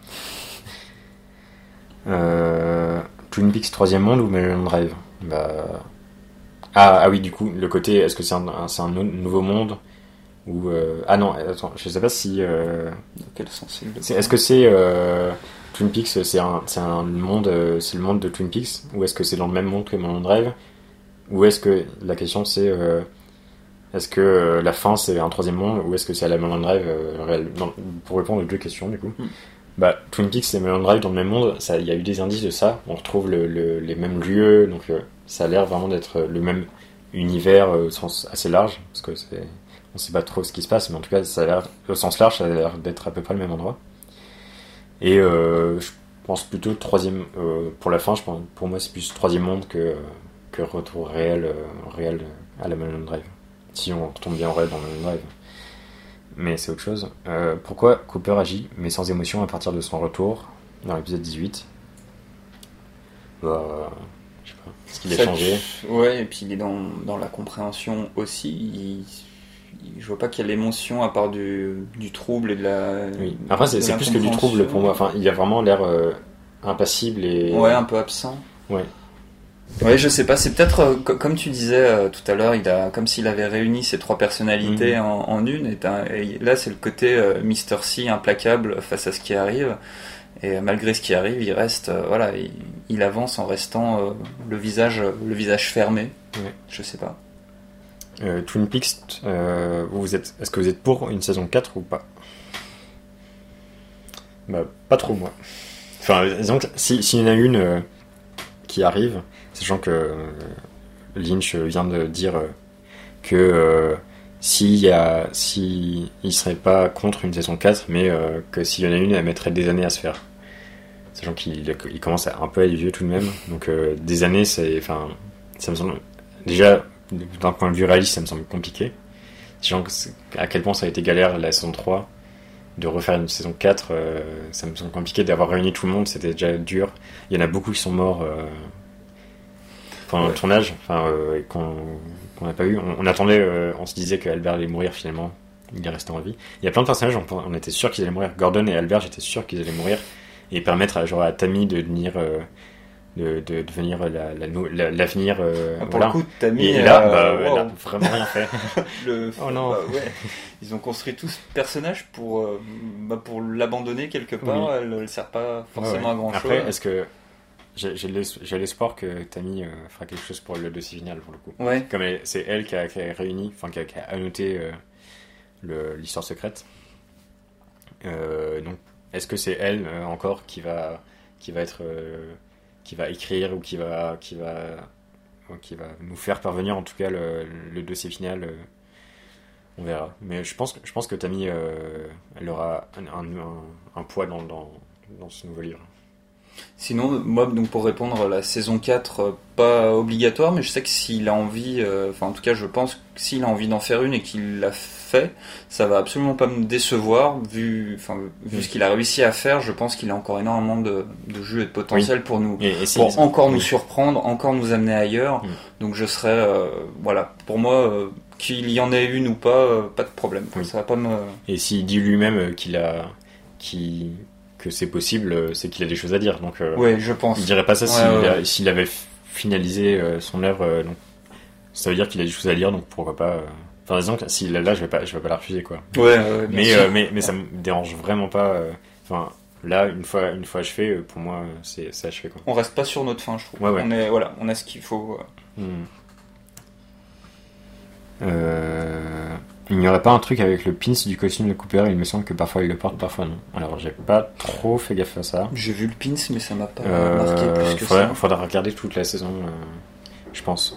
Euh, Twin Peaks troisième monde ou Mulholland Drive? Bah... ah, ah oui, du coup, le côté, est-ce que c'est un, un, c'est un nouveau monde? Ou euh... ah non, attends, je sais pas si. Euh... Dans quel sens c'est, c'est Est-ce que c'est euh... Twin Peaks, c'est un, c'est un monde, euh, c'est le monde de Twin Peaks, ou est-ce que c'est dans le même monde que Mulholland Drive, ou est-ce que la question c'est, euh... est-ce que euh, la fin c'est un troisième monde, ou est-ce que c'est à la Mulholland Drive euh, réel... non, pour répondre aux deux questions du coup. Mm. Bah Twin Peaks et Mulholland Drive dans le même monde, ça, il y a eu des indices de ça. On retrouve le, le, les mêmes lieux, donc euh, ça a l'air vraiment d'être le même univers euh, au sens assez large, parce que c'est on sait pas trop ce qui se passe, mais en tout cas, ça a l'air, au sens large, ça a l'air d'être à peu près le même endroit. Et euh, je pense plutôt troisième, euh, pour la fin, je pense, pour moi, c'est plus troisième monde que, que retour réel, euh, réel à la Mulholland Drive. Si on retombe bien en réel dans Mulholland Drive. Mais c'est autre chose. Euh, pourquoi Cooper agit, mais sans émotion, à partir de son retour, dans l'épisode dix-huit? Bah, je sais pas. Est-ce qu'il a changé? Ouais, et puis il est dans, dans la compréhension aussi. Il... Je vois pas qu'il y a l'émotion à part du, du trouble et de la. Oui. Après, c'est, c'est plus que du trouble pour moi. Enfin, il a vraiment l'air euh, impassible et. Ouais, un peu absent. Ouais. Ouais, je sais pas. C'est peut-être euh, comme tu disais euh, tout à l'heure, il a comme s'il avait réuni ses trois personnalités mmh. en, en une. Et, et là, c'est le côté euh, mister C implacable face à ce qui arrive. Et malgré ce qui arrive, il reste, euh, voilà, il, il avance en restant euh, le visage, le visage fermé. Ouais. Je sais pas. Euh, Twin Peaks, euh, vous êtes, est-ce que vous êtes pour une saison quatre ou pas? Bah, pas trop, moi. Enfin, disons que si, s'il y en a une euh, qui arrive, sachant que euh, Lynch vient de dire euh, que euh, s'il y a, si il serait pas contre une saison quatre, mais euh, que s'il y en a une, elle mettrait des années à se faire. Sachant qu'il il commence à un peu à être vieux tout de même, donc euh, des années, c'est, enfin, ça me semble déjà. D'un point de vue réaliste, ça me semble compliqué. Genre à quel point ça a été galère la saison trois, de refaire une saison quatre, euh, ça me semble compliqué d'avoir réuni tout le monde, c'était déjà dur. Il y en a beaucoup qui sont morts euh, pendant ouais. le tournage, enfin, euh, qu'on qu'on n'a pas eu. On, on attendait, euh, on se disait que Albert allait mourir finalement, il est resté en vie. Il y a plein de personnages, on, on était sûr qu'ils allaient mourir. Gordon et Albert, j'étais sûr qu'ils allaient mourir, et permettre à, genre, à Tammy de devenir. Euh, De, de devenir la, la, la, l'avenir euh, pour voilà. le coup t'as mis et là, euh, bah, wow. elle a vraiment rien fait. le, oh non bah, ouais. Ils ont construit tout ce personnage pour, euh, bah, pour l'abandonner quelque part. Oui. Elle ne sert pas forcément ouais, ouais. à grand Après, chose. Est-ce que j'ai, j'ai, j'ai l'espoir que Tammy euh, fera quelque chose pour le dossier final pour le coup. Ouais. Comme elle, c'est elle qui a, qui a réuni, enfin qui a, qui a annoté euh, le, l'histoire secrète. Euh, donc, est-ce que c'est elle euh, encore qui va qui va être euh, qui va écrire ou qui va qui va qui va nous faire parvenir en tout cas le, le dossier final, euh, on verra. Mais je pense que je pense que Tammy euh, elle aura un, un, un, un poids dans, dans dans ce nouveau livre. Sinon, moi, donc pour répondre, la saison quatre, euh, pas obligatoire, mais je sais que s'il a envie, euh, enfin en tout cas je pense que s'il a envie d'en faire une et qu'il l'a fait, ça va absolument pas me décevoir, vu, enfin, vu Mm. ce qu'il a réussi à faire, je pense qu'il a encore énormément de, de jus et de potentiel Oui. pour nous, Et, et c'est- pour encore oui. nous surprendre, encore nous amener ailleurs, Mm. donc je serais, euh, voilà, pour moi, euh, qu'il y en ait une ou pas, euh, pas de problème, Oui. ça va pas me... Et s'il dit lui-même euh, qu'il a, qu'il, que c'est possible, euh, c'est qu'il a des choses à dire. Donc, euh, Ouais, je pense. il dirait pas ça Ouais, s'il, ouais, a- ouais. s'il avait f- finalisé euh, son œuvre. euh, donc, ça veut dire qu'il a des choses à dire, donc pourquoi pas. euh, Enfin, disons que s'il l'a là, je vais pas, je vais pas la refuser, quoi. Ouais, ouais, ouais, bien Mais, sûr. euh, mais, mais ça me dérange vraiment pas. euh, Enfin, là, une fois, une fois achevé, euh, pour moi, euh, c'est, c'est achevé, quoi. On reste pas sur notre fin, je trouve. Ouais, ouais. On est, voilà, on a ce qu'il faut. euh. Hmm. Euh, il n'y aurait pas un truc avec le pins du costume de Cooper? Il me semble que parfois il le porte, parfois non. Alors j'ai pas trop fait gaffe à ça. J'ai vu le pins, mais ça m'a pas Euh, marqué plus que faudra, ça. faudra regarder toute la saison, euh, je pense.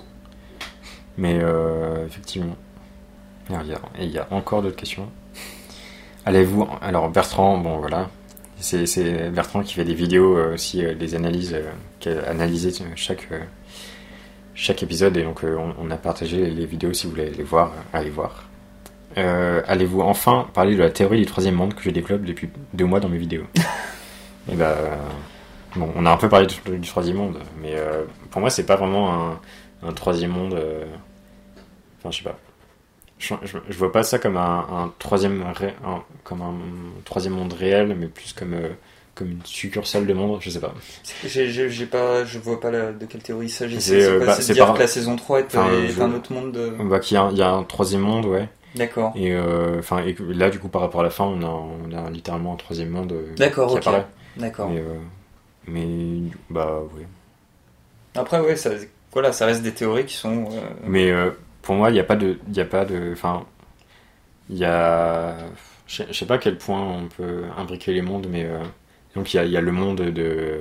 Mais euh, effectivement. Alors, il y a, et il y a encore d'autres questions. Allez-vous... Alors Bertrand, bon voilà. C'est, c'est Bertrand qui fait des vidéos euh, aussi, euh, des analyses, euh, qui a analysé chaque... euh, chaque épisode, et donc euh, on, on a partagé les, les vidéos. Si vous voulez les voir, euh, allez voir. Euh, allez-vous enfin parler de la théorie du troisième monde que je développe depuis deux mois dans mes vidéos? Et bah, euh, bon, on a un peu parlé du, du troisième monde, mais euh, pour moi c'est pas vraiment un, un troisième monde. euh, Enfin, je sais pas. Je, je, je vois pas ça comme un, un troisième ré, un, comme un troisième monde réel, mais plus comme euh, comme une succursale de monde. Je sais pas. J'ai, j'ai, j'ai pas, je vois pas la- de quelle théorie il s'agit. C'est, C'est, euh, quoi, bah, c'est de c'est dire par- que la saison trois est, Enfin, est je- un autre monde de... Bah, qu'il y a, il y a un troisième monde, ouais. D'accord. Et euh, enfin, et que là, du coup, par rapport à la fin, on a, on a littéralement un troisième monde euh, D'accord, qui ok. apparaît. D'accord. Mais, euh, mais bah, oui. Après, ouais, ça, voilà, ça reste des théories qui sont... euh, Mais euh, pour moi, il n'y a pas de, il y a pas de, enfin, il y a, je sais- je sais pas à quel point on peut imbriquer les mondes, mais euh, donc il y a, il y a le monde de,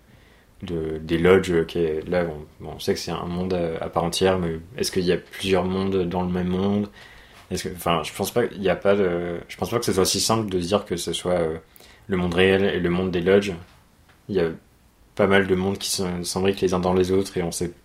de des lodges qui est là. On, bon, on sait que c'est un monde à, à part entière, mais est-ce qu'il y a plusieurs mondes dans le même monde? Est-ce que, enfin, je pense pas, il y a pas de, je pense pas que ce soit si simple de se dire que ce soit euh, le monde réel et le monde des lodges. Il y a pas mal de mondes qui s'im- s'imbriquent les uns dans les autres, et on sait.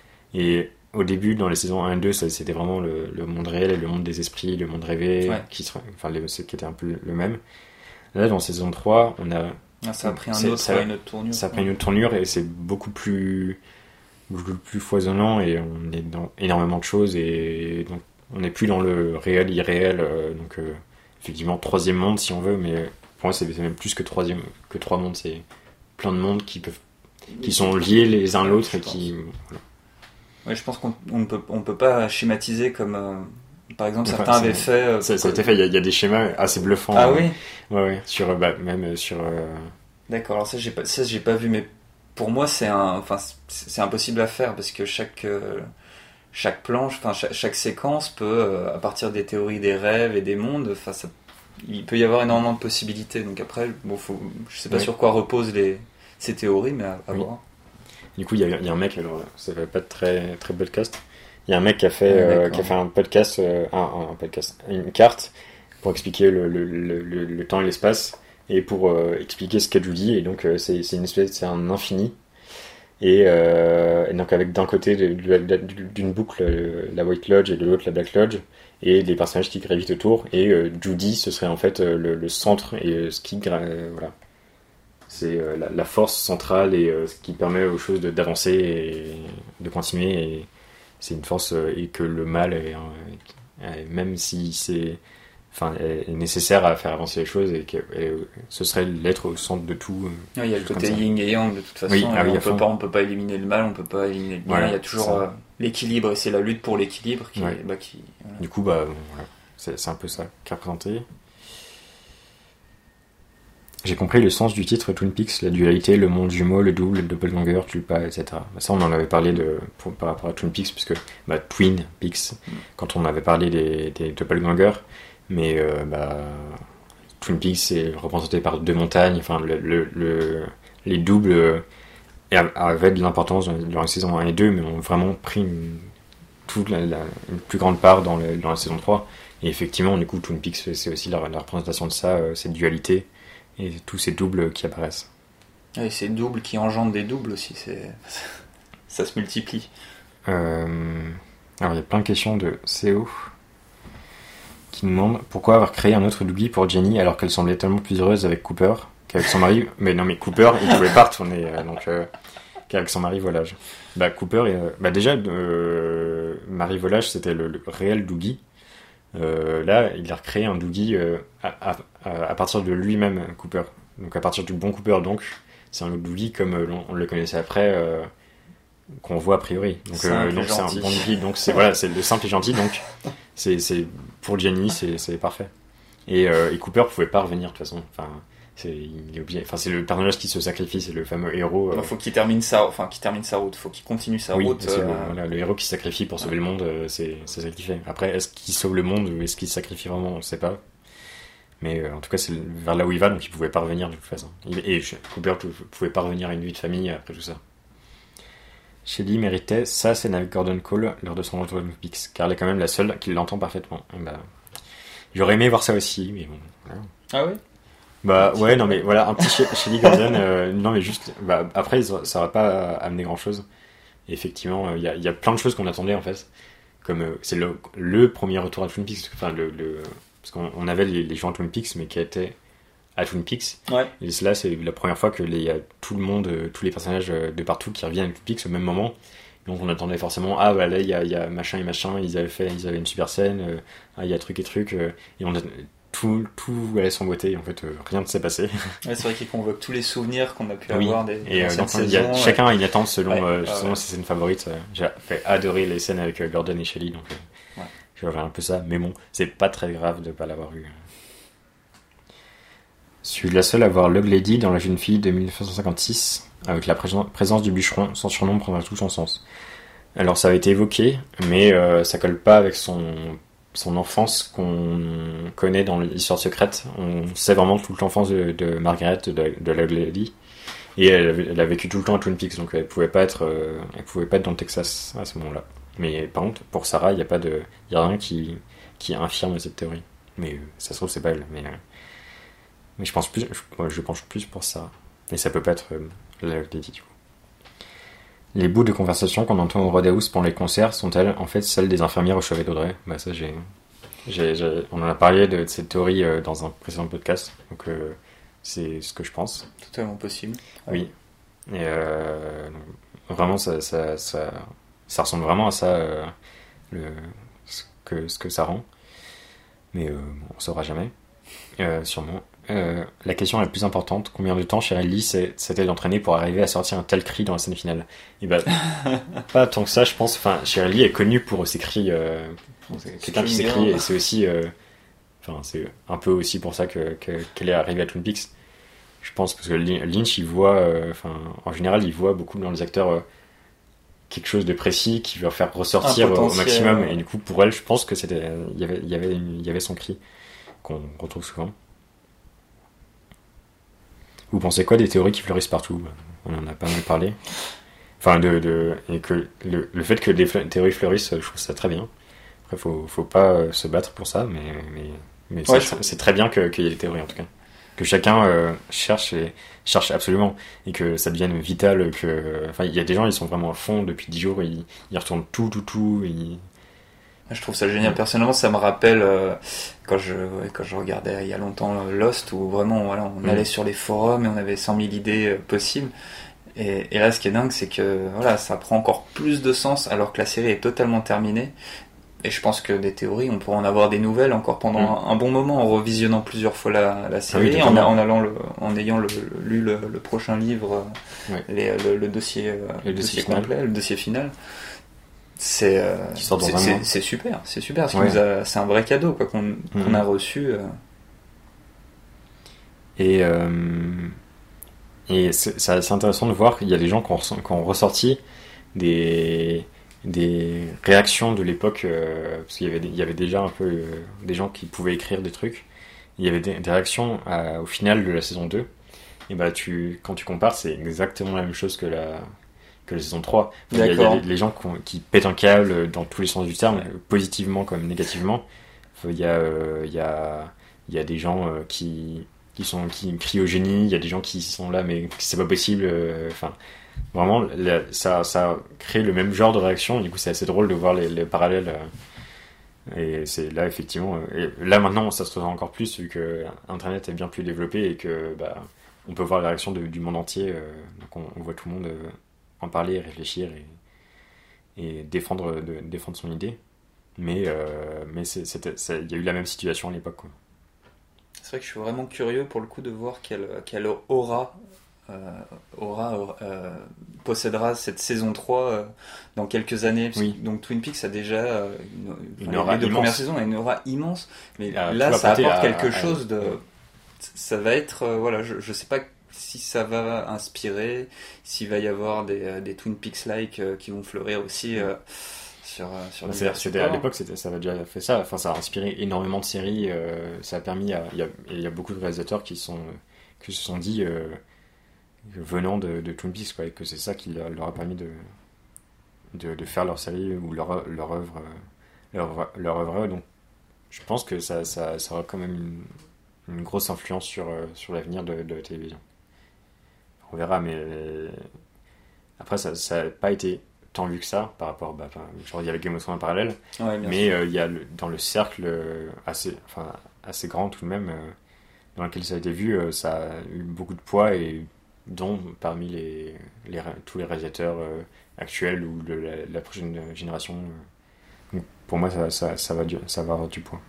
Et au début, dans les saisons un et deux, ça, c'était vraiment le, le monde réel et le monde des esprits, le monde rêvé, Ouais. qui, se- enfin, les, c'est- qui était un peu le, le même. Là, dans saison trois, on a, ah, ça a pris un c'est- autre, ça- une autre tournure. ça a pris une autre tournure, et c'est beaucoup plus, beaucoup plus foisonnant, et on est dans énormément de choses, et donc on n'est plus dans le réel, irréel, euh, donc euh, effectivement, troisième monde si on veut, mais pour moi, c'est, c'est même plus que troisième, que trois mondes, c'est plein de mondes qui peuvent, qui sont liés les uns à l'autre, Je et qui, voilà. Ouais, je pense qu'on on ne peut, on peut pas schématiser comme... euh, par exemple, Enfin, certains c'est- avaient fait... euh, Ça, ça a été fait, il y, a- il y a des schémas assez bluffants. Ah euh, oui. Ouais, ouais, sur, euh, bah, même euh, sur... euh, D'accord, alors ça j'ai pas, ça j'ai pas vu, mais pour moi c'est un, enfin c'est c'est impossible à faire parce que chaque euh, chaque planche, enfin chaque, chaque séquence peut, euh, à partir des théories des rêves et des mondes, enfin ça, il peut y avoir énormément de possibilités. Donc après, bon, faut, je sais pas Ouais. sur quoi reposent les ces théories, mais à, à Oui. voir. Du coup, il y, a- il y a un mec, alors ça va pas être très, très podcast, il y a un mec qui a fait, Ouais, euh, d'accord. qui a fait un podcast, euh, un, un podcast, une carte pour expliquer le, le, le, le, le temps et l'espace, et pour euh, expliquer ce qu'a Judy, et donc euh, c'est, c'est une espèce, c'est un infini. Et, euh, et donc avec d'un côté de- de- de- d'une boucle euh, la White Lodge et de l'autre la Black Lodge, et des personnages qui gravitent autour, et euh, Judy ce serait en fait euh, le, le centre, et euh, ce qui gra- euh, voilà, c'est euh, la, la force centrale, et euh, ce qui permet aux choses de, d'avancer et de continuer, et c'est une force, euh, et que le mal est, euh, est- même si c'est enfin est est nécessaire à faire avancer les choses, et que et ce serait l'être au centre de tout. euh, Ouais, il y a le comme côté ça. yin et yang de toute façon. Oui, et ah oui, on à peut fond. pas, on peut pas éliminer le mal, on peut pas éliminer le bien. Voilà, il y a toujours ça. euh, l'équilibre, et c'est la lutte pour l'équilibre qui, Ouais. bah, qui voilà. Du coup, bah, bon, voilà. c'est, c'est un peu ça qui est représenté. J'ai compris le sens du titre Twin Peaks, la dualité, le monde jumeau, le double, le doppelganger, Tulpa, et cetera. Bah, ça, on en avait parlé de, pour- par rapport à Twin Peaks, puisque bah, Twin Peaks, Mm. quand on avait parlé des, des doppelgangers, mais euh, bah, Twin Peaks c'est représenté par deux montagnes, enfin, le, le, le- les doubles euh, avaient de l'importance dans, dans les saisons un et deux, mais ont vraiment pris une, toute la, la- une plus grande part dans, le, dans la saison trois. Et effectivement, du coup, Twin Peaks, c'est aussi la, la représentation de ça, euh, cette dualité, et tous ces doubles qui apparaissent. Et c'est double qui engendre des doubles aussi, c'est... ça se multiplie. Euh... Alors il y a plein de questions de C O qui nous demandent pourquoi avoir créé un autre Doogie pour Jenny alors qu'elle semblait tellement plus heureuse avec Cooper qu'avec son mari. Mais non mais Cooper il pouvait pas retourner euh, donc euh, qu'avec son mari volage. Bah Cooper euh, bah déjà euh, Marie volage c'était le, le réel Doogie. Euh, là il a recréé un Doogie euh, à, à, à partir de lui-même Cooper. Donc à partir du bon Cooper donc c'est un Doogie comme euh, on, on le connaissait après euh, qu'on voit a priori. Donc euh, donc c'est un bon Doogie donc c'est voilà c'est le simple et gentil donc c'est c'est pour Jenny c'est c'est parfait. Et, euh, et Cooper pouvait pas revenir de toute façon. Enfin c'est il est obligé. Enfin c'est le personnage qui se sacrifie, c'est le fameux héros. Euh... Faut qu'il termine sa enfin qu'il termine sa route, faut qu'il continue sa oui, route. C'est euh... le, voilà, le héros qui se sacrifie pour sauver ouais. le monde, euh, c'est c'est ça qu'il fait. Après est-ce qu'il sauve le monde ou est-ce qu'il se sacrifie vraiment, on sait pas. Mais euh, en tout cas c'est vers là où il va donc il pouvait pas revenir de toute façon. Il, et Cooper pouvait pas revenir à une vie de famille après tout ça. Shelley méritait sa scène avec Gordon Cole lors de son retour à Twin Peaks, car elle est quand même la seule qui l'entend parfaitement. Bah, j'aurais aimé voir ça aussi, mais bon. Voilà. Ah ouais. Bah ouais, non mais voilà, un petit Shelley Gordon, euh, non mais juste, bah après ça aurait pas amené grand chose. Et effectivement, il euh, y, y a plein de choses qu'on attendait en fait, comme euh, c'est le, le premier retour à Twin Peaks, enfin le, le parce qu'on on avait les, les gens à Twin Peaks, mais qui étaient à Twin Peaks. Ouais. Et là, c'est la première fois que il y a tout le monde, tous les personnages de partout qui reviennent à Twin Peaks au même moment. Donc on attendait forcément, ah bah là il y a, y a machin et machin, ils avaient fait, ils avaient une super scène, euh, ah il y a truc et truc, euh, et on a, tout, tout allait s'emboîter, en fait euh, rien ne s'est passé. Ouais, c'est vrai qu'il convoque tous les souvenirs qu'on a pu oui. avoir des, des et euh, donc, il y a, saisons, chacun ouais. a une attente selon ouais, euh, justement ouais. ses scènes favorites. Euh, j'ai fait adorer les scènes avec euh, Gordon et Shelley, donc euh, ouais. j'avais un peu ça, mais bon, c'est pas très grave de pas l'avoir vu. Je suis la seule à voir Log Lady dans La Jeune Fille de dix-neuf cent cinquante-six. Avec la présence du bûcheron, son surnom prendra tout son sens. Alors ça a été évoqué, mais euh, ça colle pas avec son, son enfance qu'on connaît dans l'histoire secrète. On sait vraiment toute l'enfance de, de Margaret, de, de Log Lady. Et elle, elle a vécu tout le temps à Twin Peaks, donc elle pouvait pas être, euh, elle pouvait pas être dans le Texas à ce moment-là. Mais par contre, pour Sarah, il y a pas de, il y a rien qui, qui infirme cette théorie. Mais euh, ça se trouve c'est pas elle. Mais euh, Mais je pense plus, je, je penche plus pour ça. Et ça peut pas être euh, la Lady du coup. Les bouts de conversation qu'on entend au Roadhouse pendant les concerts sont-elles en fait celles des infirmières au chevet d'Audrey ? Bah ça j'ai, j'ai, j'ai, on en a parlé de, de cette théorie euh, dans un précédent podcast, donc euh, c'est ce que je pense. Totalement possible. Oui. Et euh, vraiment ça, ça, ça, ça ressemble vraiment à ça, euh, le, ce que, ce que ça rend. Mais euh, on saura jamais, euh, sûrement. Euh, la question la plus importante, combien de temps Cheryl Lee s'était d'entraîner pour arriver à sortir un tel cri dans la scène finale ? Et bah, pas tant que ça, je pense. Enfin, Cheryl Lee est connue pour ses cris. Euh, c'est quelqu'un qui s'écrit, et c'est aussi, euh, enfin, c'est un peu aussi pour ça que, que qu'elle est arrivée à Twin Peaks. Je pense parce que Lynch, il voit, enfin, euh, en général, il voit beaucoup dans les acteurs euh, quelque chose de précis qui va faire ressortir au maximum. Et du coup, pour elle, je pense que c'était, il y avait, il y avait, il y avait son cri qu'on retrouve souvent. Vous pensez quoi des théories qui fleurissent partout ? On en a pas mal parlé. Enfin, de, de et que le, le fait que des théories fleurissent, je trouve ça très bien. Après, faut, faut pas se battre pour ça, mais, mais, mais ouais, c'est, c'est très bien que, qu'il y ait des théories en tout cas. Que chacun euh, cherche et cherche absolument et que ça devienne vital. Que, enfin, il y a des gens, ils sont vraiment à fond depuis dix jours, ils, ils retournent tout, tout, tout. Ils... Je trouve ça génial. Personnellement, ça me rappelle euh, quand je ouais, quand je regardais il y a longtemps Lost, où vraiment voilà, on mmh. allait sur les forums et on avait cent mille idées euh, possibles. Et, et là, ce qui est dingue, c'est que voilà, ça prend encore plus de sens alors que la série est totalement terminée. Et je pense que des théories, on pourra en avoir des nouvelles encore pendant mmh. un, un bon moment en revisionnant plusieurs fois la, la série, ah oui, en, en allant le, en ayant le, lu le, le prochain livre, ouais. les, le, le dossier, le dossier complet, final. le dossier final. C'est, euh, c'est, c'est, c'est super, c'est super, parce ouais. a, c'est un vrai cadeau quoi, qu'on, mmh. qu'on a reçu. Euh... Et, euh, et c'est, c'est assez intéressant de voir qu'il y a des gens qui ont, qui ont ressorti des, des réactions de l'époque, euh, parce qu'il y avait, il y avait déjà un peu euh, des gens qui pouvaient écrire des trucs. Il y avait des, des réactions à, au final de la saison deux. Et bah, tu, quand tu compares, c'est exactement la même chose que la. que la saison trois. Il y a, il y a les, les gens qui, ont, qui pètent un câble dans tous les sens du terme, ouais. positivement comme négativement. Il y a, euh, il y a, il y a des gens euh, qui, qui qui sont qui crient au génie, il y a des gens qui sont là mais c'est pas possible. Enfin, euh, vraiment, la, ça, ça crée le même genre de réaction. Du coup, c'est assez drôle de voir les, les parallèles. Euh, et c'est là effectivement. Euh, et là maintenant, ça se ressent encore plus vu que Internet est bien plus développé et que bah, on peut voir les réactions de, du monde entier. Euh, donc on, on voit tout le monde euh, en parler, réfléchir et, et défendre, de, défendre son idée. Mais euh, mais c'est, c'était, ça, il y a eu la même situation à l'époque, quoi. C'est vrai que je suis vraiment curieux pour le coup de voir quelle, quelle aura, euh, aura euh, possédera cette saison trois euh, dans quelques années. Parce Oui. que, donc Twin Peaks a déjà euh, une, Une enfin, aura les deux immense. premières saisons a une aura immense, mais Ah, là tout ça apporter apporte à- quelque à- chose de, ouais. ça va être euh, voilà, je, je sais pas si ça va inspirer, s'il va y avoir des, euh, des Twin Peaks like euh, qui vont fleurir aussi. Euh, sur, euh, sur C'est, l'univers c'était, à support. l'époque, c'était, ça avait déjà fait ça. Enfin, ça a inspiré énormément de séries. Euh, ça a permis à, il y a, il y a beaucoup de réalisateurs qui sont, qui se sont dit, euh, venant de, de Twin Peaks, quoi, et que c'est ça qui leur, leur a permis de, de, de faire leur série ou leur, leur œuvre, euh, leur, leur œuvre. Donc, je pense que ça, ça, ça aura quand même une, une grosse influence sur, euh, sur l'avenir de, de la télévision. On verra, mais après, ça, ça n'a pas été tant vu que ça par rapport, bah, enfin, genre il y avait Game of Thrones en parallèle, Ouais, bien mais sûr. euh, il y a le, dans le cercle euh, assez, enfin, assez grand tout de même euh, dans lequel ça a été vu, euh, ça a eu beaucoup de poids et dont parmi les, les ré- tous les réalisateurs euh, actuels ou de la, la prochaine génération. euh. Donc, pour moi, ça, ça, ça, va du, ça va avoir du poids.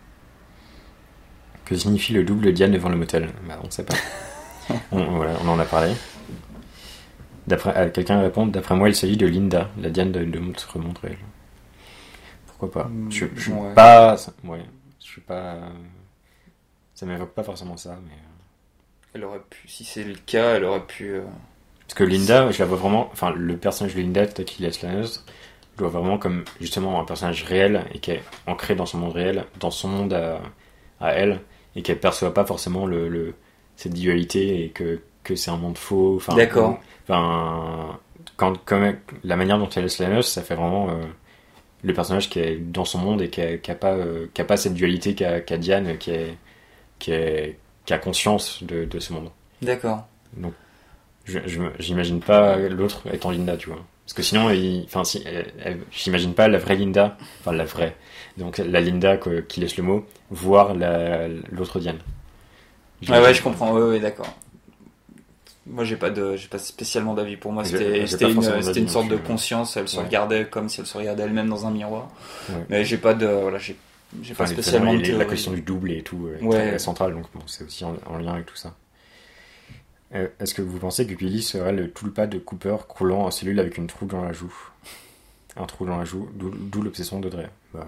Que signifie le double Diane devant le motel? Bah, on sait pas. on, voilà, on en a parlé. D'après, euh, quelqu'un répond, d'après moi, il s'agit de Linda, la Diane de, de Montre Montréal. Pourquoi pas? Mm, Je, je suis ouais. pas, ouais, je suis pas, euh, ça m'évoque pas forcément ça, mais euh, Elle aurait pu, si c'est le cas, elle aurait pu. euh, parce que Linda, je la vois vraiment, enfin, le personnage de Linda, tel qu'il est Slaneuse, je le vois vraiment comme justement un personnage réel et qui est ancré dans son monde réel, dans son monde à, à elle, et qu'elle perçoit pas forcément le, le cette dualité et que que c'est un monde faux. Enfin, D'accord. Enfin, quand, comme, la manière dont elle est Slaneuse, ça fait vraiment euh, le personnage qui est dans son monde et qui a, qui a pas, euh, qui a pas cette dualité qu'a, qu'a Diane, qui est, qui est, qui a conscience de, de ce monde. D'accord. Donc, je, je, j'imagine pas l'autre étant Linda, tu vois. Parce que sinon, il, enfin, si, elle, elle, j'imagine pas la vraie Linda, enfin la vraie, donc la Linda que, qui laisse le mot, voir la, l'autre Diane. Ouais, ouais, je comprends. Ouais, ouais, d'accord. Moi, j'ai pas de, j'ai pas spécialement d'avis. Pour moi, J'ai- c'était, j'ai c'était pas une, forcément c'était d'avis une non sorte de plus, ouais. conscience. Elle se Ouais. regardait comme si elle se regardait elle-même dans un miroir. Ouais. Mais j'ai pas de, voilà, j'ai, j'ai Enfin, pas les- spécialement de les- théorie. la question du double et tout est Ouais. très centrale, donc bon, c'est aussi en, en lien avec tout ça. Euh, est-ce que vous pensez que Billy serait le tulpa de Cooper croulant en cellule avec une trou dans la joue? Un trou dans la joue, d'où, d'où l'obsession d'Audrey. Bah...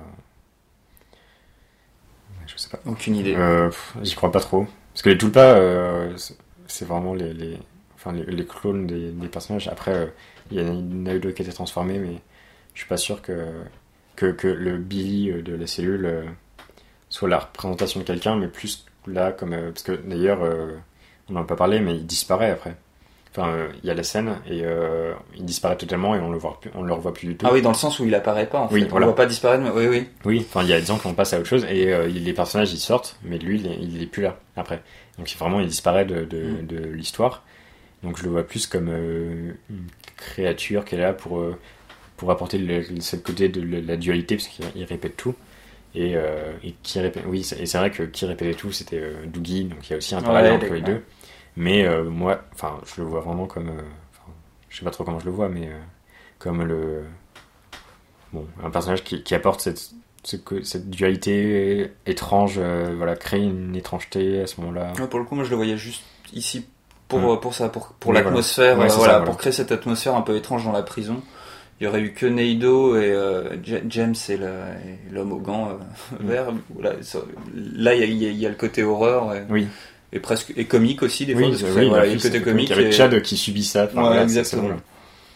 ouais, je sais pas. Aucune idée. Euh, pff, j'y crois pas trop. Parce que les tulpas, euh, c'est, c'est vraiment les, les, enfin, les, les clones des, des personnages. Après, euh, il y en a eu d'autres qui étaient transformés, mais je suis pas sûr que, que, que le Billy de la cellule euh, soit la représentation de quelqu'un, mais plus là, comme. Euh, parce que d'ailleurs, euh, on n'en a pas parlé, mais il disparaît après. Enfin, euh, il y a la scène et euh, il disparaît totalement et on le voit plus, on le revoit plus du tout. Ah oui, dans le sens où il apparaît pas, en Oui, fait. voilà. On le voit pas disparaître, mais oui, oui. Oui, enfin, il y a des gens qui on passe à autre chose et euh, les personnages ils sortent, mais lui il est, il est plus là après. Donc vraiment il disparaît de, de, Mm. de l'histoire. Donc je le vois plus comme euh, une créature qui est là pour, euh, pour apporter le, le, ce côté de la dualité parce qu'il il répète tout. Et, euh, et qui répète, oui, c'est, et c'est vrai que qui répétait tout c'était euh, Doogie, donc il y a aussi un parallèle Ouais, entre les d'accord. deux. Mais euh, moi, enfin, je le vois vraiment comme, euh, enfin, je sais pas trop comment je le vois, mais euh, comme le, bon, un personnage qui, qui apporte cette, ce, que- cette dualité étrange, euh, voilà, crée une étrangeté à ce moment-là. Ouais, pour le coup, moi, je le voyais juste ici pour, Mm. euh, pour ça, pour, pour Oui, l'atmosphère, voilà. Ouais, euh, c'est voilà, ça, pour voilà. créer cette atmosphère un peu étrange dans la prison. Il y aurait eu que Neido et euh, J- James et, le- et l'homme au gant euh, Mm. vert. Voilà, ça- là, il y a, il y a- il y a le côté horreur et, Oui, et presque et comique aussi des fois. oui, parce que oui, ça- voilà, il y a oui, le côté c'est comique. avec et- Chad qui subit ça. Enfin, Ouais, voilà, c'est- c'est exactement. drôle.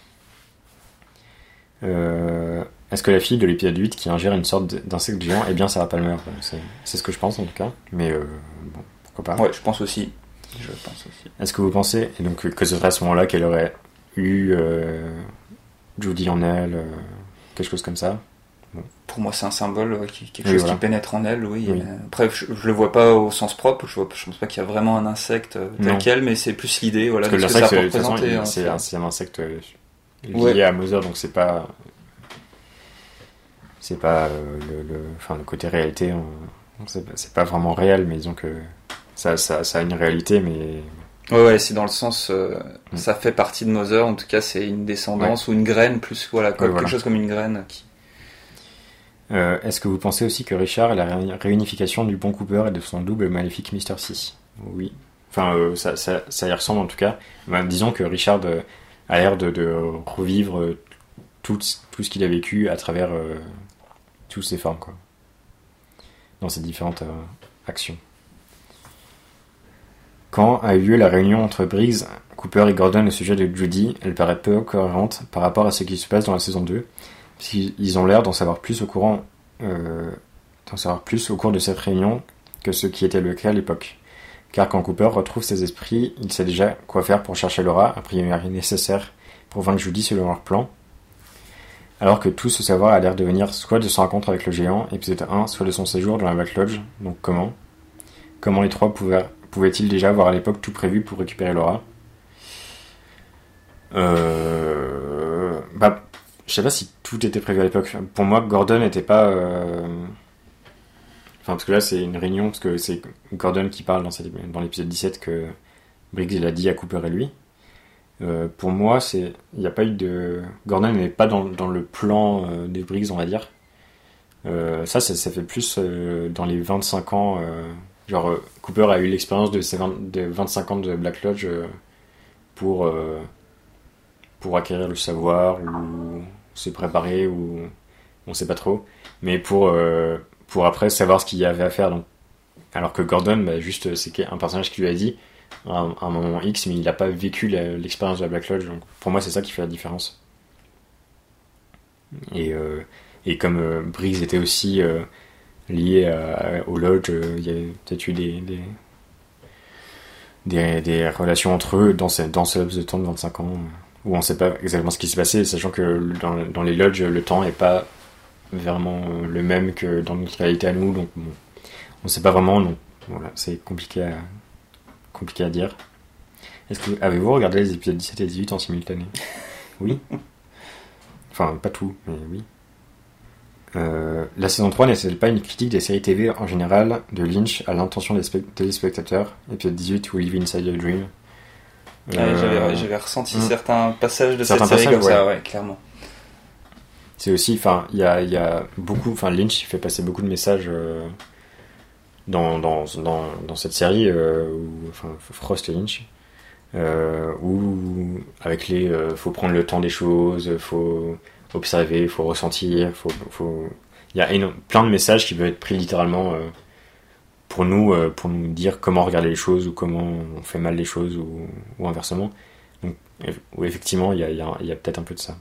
Euh, est-ce que la fille de l'épisode huit qui ingère une sorte d'insecte géant est bien Sarah Palmer? c'est, c'est ce que je pense en tout cas, mais euh, bon, pourquoi pas. Ouais, je pense aussi. Je pense aussi. Est-ce que vous pensez et donc, que ce serait à ce moment-là qu'elle aurait eu euh, Judy en elle, euh, quelque chose comme ça? bon. Pour moi, c'est un symbole, ouais, qui, quelque Oui, chose voilà. qui pénètre en elle, oui. Oui. Euh, Après, je, je le vois pas au sens propre, je, vois, je pense pas qu'il y a vraiment un insecte euh, tel Non. quel, mais c'est plus l'idée, voilà, Parce de que ce que ça l'insecte, peut de toute façon, représenter. il- hein, c'est, c'est- un, c'est un insecte euh, lié Ouais. à Mother, donc c'est pas, c'est pas euh, le, le, enfin, le côté réalité, on- c'est, pas- c'est pas vraiment réel, mais disons que ça, ça, ça a une réalité, mais Ouais, ouais, c'est dans le sens, euh, Mm. ça fait partie de Mother, en tout cas, c'est une descendance ou une graine, plus, voilà, comme, Ouais, voilà. quelque chose comme une graine qui. Euh, est-ce que vous pensez aussi que Richard est la ré- réunification du bon Cooper et de son double maléfique mister C? Oui. Enfin, euh, ça, ça, ça y ressemble en tout cas. Ben, disons que Richard euh, a l'air de, de revivre euh, tout, tout ce qu'il a vécu à travers euh, toutes ses formes, quoi. Dans ses différentes euh, actions. Quand a eu lieu la réunion entre Briggs, Cooper et Gordon au sujet de Judy, elle paraît peu cohérente par rapport à ce qui se passe dans la saison deux. Ils ont l'air d'en savoir plus au courant, euh, d'en savoir plus au cours de cette réunion que ce qui était le cas à l'époque. Car quand Cooper retrouve ses esprits, il sait déjà quoi faire pour chercher Laura, a priori nécessaire pour vaincre Judy selon leur plan. Alors que tout ce savoir a l'air de venir soit de son rencontre avec le géant, épisode un, soit de son séjour dans la Black Lodge. Donc comment Comment les trois pouvaient, pouvaient-ils déjà avoir à l'époque tout prévu pour récupérer Laura Euh... Bah... Je sais pas si tout était prévu à l'époque. Pour moi, Gordon n'était pas... Euh... Enfin, parce que là, c'est une réunion, parce que c'est Gordon qui parle dans, cette... dans l'épisode dix-sept que Briggs il a dit à Cooper et lui. Euh, pour moi, c'est... il n'y a pas eu de... Gordon n'est pas dans, dans le plan euh, des Briggs, on va dire. Euh, ça, ça, ça fait plus euh, dans les vingt-cinq ans... Euh... Genre, euh, Cooper a eu l'expérience de ses vingt... de vingt-cinq ans de Black Lodge euh, pour... Euh... pour acquérir le savoir ou se préparer ou on sait pas trop, mais pour euh, pour après savoir ce qu'il y avait à faire. Donc, alors que Gordon, bah, juste c'est un personnage qui lui a dit à un, à un moment X, mais il n'a pas vécu la, l'expérience de la Black Lodge. Donc pour moi, c'est ça qui fait la différence. Et euh, et comme euh, Briggs était aussi euh, lié à, au Lodge, euh, il y avait peut-être eu des des, des, des relations entre eux dans ce, dans ce laps de temps de vingt-cinq ans. Où on ne sait pas exactement ce qui s'est passé, sachant que dans, dans les lodges, le temps n'est pas vraiment le même que dans notre réalité à nous, donc bon, on ne sait pas vraiment, donc voilà, c'est compliqué à, compliqué à dire. Est-ce que avez-vous regardé les épisodes dix-sept et dix-huit en simultané? Oui. Enfin, pas tout, mais oui. Euh, la saison trois n'est-elle pas une critique des séries T V en général de Lynch à l'intention des spe- téléspectateurs? Épisode dixhuit, We Live Inside a Dream. Ouais, Euh, j'avais, j'avais ressenti hmm. certains passages de Certains cette série passages, comme ça, ouais. ouais, clairement. C'est aussi, enfin, il y a, y a beaucoup, enfin, Lynch il fait passer beaucoup de messages euh, dans, dans, dans, dans cette série, euh, où, enfin, Frost et Lynch, euh, où avec les, euh, faut prendre le temps des choses, faut observer, faut ressentir, faut, faut, il y a éno- plein de messages qui peuvent être pris littéralement euh, pour nous, euh, pour nous dire comment regarder les choses ou comment on fait mal les choses ou, ou inversement. Donc, où effectivement, il y a, il y a, il y a peut-être un peu de ça.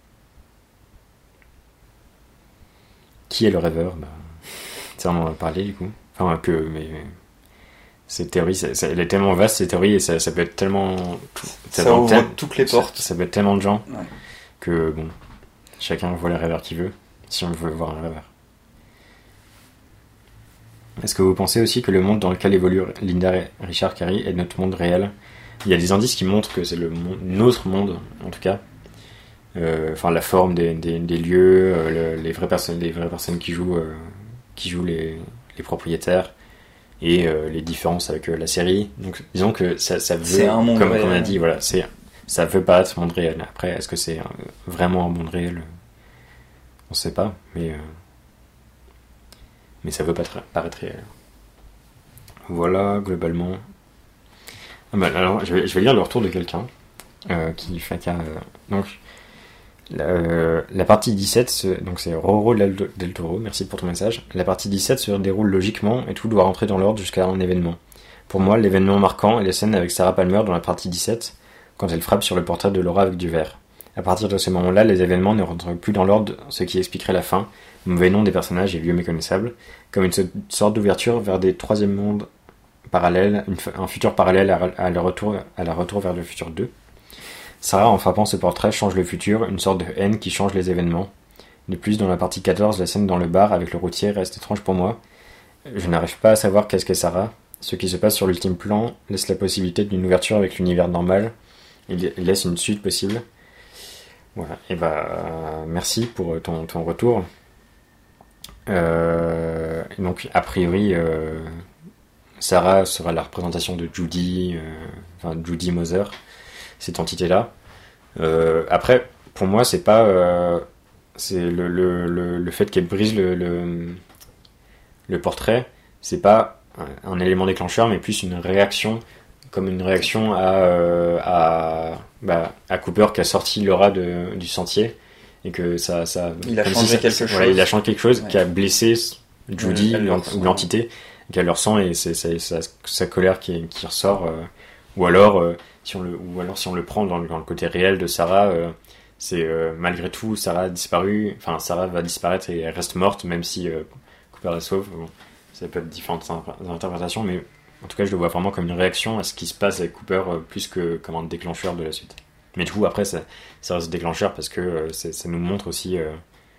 Qui est le rêveur? Bah, ça on en a parlé du coup. Enfin que, mais cette théorie, ça, ça, elle est tellement vaste cette théorie et ça, ça peut être tellement, Ça, peut ouvre tel- toutes les ça- portes. Ça, peut être tellement de gens Ouais. que bon, chacun voit le rêveur qu'il veut, si on veut voir un rêveur. Est-ce que vous pensez aussi que le monde dans lequel évoluent Linda et Richard Carey est notre monde réel? Il y a des indices qui montrent que c'est le monde, notre monde en tout cas. Euh, enfin la forme des, des, des lieux, euh, le, les vraies personnes, les vraies personnes qui jouent, euh, qui jouent les, les propriétaires et euh, les différences avec euh, la série. Donc disons que ça, ça veut, C'est un monde comme, réel. comme on a dit, voilà, c'est, ça veut pas être monde réel. Après, est-ce que c'est euh, vraiment un monde réel? On sait pas, mais euh, mais ça veut pas tra- paraître réel. Voilà globalement. Ah bah, alors je vais, je vais lire le retour de quelqu'un euh, qui fait qu'un euh, donc. La, euh, la partie dix-sept, se, donc c'est Roro Del, Del Toro, merci pour ton message. La partie dix-sept se déroule logiquement et tout doit rentrer dans l'ordre jusqu'à un événement. Pour moi, l'événement marquant est la scène avec Sarah Palmer dans la partie dix-sept, quand elle frappe sur le portrait de Laura avec du verre. À partir de ce moment-là, les événements ne rentrent plus dans l'ordre, ce qui expliquerait la fin, mauvais nom des personnages et lieux méconnaissables, comme une sorte d'ouverture vers des troisièmes mondes parallèles, une, un futur parallèle à, à, la retour, à la retour vers le futur deux. Sarah, en frappant ce portrait, change le futur, une sorte de haine qui change les événements. De plus, dans la partie quatorze, la scène dans le bar avec le routier reste étrange pour moi. Je n'arrive pas à savoir qu'est-ce qu'est Sarah. Ce qui se passe sur l'ultime plan laisse la possibilité d'une ouverture avec l'univers normal et laisse une suite possible. Voilà, et bah euh, merci pour ton, ton retour. Euh, donc a priori euh, Sarah sera la représentation de Judy, euh, enfin Judy Mother, cette entité-là. Euh, après, pour moi, c'est pas euh, c'est le, le, le, le fait qu'elle brise le, le, le portrait, c'est pas un, un élément déclencheur, mais plus une réaction, comme une réaction à, euh, à, bah, à Cooper qui a sorti Laura de, du sentier, et que ça... ça il a changé si ça, quelque ça, chose. Voilà, il a changé quelque chose ouais. qui a blessé Judy, euh, ou l'entité, qu'elle le ressent, et c'est, c'est, c'est sa, sa colère qui, qui ressort. Euh, ou, alors, euh, si on le, ou alors, si on le prend dans le, dans le côté réel de Sarah, euh, c'est euh, malgré tout, Sarah a disparu, enfin, Sarah va disparaître et elle reste morte, même si euh, Cooper la sauve. Bon, ça peut être différentes interprétations, mais en tout cas, je le vois vraiment comme une réaction à ce qui se passe avec Cooper, euh, plus que comme un déclencheur de la suite. Mais du coup, après, ça, ça reste déclencheur parce que euh, ça nous montre aussi euh,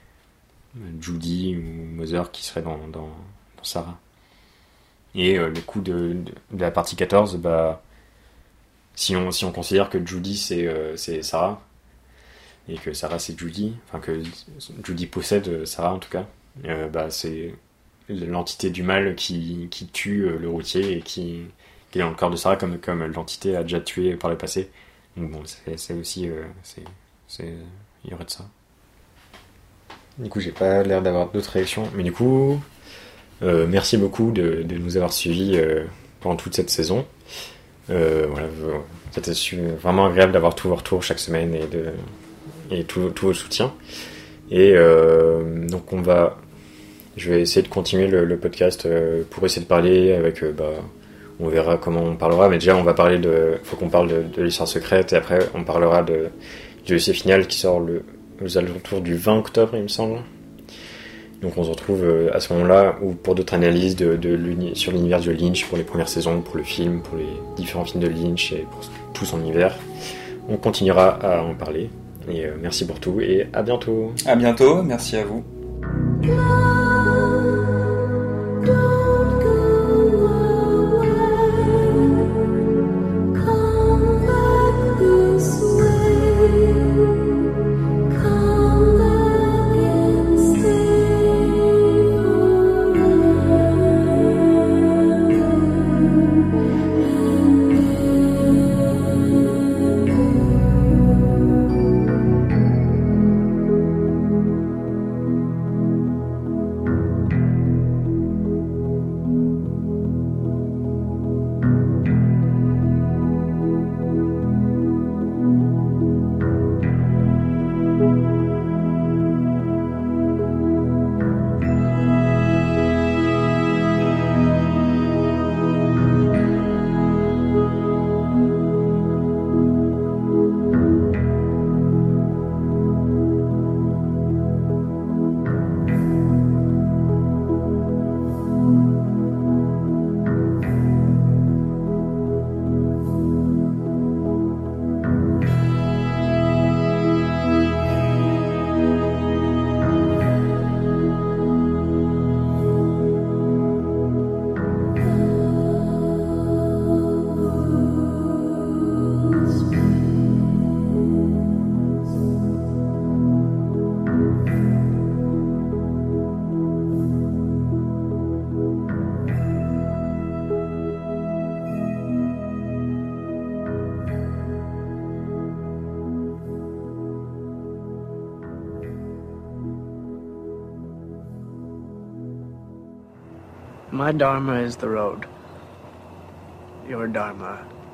Judy ou Mother qui serait dans, dans, dans Sarah. Et euh, le coup de, de, de la partie quatorze, bah, si on, si on considère que Judy c'est, euh, c'est Sarah, et que Sarah c'est Judy, enfin que Judy possède Sarah en tout cas, euh, bah, c'est l'entité du mal qui, qui tue le routier et qui, qui est dans le corps de Sarah, comme, comme l'entité a déjà tué par le passé. Donc bon, c'est, c'est aussi... Euh, c'est, c'est, il y aurait de ça. Du coup, j'ai pas l'air d'avoir d'autres réactions. Mais du coup, euh, merci beaucoup de, de nous avoir suivis euh, pendant toute cette saison. Euh, voilà, c'était vraiment agréable d'avoir tous vos retours chaque semaine et, de, et tous tout vos soutiens. Et euh, donc on va... Je vais essayer de continuer le, le podcast euh, pour essayer de parler avec... Euh, bah, on verra comment on parlera, mais déjà on va parler de... faut qu'on parle de, de l'histoire secrète, et après on parlera de, du essai final qui sort le, aux alentours du vingt octobre, il me semble. Donc on se retrouve euh, à ce moment-là, ou pour d'autres analyses de, de l'uni, sur l'univers de Lynch, pour les premières saisons, pour le film, pour les différents films de Lynch et pour tout son univers. On continuera à en parler. Et euh, merci pour tout, et à bientôt. À bientôt, merci à vous. My dharma is the road. Your dharma